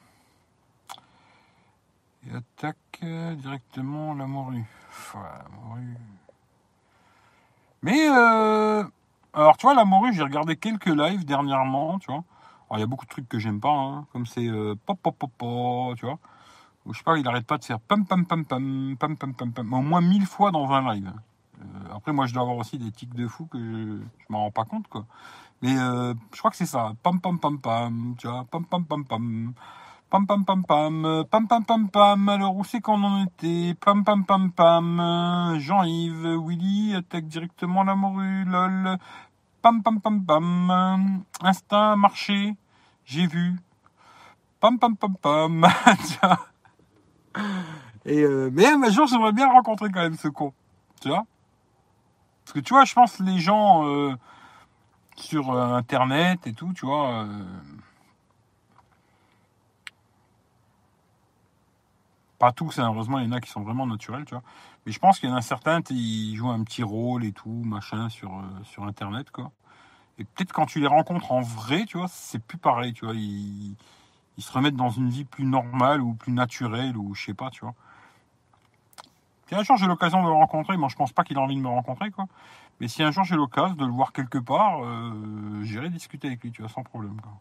Et attaque directement la morue. Ouais, la morue. Mais, alors, tu vois, la morue, j'ai regardé quelques lives dernièrement, tu vois. Alors, il y a beaucoup de trucs que j'aime pas, hein, comme c'est pop, pop, pop, pop, tu vois. Ou je sais pas, il arrête pas de faire pam, pam, pam, pam, pam, pam, pam, pam, au moins 1000 fois dans un live. Après, moi, je dois avoir aussi des tics de fou que je m'en rends pas compte, quoi. Mais je crois que c'est ça. Pam, pam, pam, pam, tu vois. Pam, pam, pam, pam. Pam, pam, pam, pam. Pam, pam, pam, pam. Alors, où c'est qu'on en était? Pam, pam, pam, pam. Jean-Yves, Willy attaque directement la morue, lol. Pam, pam, pam, pam. Instinct, marché. J'ai vu. Pam, pam, pam, pam. Et mais un jour, j'aimerais bien le rencontrer quand même, ce con. Tu vois? Parce que tu vois, je pense que les gens... sur Internet et tout, tu vois. Pas tous, hein, heureusement, il y en a qui sont vraiment naturels, tu vois. Mais je pense qu'il y en a certains, ils jouent un petit rôle et tout, machin, sur Internet, quoi. Et peut-être quand tu les rencontres en vrai, tu vois, c'est plus pareil, tu vois. Ils se remettent dans une vie plus normale ou plus naturelle, ou je sais pas, tu vois. Si un jour j'ai l'occasion de le rencontrer, moi je pense pas qu'il a envie de me rencontrer, quoi. Mais si un jour j'ai l'occasion de le voir quelque part, j'irai discuter avec lui, tu vois, sans problème, quoi.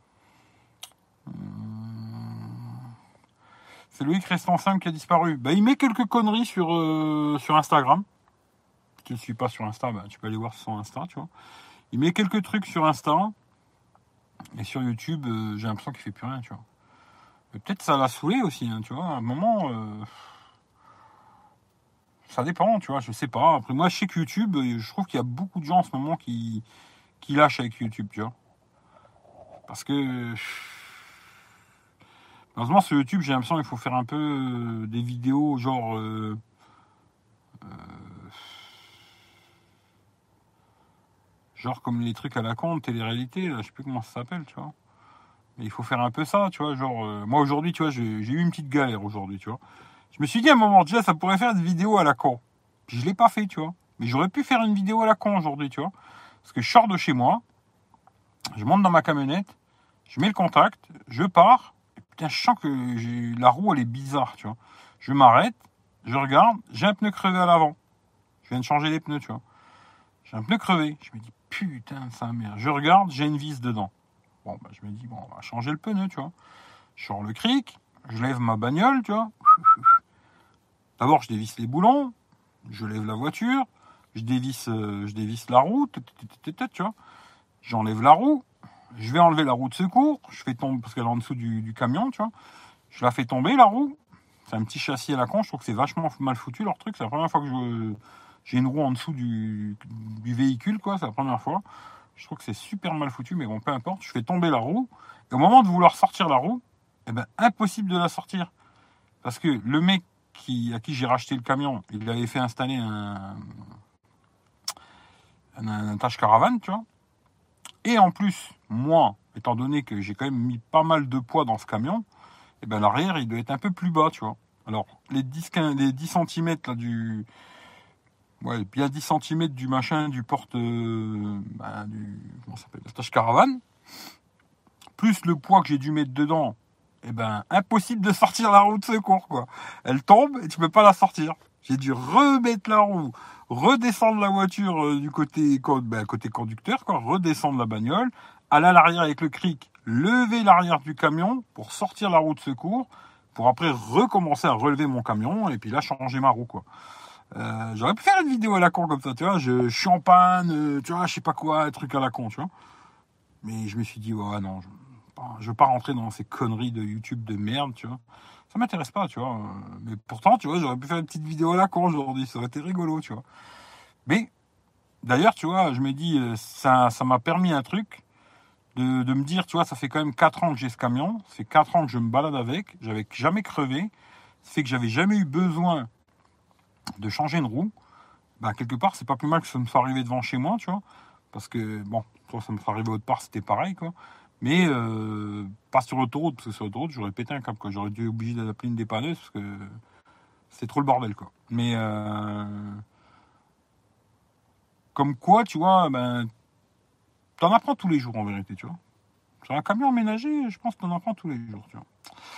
C'est Loïc Restant 5 qui a disparu. Bah, il met quelques conneries sur Instagram. Si tu ne suis pas sur Insta, bah, tu peux aller voir sur son Insta, tu vois. Il met quelques trucs sur Insta. Et sur YouTube, j'ai l'impression qu'il fait plus rien, tu vois. Mais peut-être ça l'a saoulé aussi, hein, tu vois. À un moment, ça dépend, tu vois, je sais pas. Après, moi, je sais que YouTube, je trouve qu'il y a beaucoup de gens en ce moment qui lâchent avec YouTube, tu vois. Parce que, malheureusement, sur YouTube, j'ai l'impression qu'il faut faire un peu des vidéos, genre... genre comme les trucs à la con, télé-réalité, là, je sais plus comment ça s'appelle, tu vois. Mais il faut faire un peu ça, tu vois. Genre, moi, aujourd'hui, tu vois, j'ai eu une petite galère aujourd'hui, tu vois. Je me suis dit à un moment, déjà, ça pourrait faire des vidéos à la con. Puis je l'ai pas fait, tu vois. Mais j'aurais pu faire une vidéo à la con aujourd'hui, tu vois. Parce que je sors de chez moi, je monte dans ma camionnette, je mets le contact, je pars. Et putain, je sens que la roue, elle est bizarre, tu vois. Je m'arrête, je regarde, j'ai un pneu crevé à l'avant. Je viens de changer les pneus, tu vois. J'ai un pneu crevé. Je me dis, putain de sa mère. Je regarde, j'ai une vis dedans. Bon, bah, je me dis, bon, on va changer le pneu, tu vois. Je sors le cric, je lève ma bagnole, tu vois. D'abord, je dévisse les boulons, je lève la voiture, je dévisse la roue, tu vois. J'enlève la roue, je vais enlever la roue de secours, je fais tomber, parce qu'elle est en dessous du camion, tu vois. Je la fais tomber, la roue. C'est un petit châssis à la con, je trouve que c'est vachement mal foutu leur truc. C'est la première fois que j'ai une roue en dessous du véhicule, quoi, c'est la première fois. Je trouve que c'est super mal foutu, mais bon, peu importe. Je fais tomber la roue, et au moment de vouloir sortir la roue, eh ben, impossible de la sortir. Parce que le mec à qui j'ai racheté le camion, il avait fait installer un tâche caravane, tu vois. Et en plus, moi, étant donné que j'ai quand même mis pas mal de poids dans ce camion, et ben l'arrière, il doit être un peu plus bas, tu vois. Alors, les 10 cm là, du... Ouais, il y a 10 cm du machin, du porte... comment ça s'appelle, la tâche caravane. Plus le poids que j'ai dû mettre dedans, eh ben, impossible de sortir la roue de secours, quoi. Elle tombe et tu peux pas la sortir. J'ai dû remettre la roue, redescendre la voiture du côté conducteur, quoi, redescendre la bagnole, aller à l'arrière avec le cric, lever l'arrière du camion pour sortir la roue de secours, pour après recommencer à relever mon camion et puis là changer ma roue, quoi. J'aurais pu faire une vidéo à la con comme ça, tu vois, je suis en panne, tu vois, je sais pas quoi, un truc à la con, tu vois. Mais je me suis dit, ouais, non, je veux pas rentrer dans ces conneries de YouTube de merde, tu vois. Ça m'intéresse pas, tu vois. Mais pourtant, tu vois, j'aurais pu faire une petite vidéo à la con aujourd'hui, ça aurait été rigolo, tu vois. Mais, d'ailleurs, tu vois, je me dis, ça m'a permis un truc, de me dire, tu vois, ça fait quand même 4 ans que j'ai ce camion, ça fait 4 ans que je me balade avec, j'avais jamais crevé, ça fait que j'avais jamais eu besoin de changer une roue. Bah, quelque part, c'est pas plus mal que ça me soit arrivé devant chez moi, tu vois. Parce que, bon, toi, ça me serait arrivé autre part, c'était pareil, quoi. Mais pas sur l'autoroute, parce que sur l'autoroute, j'aurais pété un câble, quoi. J'aurais dû obligé d'appeler une dépanneuse, parce que c'est trop le bordel, quoi. Mais, comme quoi, tu vois, ben, t'en apprends tous les jours, en vérité, tu vois. Sur un camion aménagé, je pense que t'en apprends tous les jours, tu vois.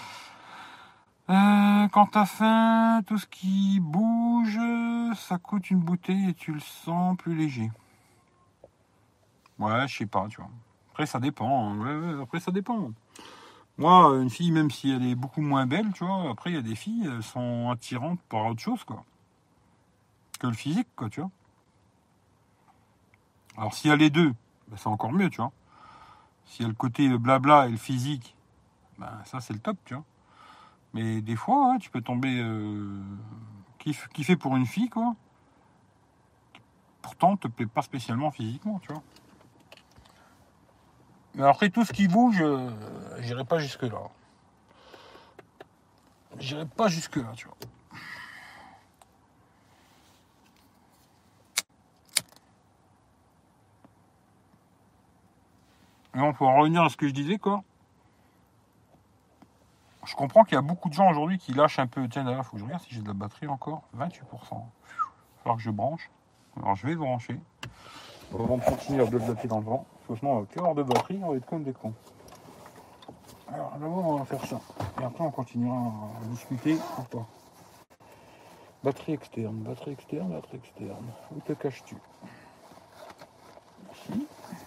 Quand t'as faim, tout ce qui bouge, ça coûte une bouteille et tu le sens plus léger. Ouais, je sais pas, tu vois. Après, ça dépend. Hein. Ouais, après, ça dépend. Moi, une fille, même si elle est beaucoup moins belle, tu vois, après, il y a des filles, elles sont attirantes par autre chose, quoi. Que le physique, quoi, tu vois. Alors, s'il y a les deux, ben, c'est encore mieux, tu vois. S'il y a le côté blabla et le physique, ben, ça, c'est le top, tu vois. Mais des fois, hein, tu peux tomber kiffer pour une fille, quoi. Pourtant, te plaît pas spécialement physiquement, tu vois. Mais après, tout ce qui bouge, j'irai pas jusque-là. J'irai pas jusque-là, tu vois. Et on peut en revenir à ce que je disais, quoi. Je comprends qu'il y a beaucoup de gens aujourd'hui qui lâchent un peu. Tiens, d'ailleurs, il faut que je regarde si j'ai de la batterie encore. 28%. Il va falloir que je branche. Alors, je vais le brancher. On va continuer à blablater dans le vent. Franchement, on va plus avoir de batterie, on va être comme des cons. Alors, d'abord, on va faire ça. Et après, on continuera à discuter ou pas. Batterie externe, batterie externe, batterie externe. Où te caches-tu? Ici.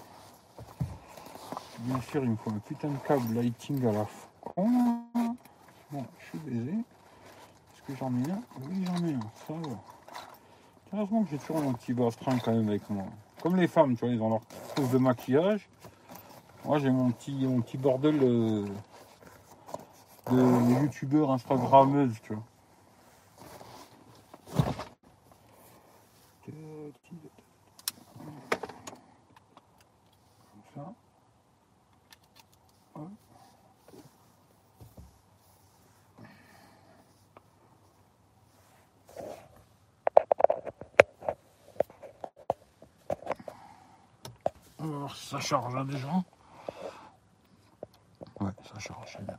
Bien sûr, il me faut un putain de câble lighting à la con. Bon, je suis baisé. Est-ce que j'en ai un? Oui, j'en ai un. Ça va. Heureusement que j'ai toujours mon petit bastring quand même avec moi. Comme les femmes, tu vois, ils ont leur trousse de maquillage. Moi, j'ai mon petit bordel de youtubeurs, instagrammeuses, tu vois. Comme ça. Ouais. Alors, ça charge hein, déjà. Ouais, ça charge, c'est bien.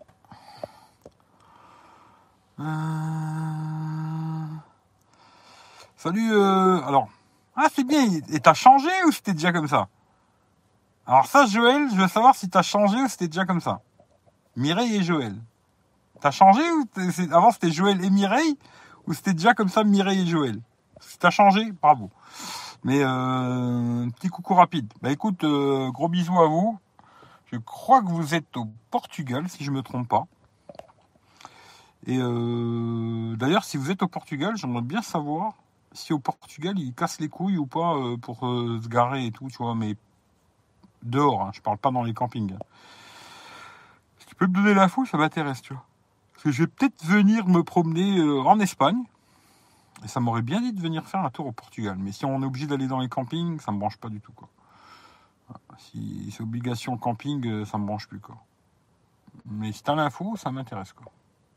Salut, alors. Ah, c'est bien. Et t'as changé ou c'était déjà comme ça? Alors ça, Joël, je veux savoir si t'as changé ou c'était déjà comme ça. Mireille et Joël. T'as changé ou avant c'était Joël et Mireille ou c'était déjà comme ça Mireille et Joël? Si t'as changé, bravo. Mais petit coucou rapide. Bah écoute, gros bisous à vous. Je crois que vous êtes au Portugal, si je me trompe pas. Et d'ailleurs, si vous êtes au Portugal, j'aimerais bien savoir si au Portugal, ils cassent les couilles ou pas pour se garer et tout, tu vois, mais dehors, hein, je parle pas dans les campings. Si tu peux me donner l'info, ça m'intéresse, tu vois. Parce que je vais peut-être venir me promener en Espagne. Et ça m'aurait bien dit de venir faire un tour au Portugal. Mais si on est obligé d'aller dans les campings, ça me branche pas du tout, quoi. Si c'est obligation camping, ça me branche plus, quoi. Mais si t'as l'info, ça m'intéresse, quoi.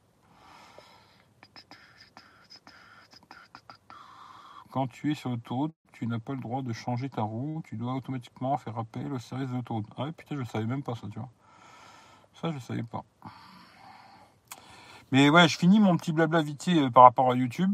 Quand tu es sur l'autoroute, tu n'as pas le droit de changer ta roue. Tu dois automatiquement faire appel au service de l'autoroute. Ah ouais, putain, je savais même pas ça, tu vois. Ça, je savais pas. Mais ouais, je finis mon petit blabla vitier par rapport à YouTube.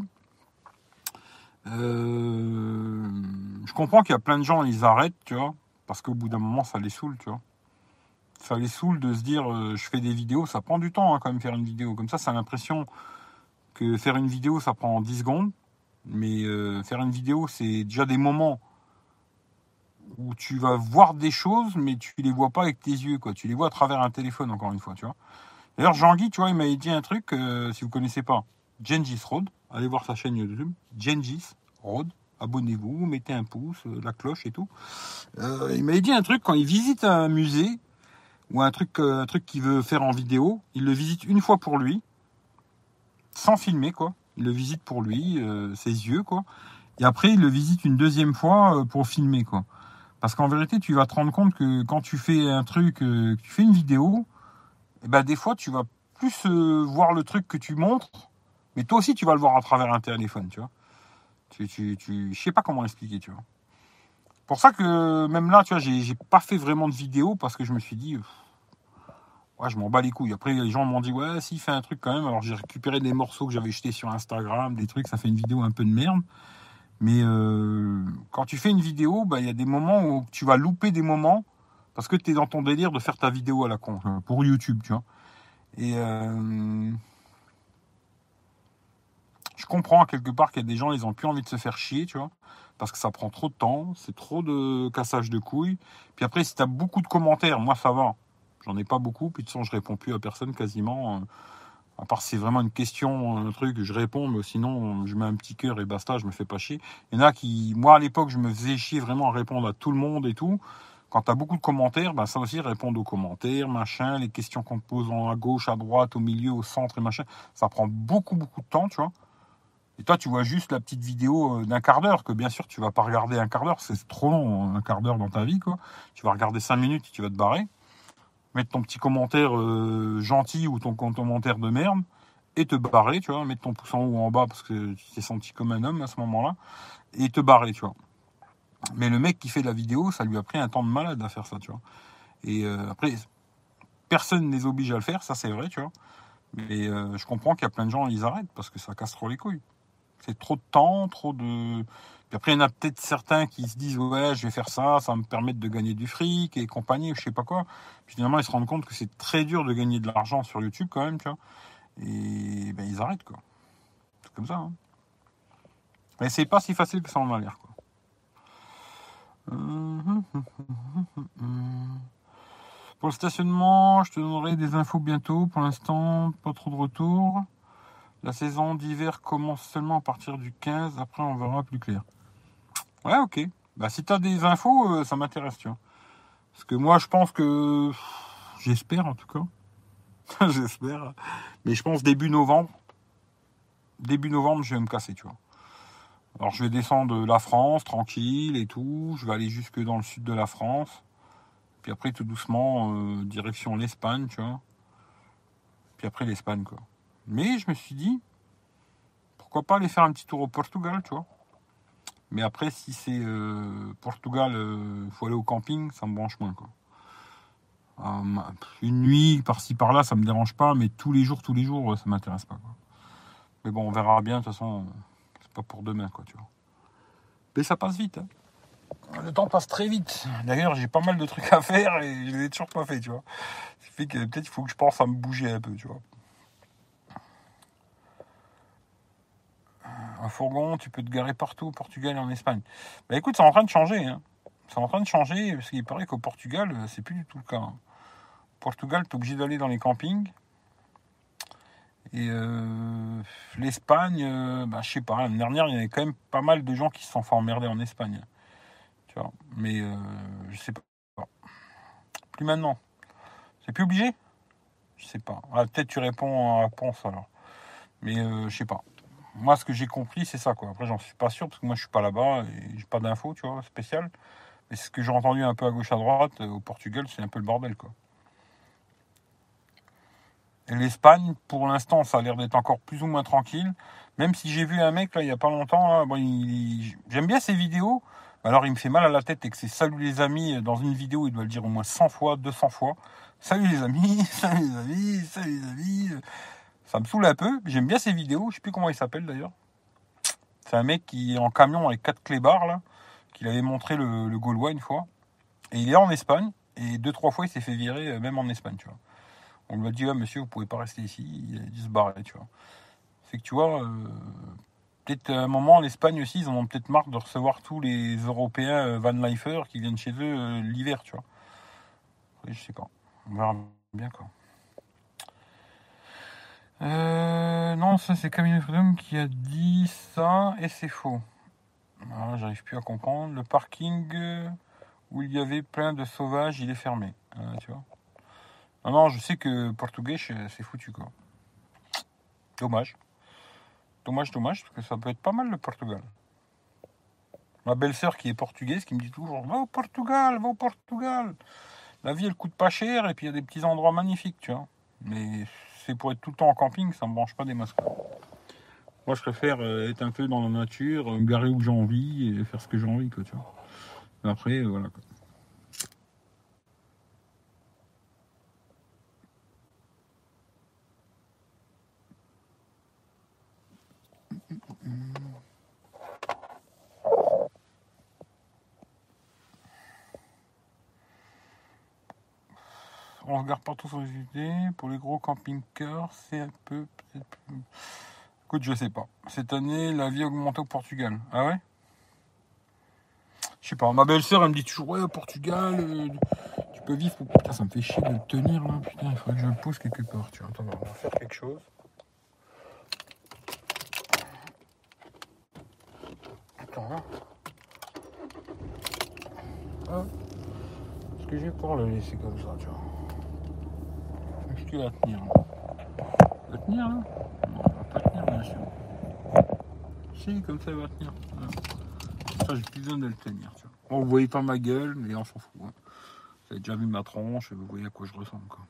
Je comprends qu'il y a plein de gens, ils arrêtent, tu vois, parce qu'au bout d'un moment, ça les saoule, tu vois. Ça les saoule de se dire, je fais des vidéos, ça prend du temps, hein, quand même, faire une vidéo. Comme ça a l'impression que faire une vidéo, ça prend 10 secondes. Mais faire une vidéo, c'est déjà des moments où tu vas voir des choses, mais tu les vois pas avec tes yeux, quoi. Tu les vois à travers un téléphone, encore une fois, tu vois. D'ailleurs, Jean-Guy, tu vois, il m'avait dit un truc, si vous connaissez pas, Gengis Road, allez voir sa chaîne YouTube, Gengis Road, abonnez-vous, mettez un pouce, la cloche et tout. Il m'avait dit un truc, quand il visite un musée, ou un truc qu'il veut faire en vidéo, il le visite une fois pour lui, sans filmer, quoi. Il le visite pour lui, ses yeux, quoi. Et après, il le visite une deuxième fois pour filmer, quoi. Parce qu'en vérité, tu vas te rendre compte que quand tu fais un truc, que tu fais une vidéo, et ben des fois, tu vas plus voir le truc que tu montres, mais toi aussi, tu vas le voir à travers un téléphone, tu vois. Je sais pas comment expliquer, tu vois. Pour ça que même là, tu vois, j'ai pas fait vraiment de vidéo parce que je me suis dit, ouais, je m'en bats les couilles. Après, les gens m'ont dit, ouais, s'il fait un truc quand même. Alors, j'ai récupéré des morceaux que j'avais jetés sur Instagram, des trucs, ça fait une vidéo un peu de merde. Mais quand tu fais une vidéo, bah, y a des moments où tu vas louper des moments parce que tu es dans ton délire de faire ta vidéo à la con, pour YouTube, tu vois. Et je comprends quelque part qu'il y a des gens, ils ont plus envie de se faire chier, tu vois, parce que ça prend trop de temps, c'est trop de cassage de couilles. Puis après, si tu as beaucoup de commentaires, moi ça va. J'en ai pas beaucoup, puis de toute façon, je réponds plus à personne quasiment. À part si c'est vraiment une question, un truc, je réponds, mais sinon, je mets un petit cœur et basta, je me fais pas chier. Il y en a qui, moi à l'époque, je me faisais chier vraiment à répondre à tout le monde et tout. Quand tu as beaucoup de commentaires, bah, ça aussi, répondre aux commentaires, machin, les questions qu'on te pose à gauche, à droite, au milieu, au centre et machin, ça prend beaucoup, beaucoup de temps, tu vois. Et toi, tu vois juste la petite vidéo d'un quart d'heure, que bien sûr, tu vas pas regarder un quart d'heure, c'est trop long, un quart d'heure dans ta vie, quoi. Tu vas regarder 5 minutes et tu vas te barrer. Mettre ton petit commentaire gentil ou ton commentaire de merde et te barrer, tu vois, mettre ton pouce en haut ou en bas parce que tu t'es senti comme un homme à ce moment-là et te barrer, tu vois. Mais le mec qui fait la vidéo, ça lui a pris un temps de malade à faire ça, tu vois. Et après, personne ne les oblige à le faire, ça c'est vrai, tu vois. Mais je comprends qu'il y a plein de gens, ils arrêtent parce que ça casse trop les couilles. C'est trop de temps, trop de... Puis après, il y en a peut-être certains qui se disent « Ouais, je vais faire ça, ça va me permettre de gagner du fric et compagnie, je sais pas quoi. » Puis finalement, ils se rendent compte que c'est très dur de gagner de l'argent sur YouTube quand même, tu vois. Et ben, ils arrêtent, quoi. C'est comme ça, hein. Mais c'est pas si facile que ça en a l'air, quoi. Pour le stationnement, je te donnerai des infos bientôt. Pour l'instant, pas trop de retour. La saison d'hiver commence seulement à partir du 15. Après, on verra plus clair. Ouais, ok. Bah, si t'as des infos, ça m'intéresse, tu vois. Parce que moi, je pense que... J'espère, en tout cas. J'espère. Mais je pense début novembre. Début novembre, je vais me casser, tu vois. Alors, je vais descendre la France, tranquille et tout. Je vais aller jusque dans le sud de la France. Puis après, tout doucement, direction l'Espagne, tu vois. Puis après, l'Espagne, quoi. Mais je me suis dit, pourquoi pas aller faire un petit tour au Portugal, tu vois. Mais après, si c'est Portugal, faut aller au camping, ça me branche moins, quoi. Une nuit, par-ci, par-là, ça me dérange pas, mais tous les jours, ça m'intéresse pas, quoi. Mais bon, on verra bien, de toute façon, c'est pas pour demain, quoi, tu vois. Mais ça passe vite, hein. Le temps passe très vite. D'ailleurs, j'ai pas mal de trucs à faire et je les ai toujours pas fait, tu vois. Ça fait que peut-être il faut que je pense à me bouger un peu, tu vois. Un fourgon, tu peux te garer partout au Portugal et en Espagne. Bah écoute, c'est en train de changer, hein. C'est en train de changer, parce qu'il paraît qu'au Portugal, c'est plus du tout le cas, hein. Au Portugal, t'es obligé d'aller dans les campings. Et l'Espagne, bah je sais pas, l'année dernière, il y avait quand même pas mal de gens qui se sont fait emmerder en Espagne. Tu vois. Mais je sais pas. Plus maintenant. C'est plus obligé? Je sais pas. Ah, peut-être tu réponds à la réponse alors. Mais je sais pas. Moi, ce que j'ai compris, c'est ça, quoi. Après, j'en suis pas sûr, parce que moi, je suis pas là-bas et j'ai pas d'infos, tu vois, spéciales. Mais c'est ce que j'ai entendu un peu à gauche, à droite. Au Portugal, c'est un peu le bordel, quoi. Et l'Espagne, pour l'instant, ça a l'air d'être encore plus ou moins tranquille. Même si j'ai vu un mec, là, il y a pas longtemps, là, bon, j'aime bien ses vidéos. Alors, il me fait mal à la tête et que c'est salut les amis. Dans une vidéo, il doit le dire au moins 100 fois, 200 fois. Salut les amis, salut les amis, salut les amis. Ça me saoule un peu. J'aime bien ses vidéos. Je sais plus comment il s'appelle d'ailleurs. C'est un mec qui est en camion avec 4 clébards, là, qu'il avait montré le Gaulois une fois. Et il est en Espagne. Et 2-3 fois, il s'est fait virer, même en Espagne, tu vois. On lui a dit, monsieur, vous pouvez pas rester ici. Il a dû se barrer, tu vois. C'est que, tu vois, peut-être à un moment, l'Espagne aussi, ils en ont peut-être marre de recevoir tous les Européens van Lifer qui viennent chez eux l'hiver, tu vois. Et je sais pas. On verra bien, quoi. Non, ça, c'est Camille Freedom qui a dit ça, et c'est faux. Alors, j'arrive plus à comprendre. Le parking où il y avait plein de sauvages, il est fermé. Tu vois. Non, je sais que portugais, c'est foutu, quoi. Dommage. Dommage, parce que ça peut être pas mal le Portugal. Ma belle-sœur qui est portugaise, qui me dit toujours « Va au Portugal, va au Portugal !» La vie, elle coûte pas cher, et puis il y a des petits endroits magnifiques, tu vois. Mais c'est pour être tout le temps en camping, ça me branche pas des masques. Moi, je préfère être un peu dans la nature, me garer où j'ai envie, et faire ce que j'ai envie, quoi, tu vois. Et après, voilà, quoi. On regarde partout sur les idées. Pour les gros camping-cars, c'est un peu... Écoute, je sais pas. Cette année, la vie a augmenté au Portugal. Ah ouais? Je sais pas. Ma belle-sœur, elle me dit toujours, ouais, au Portugal, tu peux vivre... Putain, ça me fait chier de le tenir, là. Putain, il faudrait que je le pose quelque part. Tu vois, attends, on va faire quelque chose. Attends, là. Ah. Est-ce que je vais pouvoir le laisser comme ça, tu vois? Est-ce qu'il va tenir, là? Il va tenir, là? Non, il va pas tenir, bien sûr. Si, comme ça, il va tenir. Voilà. Ça, j'ai plus besoin de le tenir, tu vois. Bon, vous voyez pas ma gueule, mais on s'en fout, hein. Vous avez déjà vu ma tronche, vous voyez à quoi je ressemble, quoi.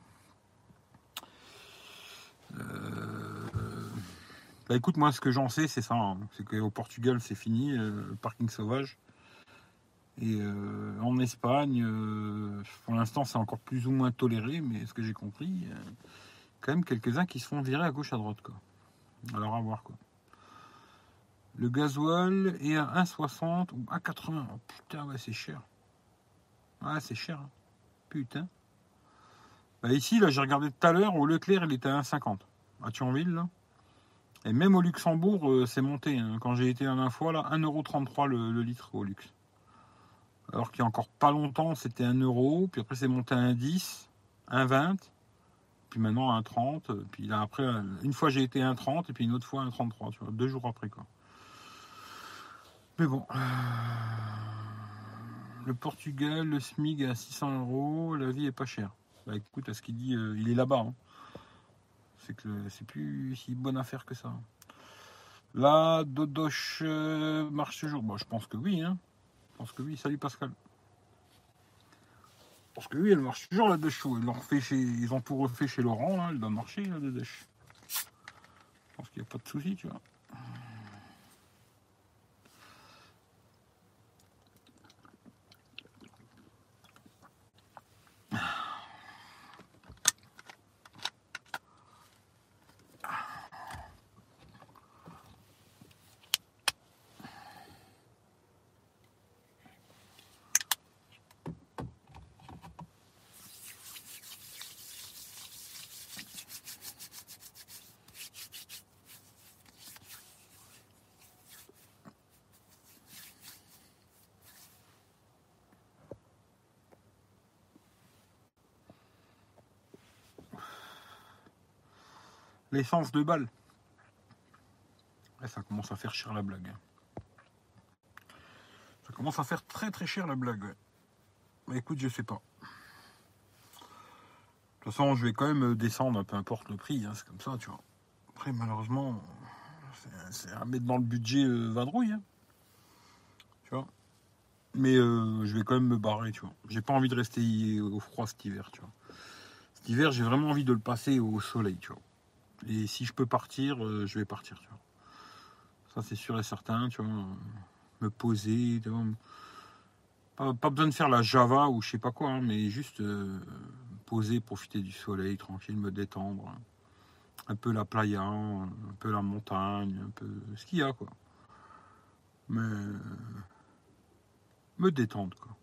Bah écoute, moi, ce que j'en sais, c'est ça, hein. C'est qu'au Portugal, c'est fini, le parking sauvage. Et en Espagne, pour l'instant, c'est encore plus ou moins toléré, mais ce que j'ai compris, quand même quelques-uns qui se font virer à gauche à droite, quoi. Alors à voir, quoi. Le gasoil est à 1,60 ou à 80. Oh, putain, ouais, c'est cher. Ouais, c'est cher. Hein. Putain. Bah, ici, là, j'ai regardé tout à l'heure, au Leclerc, il était à 1,50. À Thionville, là. Et même au Luxembourg, c'est monté. Hein. Quand j'ai été la dernière fois, là, 1,33€ le litre au luxe. Alors qu'il y a encore pas longtemps, c'était 1€. Puis après, c'est monté à 1,10, 1,20. Puis maintenant, à 1,30. Puis là, après, une fois, j'ai été à 1,30. Et puis une autre fois, à 1,33. Tu vois, 2 jours après, quoi. Mais bon. Le Portugal, le SMIG est à 600€. La vie est pas chère. Bah écoute, à ce qu'il dit, il est là-bas. Hein. C'est que c'est plus si bonne affaire que ça. La Dodoche marche toujours. Bon, je pense que oui. Hein. Je pense que oui. Salut Pascal. Parce que oui, elle marche toujours la Dodoche. Ils ont tout refait chez Laurent. Là. Elle doit marcher la Dodoche. Je pense qu'il n'y a pas de souci, tu vois. L'essence de balle. Ouais, ça commence à faire cher la blague. Ça commence à faire très très cher la blague. Ouais. Mais écoute, je sais pas. De toute façon, je vais quand même descendre, peu importe le prix. Hein, c'est comme ça, tu vois. Après, malheureusement, c'est à mettre dans le budget vadrouille. Hein, tu vois. Mais je vais quand même me barrer, tu vois. J'ai pas envie de rester au froid cet hiver, tu vois. Cet hiver, j'ai vraiment envie de le passer au soleil, tu vois. Et si je peux partir, je vais partir, tu vois. Ça, c'est sûr et certain, tu vois. Me poser, tu vois. Pas besoin de faire la Java ou je sais pas quoi, hein, mais juste poser, profiter du soleil, tranquille, me détendre. Hein. Un peu la playa, un peu la montagne, un peu ce qu'il y a, quoi. Mais me détendre, quoi.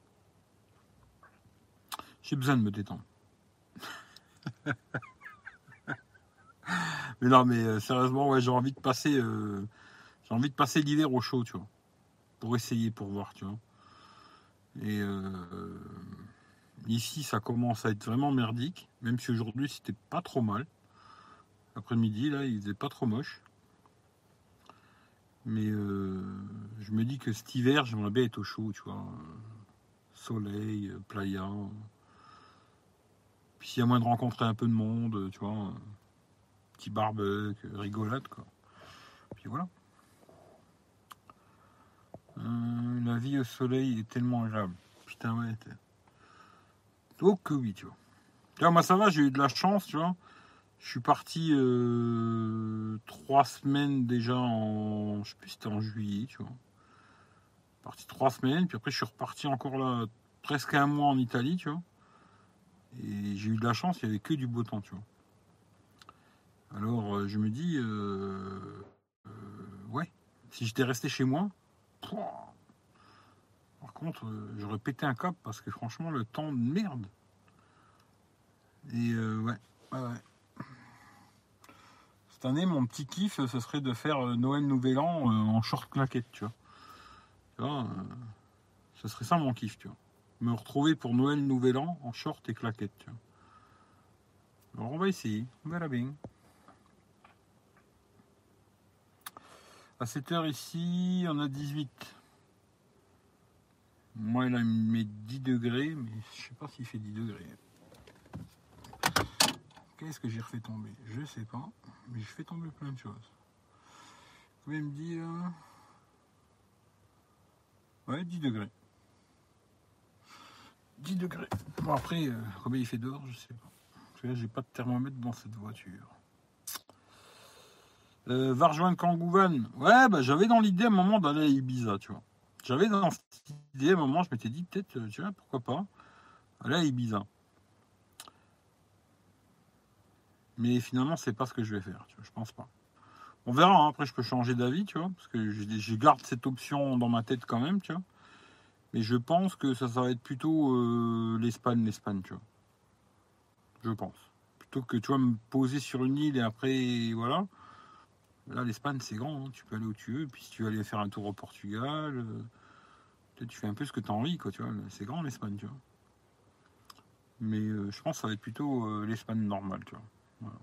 J'ai besoin de me détendre. Mais non, mais sérieusement, ouais, j'ai envie de passer l'hiver au chaud, tu vois. Pour essayer, pour voir, tu vois. Et ici, ça commence à être vraiment merdique, même si aujourd'hui, c'était pas trop mal. L'après-midi, là, il faisait pas trop moche. Mais je me dis que cet hiver, j'aimerais bien être au chaud, tu vois. Soleil, playa. Puis s'il y a moyen de rencontrer un peu de monde, tu vois. Petit barbecue, rigolade, quoi. Puis voilà. La vie au soleil est tellement agréable. Putain, ouais. Oh que oui, tu vois. Tu vois, moi ça va, j'ai eu de la chance, tu vois. Je suis parti 3 semaines déjà je sais plus si c'était en juillet, tu vois. Parti 3 semaines, puis après je suis reparti encore là presque un mois en Italie, tu vois. Et j'ai eu de la chance, il n'y avait que du beau temps, tu vois. Alors je me dis, ouais, si j'étais resté chez moi, par contre, j'aurais pété un câble parce que franchement, le temps de merde. Et ouais. Cette année, mon petit kiff, ce serait de faire Noël Nouvel An en short claquette, tu vois. Tu vois, ce serait ça mon kiff, tu vois. Me retrouver pour Noël Nouvel An en short et claquette, tu vois. Alors on va essayer, on verra bien. À 7h ici, on a 18. Moi, là, il me met 10 degrés, mais je sais pas s'il fait 10 degrés. Qu'est-ce que j'ai refait tomber? Je sais pas, mais je fais tomber plein de choses. Vous pouvez me dire... Ouais, 10 degrés. 10 degrés. Bon, après, combien il fait dehors, je sais pas. Parce que là, j'ai pas de thermomètre dans cette voiture. Va rejoindre Kangouvan. Ouais, bah j'avais dans l'idée à un moment d'aller à Ibiza, tu vois. J'avais dans cette idée, à un moment, je m'étais dit, peut-être, tu vois, pourquoi pas. Là, Ibiza. Mais finalement, c'est pas ce que je vais faire, tu vois, je pense pas. On verra, hein. Après je peux changer d'avis, tu vois, parce que je garde cette option dans ma tête quand même, tu vois. Mais je pense que ça va être plutôt l'Espagne, tu vois. Je pense. Plutôt que, tu vois, me poser sur une île et après, voilà. Là, l'Espagne, c'est grand, hein. Tu peux aller où tu veux. Puis si tu veux aller faire un tour au Portugal, tu fais un peu ce que tu as envie, quoi, tu vois. C'est grand, l'Espagne, tu vois. Mais je pense que ça va être plutôt l'Espagne normale, tu vois. Voilà.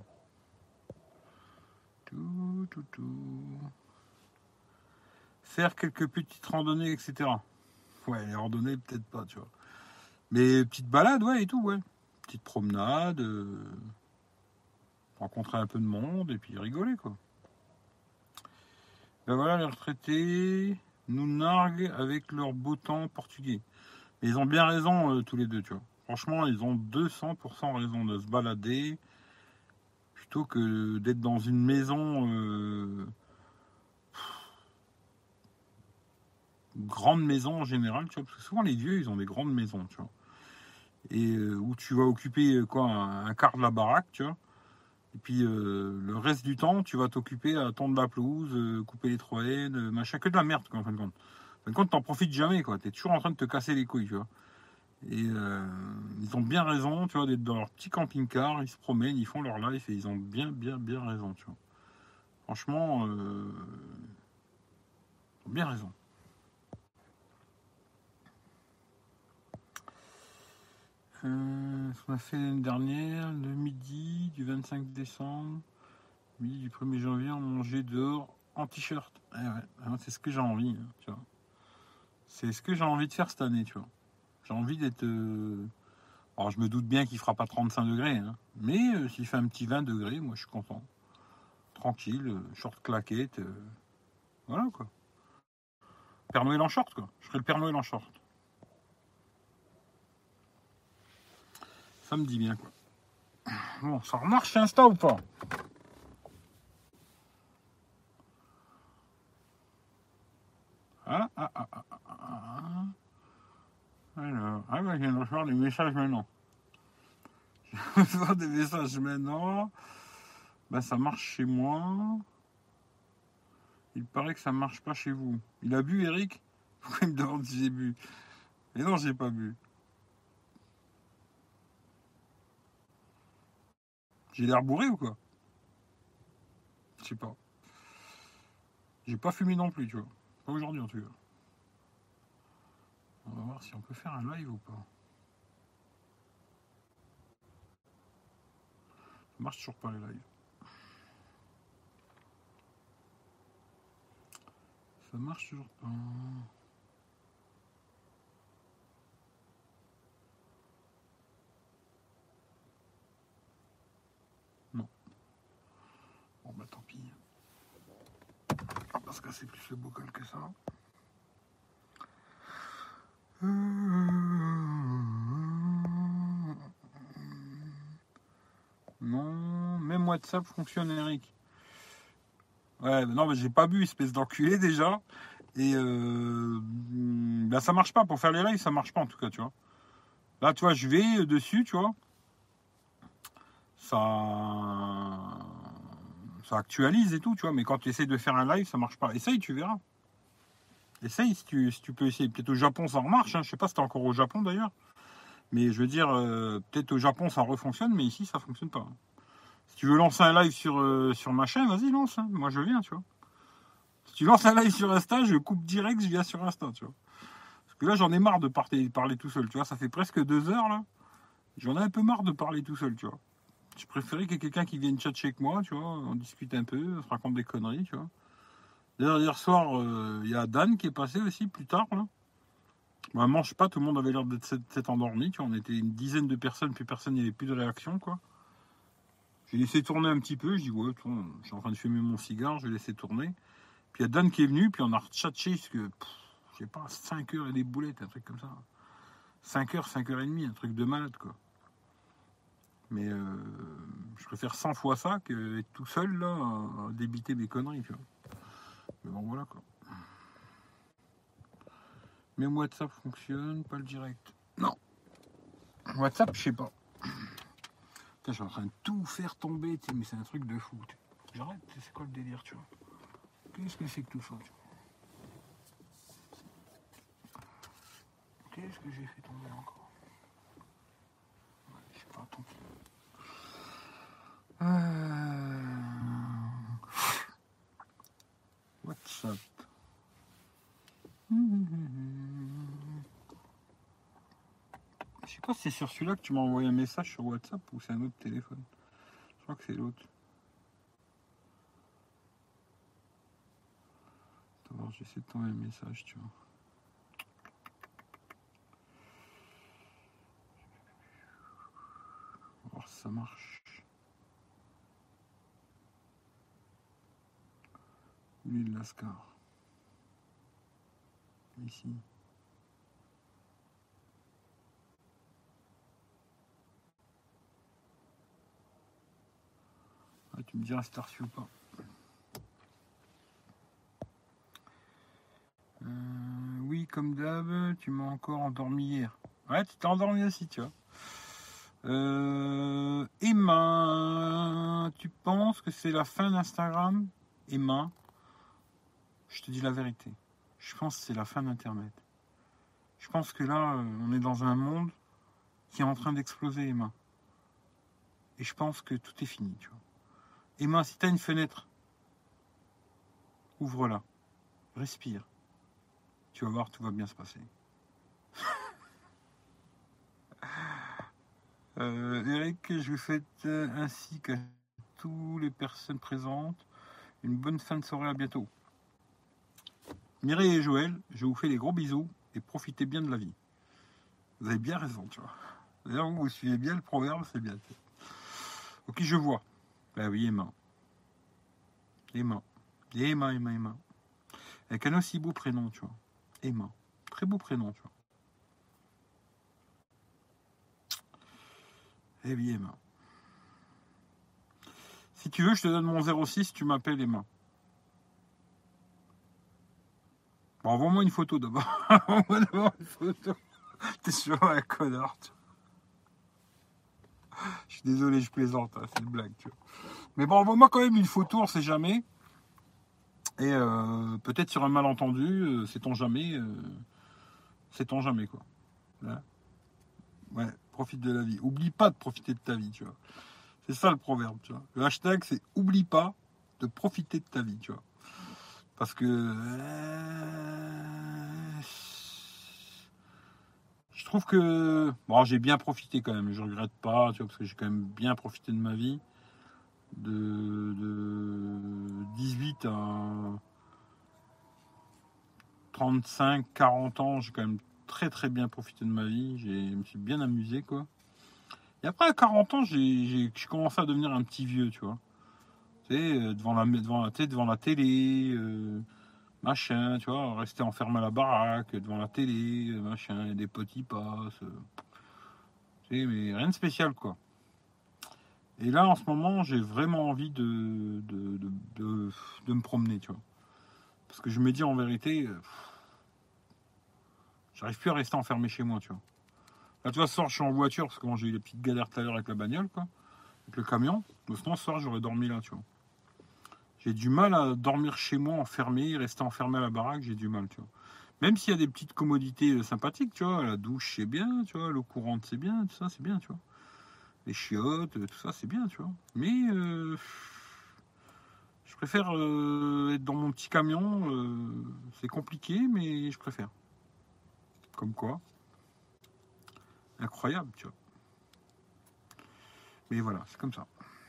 Faire quelques petites randonnées, etc. Ouais, les randonnées, peut-être pas, tu vois. Mais petites balades, ouais, et tout, ouais. Petite promenade, rencontrer un peu de monde, et puis rigoler, quoi. Ben voilà, les retraités nous narguent avec leur beau temps portugais. Et ils ont bien raison, tous les deux, tu vois. Franchement, ils ont 200% raison de se balader, plutôt que d'être dans une maison... grande maison en général, tu vois, parce que souvent les vieux, ils ont des grandes maisons, tu vois. Et où tu vas occuper un quart de la baraque, tu vois. Et puis le reste du temps, tu vas t'occuper à tondre la pelouse, couper les troènes, machin, que de la merde, quoi, en fin de compte. En fin de compte, t'en profites jamais, quoi. T'es toujours en train de te casser les couilles, tu vois. Et ils ont bien raison, tu vois, d'être dans leur petit camping-car, ils se promènent, ils font leur life et ils ont bien raison, tu vois. Franchement, ils ont bien raison. Ce qu'on a fait l'année dernière, le midi du 25 décembre, midi du 1er janvier, on mangeait dehors en t-shirt. Eh ouais, c'est ce que j'ai envie, hein, tu vois. C'est ce que j'ai envie de faire cette année, tu vois. J'ai envie d'être... Alors je me doute bien qu'il fera pas 35 degrés, hein, mais s'il fait un petit 20 degrés, moi je suis content. Tranquille, short claquette, voilà quoi. Père Noël en short, quoi. Je ferai le Père Noël en short. Ça me dit bien, quoi. Bon, ça remarche Insta ou pas? Alors, ah ouais, je viens de recevoir des messages maintenant. Je viens de recevoir des messages maintenant. Ben, ça marche chez moi. Il paraît que ça marche pas chez vous. Il a bu, Eric? Pourquoi il me demande si j'ai bu? Mais non, j'ai pas bu. J'ai l'air bourré ou quoi? Je sais pas. J'ai pas fumé non plus, tu vois. Pas aujourd'hui en tout cas. On va voir si on peut faire un live ou pas. Ça marche toujours pas les lives. Ça marche toujours pas. Non. Bon bah tant pis. Parce que c'est plus le bocal que ça. Non, même WhatsApp fonctionne, Eric. Ouais, non, mais j'ai pas bu, espèce d'enculé déjà. Et bah, ça marche pas. Pour faire les lives, ça marche pas en tout cas, tu vois. Là, tu vois, je vais dessus, tu vois. Ça actualise et tout, tu vois. Mais quand tu essaies de faire un live, ça marche pas. Essaye, tu verras. Essaye si tu peux essayer. Peut-être au Japon, ça remarche. Hein. Je sais pas si t'es encore au Japon d'ailleurs. Mais je veux dire, peut-être au Japon, ça refonctionne, mais ici, ça fonctionne pas. Si tu veux lancer un live sur ma chaîne, vas-y, lance. Hein. Moi, je viens, tu vois. Si tu lances un live sur Insta, je coupe direct, je viens sur Insta, tu vois. Parce que là, j'en ai marre de parler tout seul, tu vois. Ça fait presque 2 heures, là. J'en ai un peu marre de parler tout seul, tu vois. Je préférais qu'il y ait quelqu'un qui vienne chatcher avec moi, tu vois. On discute un peu, on se raconte des conneries, tu vois. D'ailleurs, hier soir, il y a Dan qui est passé aussi, plus tard, là. Vraiment, je sais pas, tout le monde avait l'air d'être endormi, tu vois. On était une dizaine de personnes, puis personne n'y avait plus de réaction, quoi. J'ai laissé tourner un petit peu, je dis, ouais, je suis en train de fumer mon cigare, je vais laisser tourner. Puis il y a Dan qui est venu, puis on a retchatché jusque, je sais pas, 5 heures et des boulettes, un truc comme ça. 5 heures, 5 heures et demie, un truc de malade, quoi. Mais je préfère 100 fois ça qu'être tout seul, là, à débiter mes conneries, tu vois. Mais bon, voilà, quoi. Même WhatsApp fonctionne, pas le direct. Non. WhatsApp, je sais pas. Putain, je suis en train de tout faire tomber, mais c'est un truc de fou. J'arrête, c'est quoi le délire, tu vois? Qu'est-ce que c'est que tout ça, tu vois? Qu'est-ce que j'ai fait tomber encore? Ouais, je sais pas, tant pis. WhatsApp. Je sais pas si c'est sur celui-là que tu m'as envoyé un message sur WhatsApp ou c'est un autre téléphone. Je crois que c'est l'autre. Attends, j'essaie de t'envoyer un message, tu vois. On va voir si ça marche. L'île Lascar. Ici. Ah, tu me diras si t'as reçu ou pas. Oui, comme d'hab, tu m'as encore endormi hier. Ouais, tu t'es endormi aussi, tu vois. Emma, tu penses que c'est la fin d'Instagram? Emma, je te dis la vérité. Je pense que c'est la fin d'Internet. Je pense que là, on est dans un monde qui est en train d'exploser, Emma. Et je pense que tout est fini, tu vois. Emma, si tu as une fenêtre, ouvre-la. Respire. Tu vas voir, tout va bien se passer. Eric, je vous souhaite ainsi qu'à toutes les personnes présentes une bonne fin de soirée, à bientôt. Mireille et Joël, je vous fais des gros bisous et profitez bien de la vie. Vous avez bien raison, tu vois. D'ailleurs, vous suivez bien le proverbe, c'est bien. Ok, je vois. Ben oui, Emma. Emma. Emma. Avec un aussi beau prénom, tu vois. Emma. Très beau prénom, tu vois. Eh bien, Emma. Si tu veux, je te donne mon 06, tu m'appelles Emma. Bon, envoie-moi une photo d'abord. Envoie-moi d'abord une photo. T'es sûr, un connard, tu vois. Je suis désolé, je plaisante, hein, c'est une blague, tu vois. Mais bon, envoie-moi quand même une photo, on sait jamais. Et peut-être sur un malentendu, sait-on jamais, quoi. Là. Ouais, profite de la vie. Oublie pas de profiter de ta vie, tu vois. C'est ça le proverbe, tu vois. Le hashtag, c'est oublie pas de profiter de ta vie, tu vois. Parce que je trouve que bon, j'ai bien profité quand même. Je regrette pas, tu vois, parce que j'ai quand même bien profité de ma vie. De 18 à 35, 40 ans, j'ai quand même très bien profité de ma vie. Je me suis bien amusé, quoi. Et après, à 40 ans, j'ai commencé à devenir un petit vieux, tu vois. Tu sais, devant la télé, machin, tu vois, rester enfermé à la baraque, devant la télé, machin, des petits passes. Tu sais, mais rien de spécial, quoi. Et là, en ce moment, j'ai vraiment envie de me promener, tu vois. Parce que je me dis, en vérité, j'arrive plus à rester enfermé chez moi, tu vois. Là, tu vois, ce soir, je suis en voiture, parce que bon, j'ai eu des petites galères tout à l'heure avec la bagnole, quoi. Avec le camion. Mais sinon, ce soir, j'aurais dormi là, tu vois. J'ai du mal à dormir chez moi, enfermé, rester enfermé à la baraque, j'ai du mal, tu vois. Même s'il y a des petites commodités sympathiques, tu vois, la douche, c'est bien, tu vois, l'eau courante, c'est bien, tout ça, c'est bien, tu vois. Les chiottes, tout ça, c'est bien, tu vois. Mais je préfère être dans mon petit camion. C'est compliqué, mais je préfère. Comme quoi. Incroyable, tu vois. Mais voilà, c'est comme ça.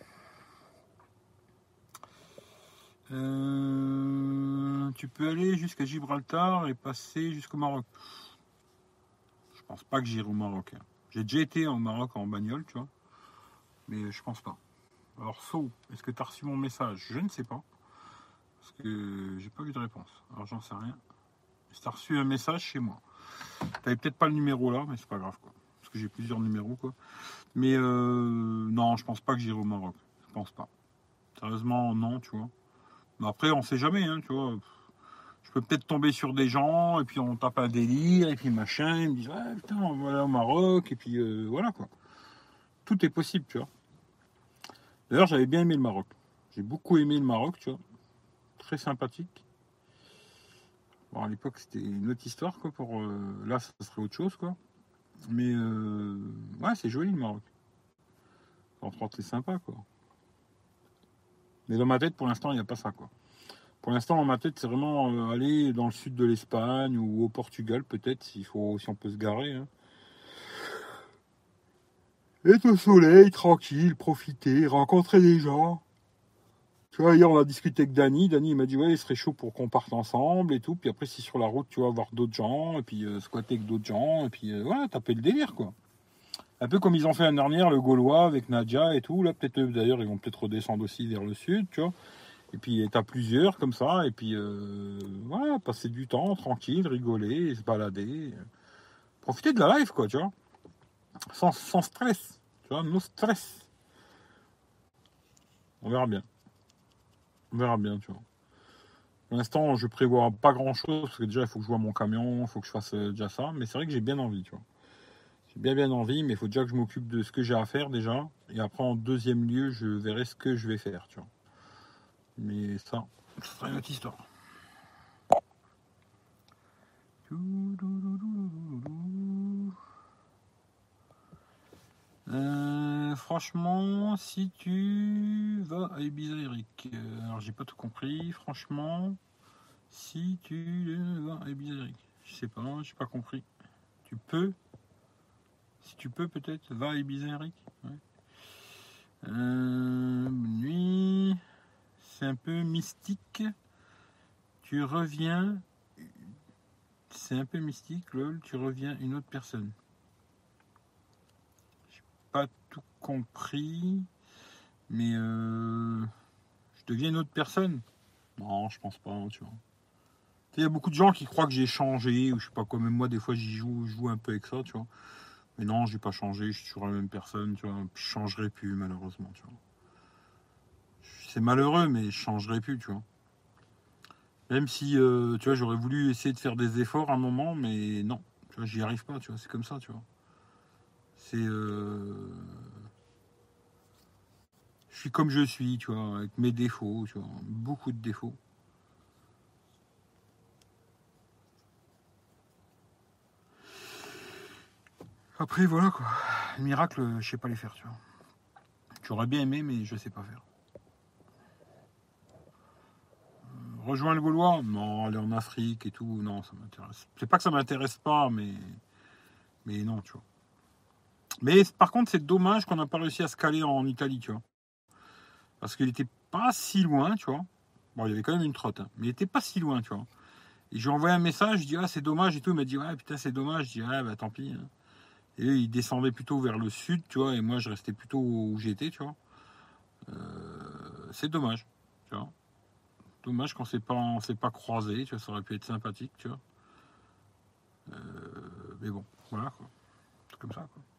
Tu peux aller jusqu'à Gibraltar et passer jusqu'au Maroc. Je pense pas que j'irai au Maroc. Hein. J'ai déjà été au Maroc en bagnole, tu vois. Mais je pense pas. Alors, est-ce que tu as reçu mon message? Je ne sais pas. Parce que j'ai pas eu de réponse. Alors, j'en sais rien. Si tu as reçu un message chez moi. T'avais peut-être pas le numéro là, mais c'est pas grave, quoi. Parce que j'ai plusieurs numéros, quoi. Mais non, je pense pas que j'irai au Maroc. Je pense pas. Sérieusement, non, tu vois. Mais après, on sait jamais, hein, tu vois. je peux peut-être tomber sur des gens, et puis on tape un délire, et puis machin, ils me disent, ouais, putain, on va aller au Maroc, et puis voilà, quoi. Tout est possible, tu vois. D'ailleurs, j'avais bien aimé le Maroc. J'ai beaucoup aimé le Maroc, tu vois. Très sympathique. Bon, à l'époque, c'était une autre histoire, quoi. Là, ça serait autre chose, quoi. Mais, ouais, c'est joli, le Maroc. En France, c'est sympa, quoi. Mais dans ma tête, pour l'instant, il n'y a pas ça, quoi. Pour l'instant, dans ma tête, c'est vraiment aller dans le sud de l'Espagne ou au Portugal, peut-être, si on peut se garer. Hein. Être au soleil, tranquille, profiter, rencontrer des gens. Tu vois, hier, on a discuté avec Dany. Dany, il m'a dit, ouais, il serait chaud pour qu'on parte ensemble et tout. Puis après, si sur la route, tu vas voir d'autres gens, et puis squatter avec d'autres gens, et puis voilà, taper le délire, quoi. Un peu comme ils ont fait l'année dernière, le Gaulois, avec Nadia et tout. Là, peut-être eux, d'ailleurs, ils vont peut-être redescendre aussi vers le sud, tu vois. Et puis, être à plusieurs, comme ça. Et puis, voilà, passer du temps, tranquille, rigoler, se balader. Profiter de la life, quoi, tu vois. Sans stress. Tu vois, no stress. On verra bien. On verra bien, tu vois. Pour l'instant, je prévois pas grand-chose, parce que déjà, il faut que je vois mon camion, il faut que je fasse déjà ça. Mais c'est vrai que j'ai bien envie, tu vois. J'ai bien envie, mais il faut déjà que je m'occupe de ce que j'ai à faire, déjà. Et après, en deuxième lieu, je verrai ce que je vais faire, tu vois. Mais ça, ce sera une autre histoire. Franchement, si tu vas à Ibiza, Eric, alors j'ai pas tout compris. Franchement, si tu vas à Ibiza, Eric, je sais pas, j'ai pas compris. Tu peux, si tu peux peut-être, va à Ibiza, Eric. Ouais. Bonne nuit. C'est un peu mystique. Tu reviens. C'est un peu mystique, lol. Tu reviens une autre personne. J'ai pas tout compris. Mais je deviens une autre personne. Non, je pense pas, tu vois. Il y a beaucoup de gens qui croient que j'ai changé, ou je sais pas quoi, même moi des fois je joue un peu avec ça, tu vois. Mais non, j'ai pas changé, je suis toujours la même personne, tu vois. Je changerai plus, malheureusement, tu vois. C'est malheureux, mais je changerai plus, tu vois. Même si, tu vois, j'aurais voulu essayer de faire des efforts à un moment, mais non, tu vois, j'y arrive pas, tu vois, c'est comme ça, tu vois. C'est... Je suis comme je suis, tu vois, avec mes défauts, tu vois, beaucoup de défauts. Après, voilà, quoi. Les miracles, je sais pas les faire, tu vois. J'aurais bien aimé, mais je sais pas faire. Rejoins le Gaulois? Non, aller en Afrique et tout, non, ça m'intéresse. C'est pas que ça m'intéresse pas, mais non, tu vois. Mais par contre, c'est dommage qu'on n'a pas réussi à se caler en Italie, tu vois. Parce qu'il était pas si loin, tu vois. Bon, il y avait quand même une trotte, hein, mais il était pas si loin, tu vois. Et je lui ai envoyé un message, je dis, ah, c'est dommage et tout. Il m'a dit, ouais, putain, c'est dommage. Je dis, ah, bah tant pis. Hein. Et il descendait plutôt vers le sud, tu vois, et moi, je restais plutôt où j'étais, tu vois. C'est dommage, tu vois. Dommage qu'on on s'est pas croisés, tu vois, ça aurait pu être sympathique, tu vois. Mais bon, voilà, quoi. C'est comme ça, quoi.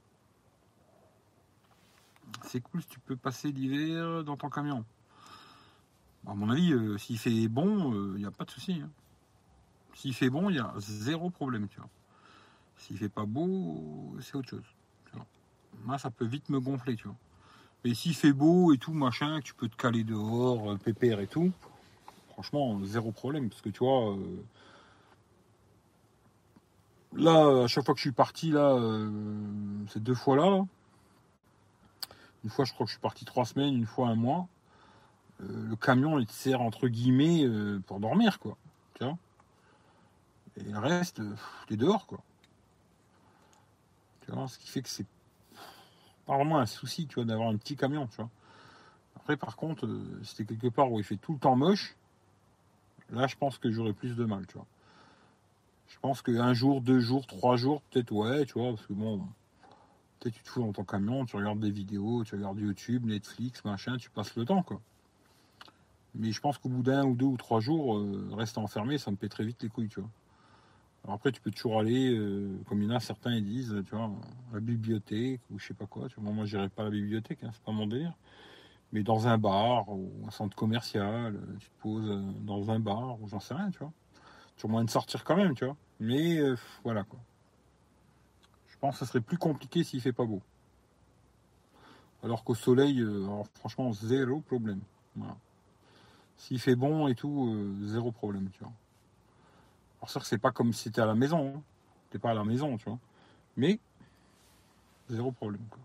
C'est cool si tu peux passer l'hiver dans ton camion. À mon avis, s'il fait bon, il n'y a pas de souci. Hein. S'il fait bon, il y a zéro problème, tu vois. S'il fait pas beau, c'est autre chose. Tu vois. Moi, ça peut vite me gonfler, tu vois. Mais s'il fait beau et tout, machin, que tu peux te caler dehors, pépère et tout, franchement, zéro problème. Parce que tu vois, là, à chaque fois que je suis parti, là, ces 2 fois là, une fois, je crois que je suis parti 3 semaines, une fois 1 mois. Le camion, il te sert entre guillemets pour dormir, quoi. Tu vois. Et le reste, t'es dehors, quoi. Tu vois, ce qui fait que c'est pas vraiment un souci, tu vois, d'avoir un petit camion, tu vois. Après, par contre, si t'es quelque part où il fait tout le temps moche, là, je pense que j'aurais plus de mal, tu vois. Je pense qu'un jour, 2 jours, 3 jours, peut-être, ouais, tu vois, parce que bon, peut-être tu te fous dans ton camion, tu regardes des vidéos, tu regardes YouTube, Netflix, machin, tu passes le temps, quoi. Mais je pense qu'au bout d'1 ou 2 ou 3 jours, rester enfermé, ça me pèterait vite les couilles, tu vois. Alors après, tu peux toujours aller, comme il y en a certains, ils disent, tu vois, à la bibliothèque ou je sais pas quoi. Tu vois, moi, j'irai pas à la bibliothèque, hein, c'est pas mon délire. Mais dans un bar ou un centre commercial, tu te poses dans un bar ou j'en sais rien, tu vois. Tu as moyen de sortir quand même, tu vois. Mais voilà quoi. Je pense que ça serait plus compliqué s'il fait pas beau. Alors qu'au soleil, alors, franchement, zéro problème. Voilà. S'il fait bon et tout, zéro problème, tu vois. Alors sûr que c'est pas comme si t'es à la maison, hein. T'es pas à la maison, tu vois. Mais zéro problème, quoi.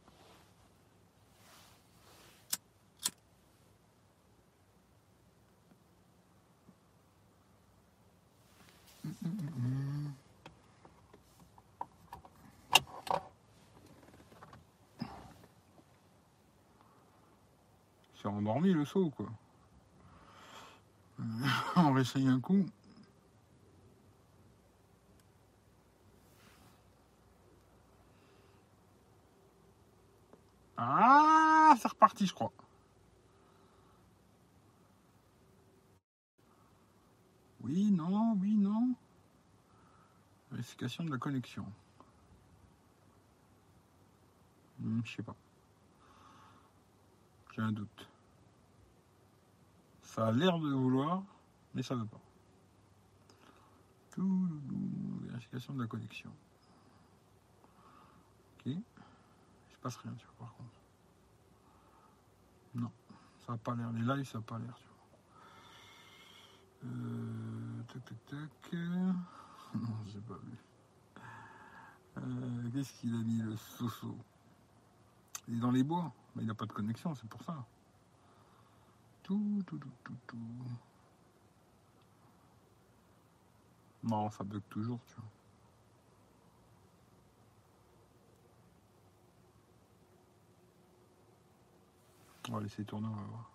C'est endormi le saut, quoi. On réessaye un coup. Ah, c'est reparti, je crois. Oui, non, oui, non. Vérification de la connexion. Je sais pas. J'ai un doute. Ça a l'air de vouloir, mais ça veut pas. Vérification de la connexion. Ok. Il se passe rien, tu vois, par contre. Non, ça n'a pas l'air. Les lives, ça n'a pas l'air, tu vois. Tac, tac, tac. Non, j'ai pas vu. Qu'est-ce qu'il a mis, le Soso? Il est dans les bois. Mais il n'a pas de connexion, c'est pour ça. Tout. Non, ça bug toujours, tu vois. On va laisser tourner, on va voir.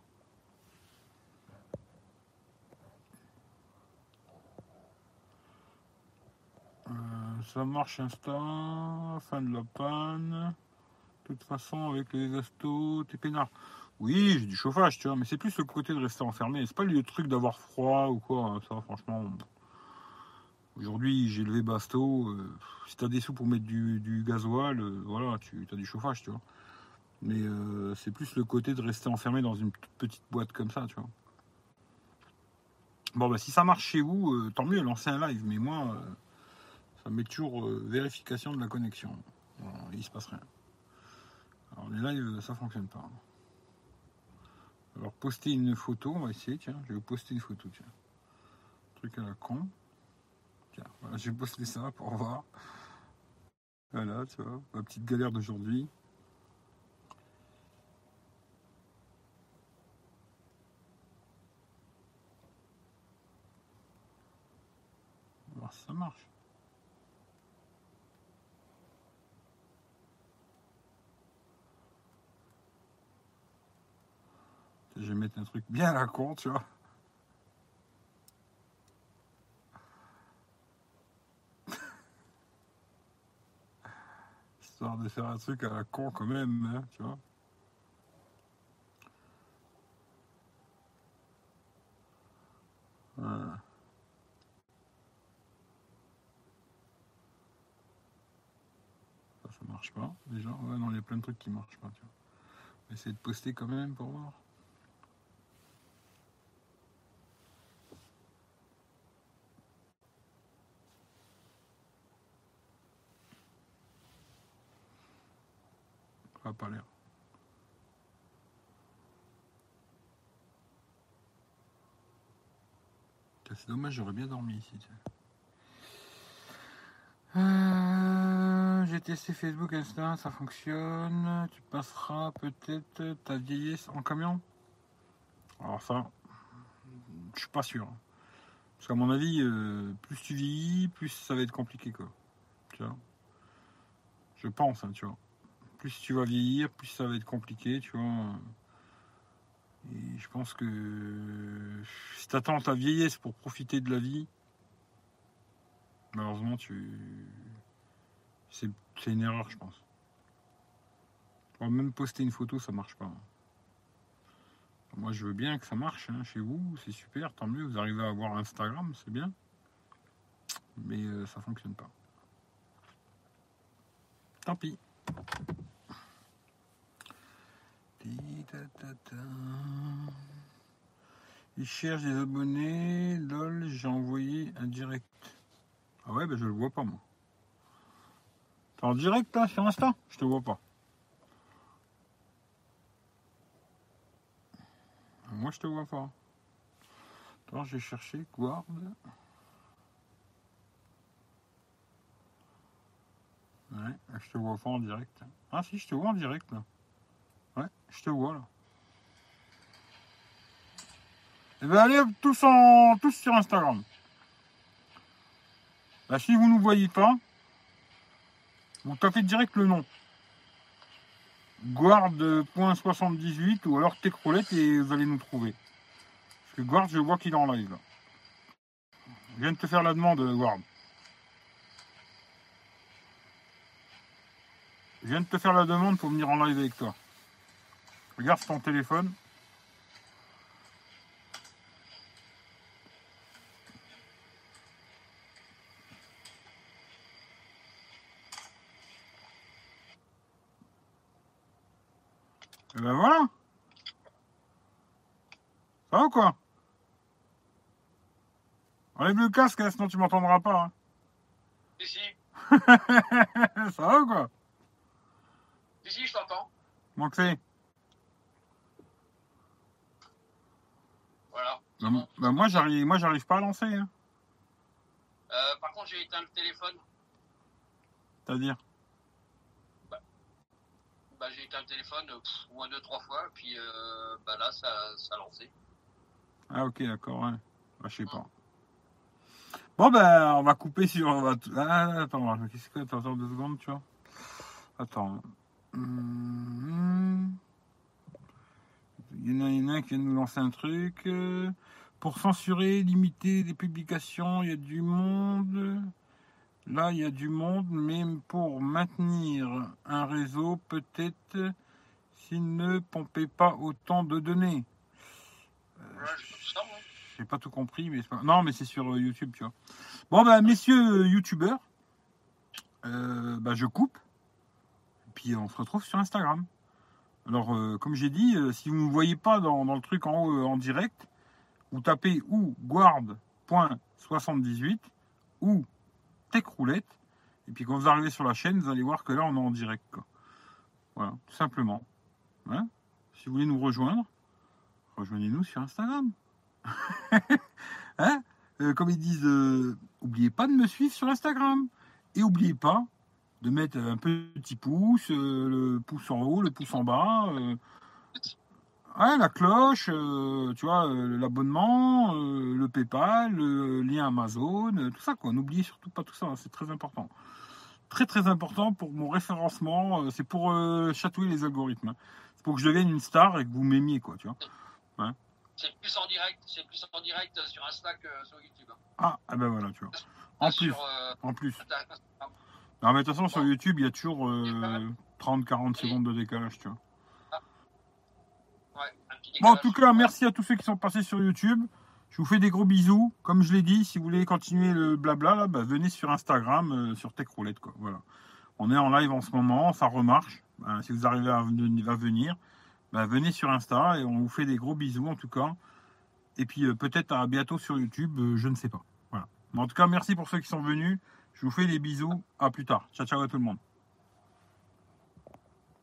Ça marche instant, fin de la panne. De toute façon, avec les astos, t'es peinard. Oui, j'ai du chauffage, tu vois, mais c'est plus le côté de rester enfermé. C'est pas le truc d'avoir froid ou quoi, ça, franchement. Aujourd'hui, j'ai levé Basto. Si t'as des sous pour mettre du gasoil, voilà, tu as du chauffage, tu vois. Mais c'est plus le côté de rester enfermé dans une petite boîte comme ça, tu vois. Bon, bah, si ça marche chez vous, tant mieux, lancez un live. Mais moi, ça met toujours vérification de la connexion. Voilà, il se passe rien. Alors, les lives, ça fonctionne pas. Alors, poster une photo, on va essayer, tiens. Je vais poster une photo, tiens. Truc à la con. Tiens, voilà, j'ai posté ça pour voir. Voilà, tu vois, ma petite galère d'aujourd'hui. On va voir si ça marche. Je vais mettre un truc bien à la con, tu vois. Histoire de faire un truc à la con quand même, hein, tu vois. Voilà. Ça marche pas, déjà. Ouais, non, il y a plein de trucs qui marchent pas, tu vois. On va essayer de poster quand même pour voir. Ça n'a pas l'air. C'est dommage, j'aurais bien dormi ici, tu sais. J'ai testé Facebook, Insta, ça fonctionne. Tu passeras peut-être ta vieillesse en camion. Alors ça, je suis pas sûr. Parce qu'à mon avis, plus tu vieillis, plus ça va être compliqué, quoi. Tu vois. Je pense, hein, tu vois. Plus tu vas vieillir, plus ça va être compliqué, tu vois. Et je pense que si t'attends ta vieillesse pour profiter de la vie, malheureusement, c'est une erreur, je pense. Même poster une photo, ça marche pas. Moi, je veux bien que ça marche, hein, chez vous, c'est super, tant mieux. Vous arrivez à avoir Instagram, c'est bien. Mais ça fonctionne pas. Tant pis. Il cherche des abonnés. Lol, j'ai envoyé un direct. Ah ouais, ben je le vois pas, moi. T'es en direct, là, sur Insta? Je te vois pas. Moi, je te vois pas. Attends, j'ai cherché Guard. Ouais, je te vois pas en direct. Ah si, je te vois en direct, là. Ouais, je te vois, là. Eh ben allez, tous sur Instagram. Bah, si vous ne nous voyez pas, vous tapez direct le nom. Guard.78 ou alors Techroulette et vous allez nous trouver. Parce que Guard, je vois qu'il est en live, là. Je viens de te faire la demande, Guard. Je viens de te faire la demande pour venir en live avec toi. Regarde ton téléphone. Et ben voilà. Ça va ou quoi? Enlève le casque, hein, sinon tu m'entendras pas. Hein. Si. Ça va ou quoi? Si, je t'entends. Comment que c'est? Voilà. Bah, moi j'arrive pas à lancer. Hein. Par contre, j'ai éteint le téléphone. C'est-à-dire? J'ai éteint le téléphone au moins 2-3 fois, puis là, ça a lancé. Ah ok, d'accord, ouais. Bah, je sais pas. Bon ben, on va couper sur... Ah, attends, qu'est-ce que... Attends 2 secondes, tu vois. Attends. Il y en a un qui vient de nous lancer un truc. Pour censurer, limiter les publications, il y a du monde. Là, il y a du monde, mais pour maintenir un réseau, peut-être s'il ne pompait pas autant de données. J'ai pas tout compris, mais non, mais c'est sur YouTube, tu vois. Bon, ben, messieurs youtubeurs, je coupe. Et puis, on se retrouve sur Instagram. Alors, comme j'ai dit, si vous ne me voyez pas dans le truc en haut en direct, vous tapez ou guard.78 ou Techroulette. Et puis, quand vous arrivez sur la chaîne, vous allez voir que là, on est en direct, quoi. Voilà, tout simplement. Hein, si vous voulez nous rejoindre, rejoignez-nous sur Instagram. Hein, comme ils disent, n'oubliez pas de me suivre sur Instagram. Et n'oubliez pas de mettre un petit pouce, le pouce en haut, le pouce en bas, la cloche, tu vois, l'abonnement, le PayPal, le lien Amazon, tout ça, quoi. N'oubliez surtout pas tout ça, hein, c'est très important. Très très important pour mon référencement, c'est pour chatouiller les algorithmes. Hein. C'est pour que je devienne une star et que vous m'aimiez, quoi, tu vois. Ouais. C'est plus en direct sur Insta que sur YouTube. Ah ben voilà, tu vois. En plus. Non, mais de toute façon, sur YouTube, il y a toujours 30-40 secondes de décalage, tu vois. Bon, en tout cas, merci à tous ceux qui sont passés sur YouTube. Je vous fais des gros bisous. Comme je l'ai dit, si vous voulez continuer le blabla, là, venez sur Instagram, sur Techroulette, quoi. Voilà. On est en live en ce moment, ça remarche. Si vous arrivez à venir, venez sur Insta et on vous fait des gros bisous, en tout cas. Et puis, peut-être à bientôt sur YouTube, je ne sais pas. Voilà. Mais en tout cas, merci pour ceux qui sont venus. Je vous fais des bisous. À plus tard. Ciao, ciao à tout le monde.